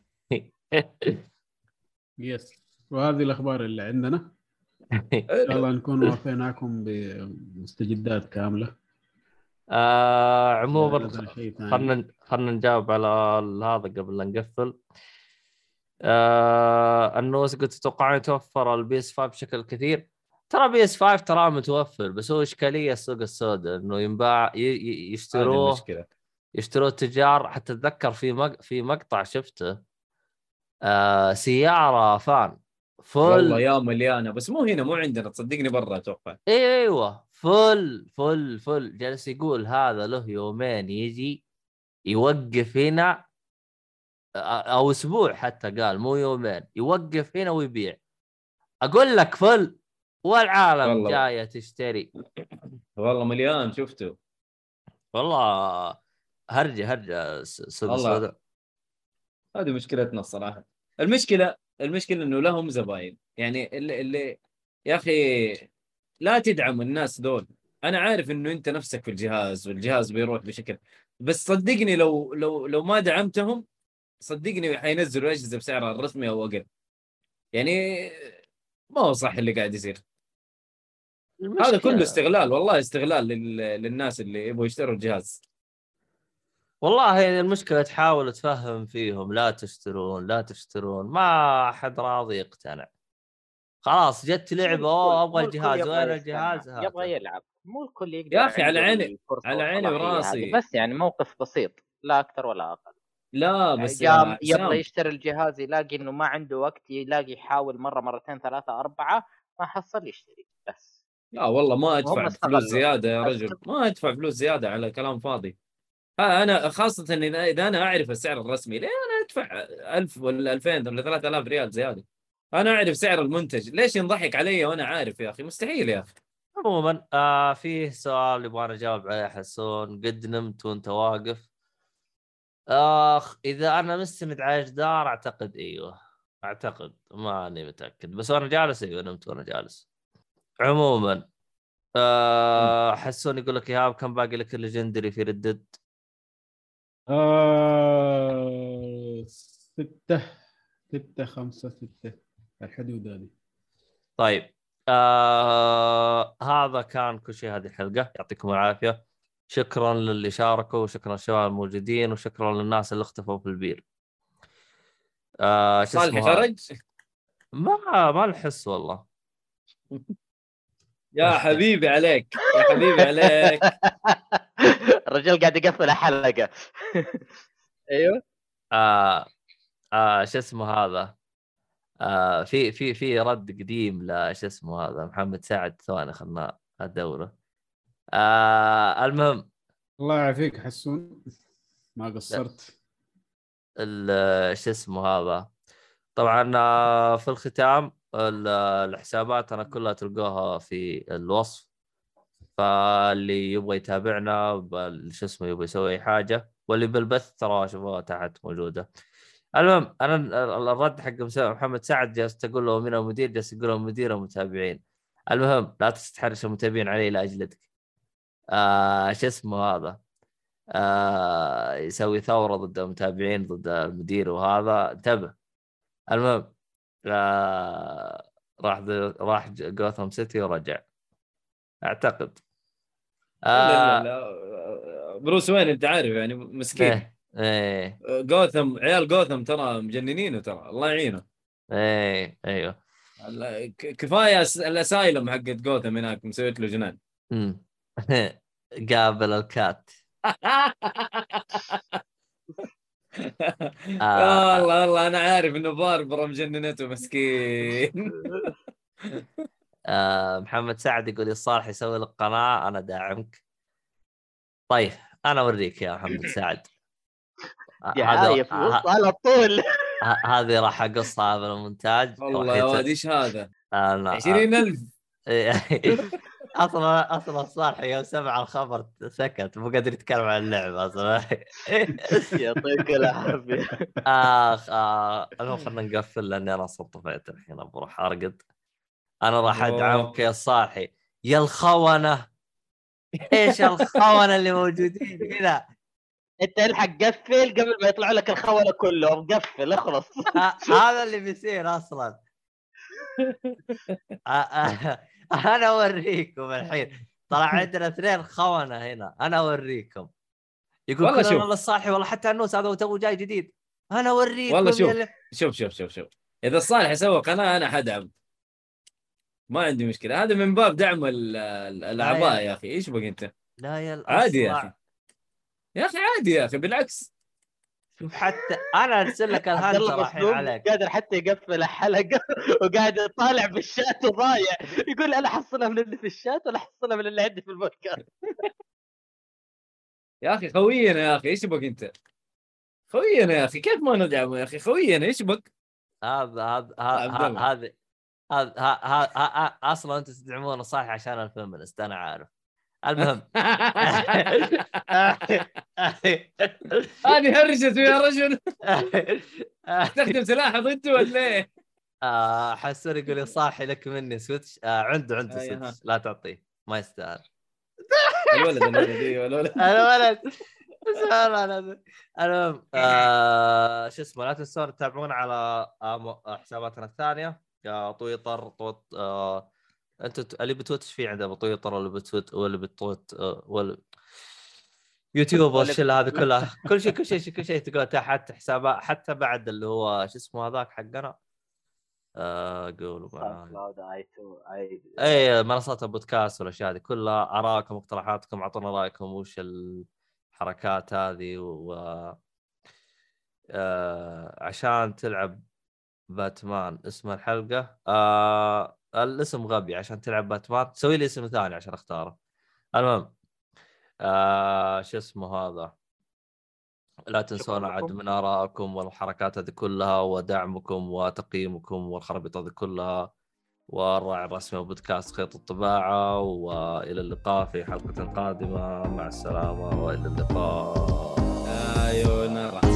[SPEAKER 3] يس. وهذه الاخبار اللي عندنا، ان شاء الله نكون وافيناكم بمستجدات كامله.
[SPEAKER 1] آه
[SPEAKER 3] إذا
[SPEAKER 1] عموما
[SPEAKER 3] نزل شيء ثاني.
[SPEAKER 1] خلنا خلنا نجاوب على هذا قبل لا نقفل. آه النوس قلت تتوقعون يتوفر البي اس خمسة بشكل كثير؟ ترى بي اس خمسة ترى متوفر، بس هو اشكاليه السوق السوداء انه ينباع ي- ي-
[SPEAKER 2] هذه
[SPEAKER 1] يشتروه
[SPEAKER 2] المشكله.
[SPEAKER 1] يشتروه التجار. حتى اتذكر في مق... في مقطع شفته آه سياره فان فل.
[SPEAKER 2] والله يا مليانه، بس مو هنا، مو عندنا تصدقني، برا اتوقع.
[SPEAKER 1] ايوه فل فل فل جالس يقول هذا له يومين يجي يوقف هنا، او اسبوع حتى قال مو يومين، يوقف هنا ويبيع. اقول لك فل والعالم
[SPEAKER 2] والله
[SPEAKER 1] جايه تشتري.
[SPEAKER 2] والله مليان شفته.
[SPEAKER 1] والله هرجه هرجه سوق
[SPEAKER 2] والله
[SPEAKER 1] السوداء.
[SPEAKER 2] هذه مشكلتنا الصراحه. المشكله المشكله انه لهم زباين يعني اللي, اللي يا اخي لا تدعم الناس دول. انا عارف انه انت نفسك في الجهاز والجهاز بيروح بشكل، بس صدقني لو لو لو ما دعمتهم صدقني حينزلوا اجهزه بسعرها الرسمي او اقل. يعني ما هو صح اللي قاعد يصير. هذا كله استغلال، والله استغلال لل... للناس اللي يبغوا يشتروا الجهاز.
[SPEAKER 1] والله المشكله تحاول تفهم فيهم لا تشترون لا تشترون، ما حد راضي يقتنع. خلاص جت لعبه اوه ابغى الجهاز، وين الجهاز؟ هذا
[SPEAKER 4] يبغى يلعب. مو الكل يقدر
[SPEAKER 2] يا اخي على
[SPEAKER 4] عنده
[SPEAKER 2] عيني
[SPEAKER 4] الفرصة
[SPEAKER 2] على عيني
[SPEAKER 4] والصلاحية
[SPEAKER 2] وراسي.
[SPEAKER 4] هذه. بس يعني موقف بسيط لا اكثر ولا اقل.
[SPEAKER 2] لا بس
[SPEAKER 4] جاء
[SPEAKER 2] يا
[SPEAKER 4] يبغى
[SPEAKER 2] سام
[SPEAKER 4] يشتري الجهاز يلاقي انه ما عنده وقت، يلاقي يحاول مره مرتين ثلاثه اربعه ما حصل يشتري بس.
[SPEAKER 2] لا والله ما ادفع
[SPEAKER 4] وهم
[SPEAKER 2] فلوس
[SPEAKER 4] استغلوا.
[SPEAKER 2] زياده يا
[SPEAKER 4] بس.
[SPEAKER 2] رجل، ما ادفع فلوس زياده على كلام فاضي. ها انا خاصه اذا اذا انا اعرف السعر الرسمي، ليه انا ادفع ألف ولا ألفين ولا ثلاثة آلاف ريال زياده؟ انا اعرف سعر المنتج، ليش ينضحك علي وانا عارف؟ يا اخي مستحيل يا اخي.
[SPEAKER 1] عموما آه فيه سؤال يبغى نجاوب عليه. حسون قد نمت وانت واقف؟ اخ اذا انا مستند على جدار اعتقد ايوه، اعتقد ماني متاكد، بس وانا جالس ايوه نمت وانا جالس. عموما آه حسون يقول لك يا كم باقي لك الليجندري في ردد؟
[SPEAKER 3] آه... ستة ستة خمسة ستة الحدود هذه.
[SPEAKER 1] طيب آه هذا كان كل شيء هذه الحلقه، يعطيكم العافيه. شكرا للي شاركوا، وشكرا للشباب الموجودين، وشكرا للناس اللي اختفوا في البير. آه شو
[SPEAKER 2] صالح
[SPEAKER 1] اسمه هذا؟
[SPEAKER 2] خرج
[SPEAKER 1] ما ما نحس والله.
[SPEAKER 2] يا حبيبي عليك، يا حبيبي عليك.
[SPEAKER 4] الرجال قاعد يقفل حلقه. ايوه
[SPEAKER 1] آه آه شو اسمه هذا؟ آه في في في رد قديم لا شو اسمه هذا محمد سعد، ثواني خلنا ادوره. آه المهم
[SPEAKER 3] الله يعافيك حسون، ما قصرت.
[SPEAKER 1] شو اسمه هذا. طبعا في الختام الحسابات انا كلها تلقوها في الوصف، فاللي يبغى يتابعنا شو اسمه يبغى يسوي اي حاجه، واللي بالبث ترى شوفوها تحت موجوده. المهم انا الرد حق محمد سعد جالس تقول له من المدير، جالس يقول له المدير المتابعين. المهم لا تستحرش المتابعين علي لاجلتك. آه شو اسمه هذا آه يسوي ثوره ضد المتابعين ضد المدير، وهذا انتبه. المهم آه راح راح جوثام سيتي ورجع اعتقد.
[SPEAKER 2] آه لا لا لا بروس وين انت عارف يعني مسكين.
[SPEAKER 1] ايه ايه
[SPEAKER 2] جوثم عيال جوثم ترى مجننينه ترى الله يعينه.
[SPEAKER 1] ايه ايوه
[SPEAKER 2] كفايه الاسايلم حقت جوثم هناك مسويت له جنان.
[SPEAKER 1] امم قابل الكات.
[SPEAKER 2] آه والله والله انا عارف انه باربرا مجننته مسكين.
[SPEAKER 1] آه محمد سعد يقول الصالح يسوي لك قناه انا داعمك. طيب انا اوريك يا محمد سعد.
[SPEAKER 4] هذا على طول
[SPEAKER 1] هذه راح اقصها بالمونتاج.
[SPEAKER 2] والله يا واد ايش هذا عشرين ألف.
[SPEAKER 1] اصلا اصلا صالح يوم سمع الخبر سكت مو قادر يتكلم عن اللعبه اصلا.
[SPEAKER 4] يعطيك العافيه.
[SPEAKER 1] اخ آه. المهم خلينا نقفل لاني انا صرت طفيت الحين بروح ارقد. انا راح ادعمك يا صالحي يا الخونه. ايش الخونه اللي موجودين هنا؟
[SPEAKER 4] انت الحق قفل قبل ما يطلعوا لك الخونه كلهم. قفل اخلص.
[SPEAKER 1] هذا اللي بيصير اصلا. انا اوريكم الحين طلع عندنا اثنين خونه هنا. انا اوريكم. يقول
[SPEAKER 2] والله
[SPEAKER 1] كل والله الصالحي والله حتى النوس هذا تو جاي جديد. انا اوريكم
[SPEAKER 2] والله شوف يلي... شوف شوف شوف شوف اذا الصالح يسوي قناه انا حدعم ما عندي مشكله. هذا من باب دعم الاعضاء يا اخي. ايش بقى انت؟
[SPEAKER 1] لا يا
[SPEAKER 2] عادي يا اخي يا اخي عادي يا اخي بالعكس.
[SPEAKER 1] شوف حتى انا ارسل لك الهانتر الحين عليك
[SPEAKER 4] قادر حتى يقفل الحلقه وقاعد يطالع بالشات وضايع يقول انا احصلها من اللي في الشات ولا احصلها من اللي عندي في البودكاست.
[SPEAKER 2] يا اخي خوينا يا اخي ايش بك انت؟ خوينا يا اخي كيف ما ندعمه يا اخي خوينا ايش بك؟
[SPEAKER 1] هذا هذا هذا هذا هذا اصلا انتم تدعمونه صح عشان الفيمنست انا عارف. المهم
[SPEAKER 2] هذه هرجت يا رجل. تستخدم سلاح ضده ولا ايه؟
[SPEAKER 1] آه حسون يقول لي صاحي لك مني سويتش. آه عنده عنده سويتش لا تعطيه ما يستاهل.
[SPEAKER 2] الولد الولد ايوه الولد
[SPEAKER 1] الولد الولد. المهم آه شو اسمه لا تنسون تتابعونا على حساباتنا الثانيه تويتر توت آه انت اللي بتويتش فيه عنده بتويتر ولا بتويت ولا بتويت ولا يوتيوب والشيء هذا كله كل شيء كل شيء كل شيء تقول تحت حسابات حتى بعد اللي هو شو اسمه هذاك حقنا آه قولوا معاي اي منصات البودكاست والاشياء هذه كلها. ارائكم واقتراحاتكم اعطونا رايكم وش الحركات هذه و آه عشان تلعب باتمان اسم الحلقه آه الاسم غبي عشان تلعب باتمان تسوي لي اسم ثاني عشان اختاره. المهم آه شو اسمه هذا لا تنسون عاد من آرائكم والحركات هذه كلها ودعمكم وتقييمكم والخرابيط هذه كلها. والراعي الرسمي وبودكاست خيط الطباعة وإلى اللقاء في حلقة قادمة. مع السلامة وإلى اللقاء.
[SPEAKER 2] ايوه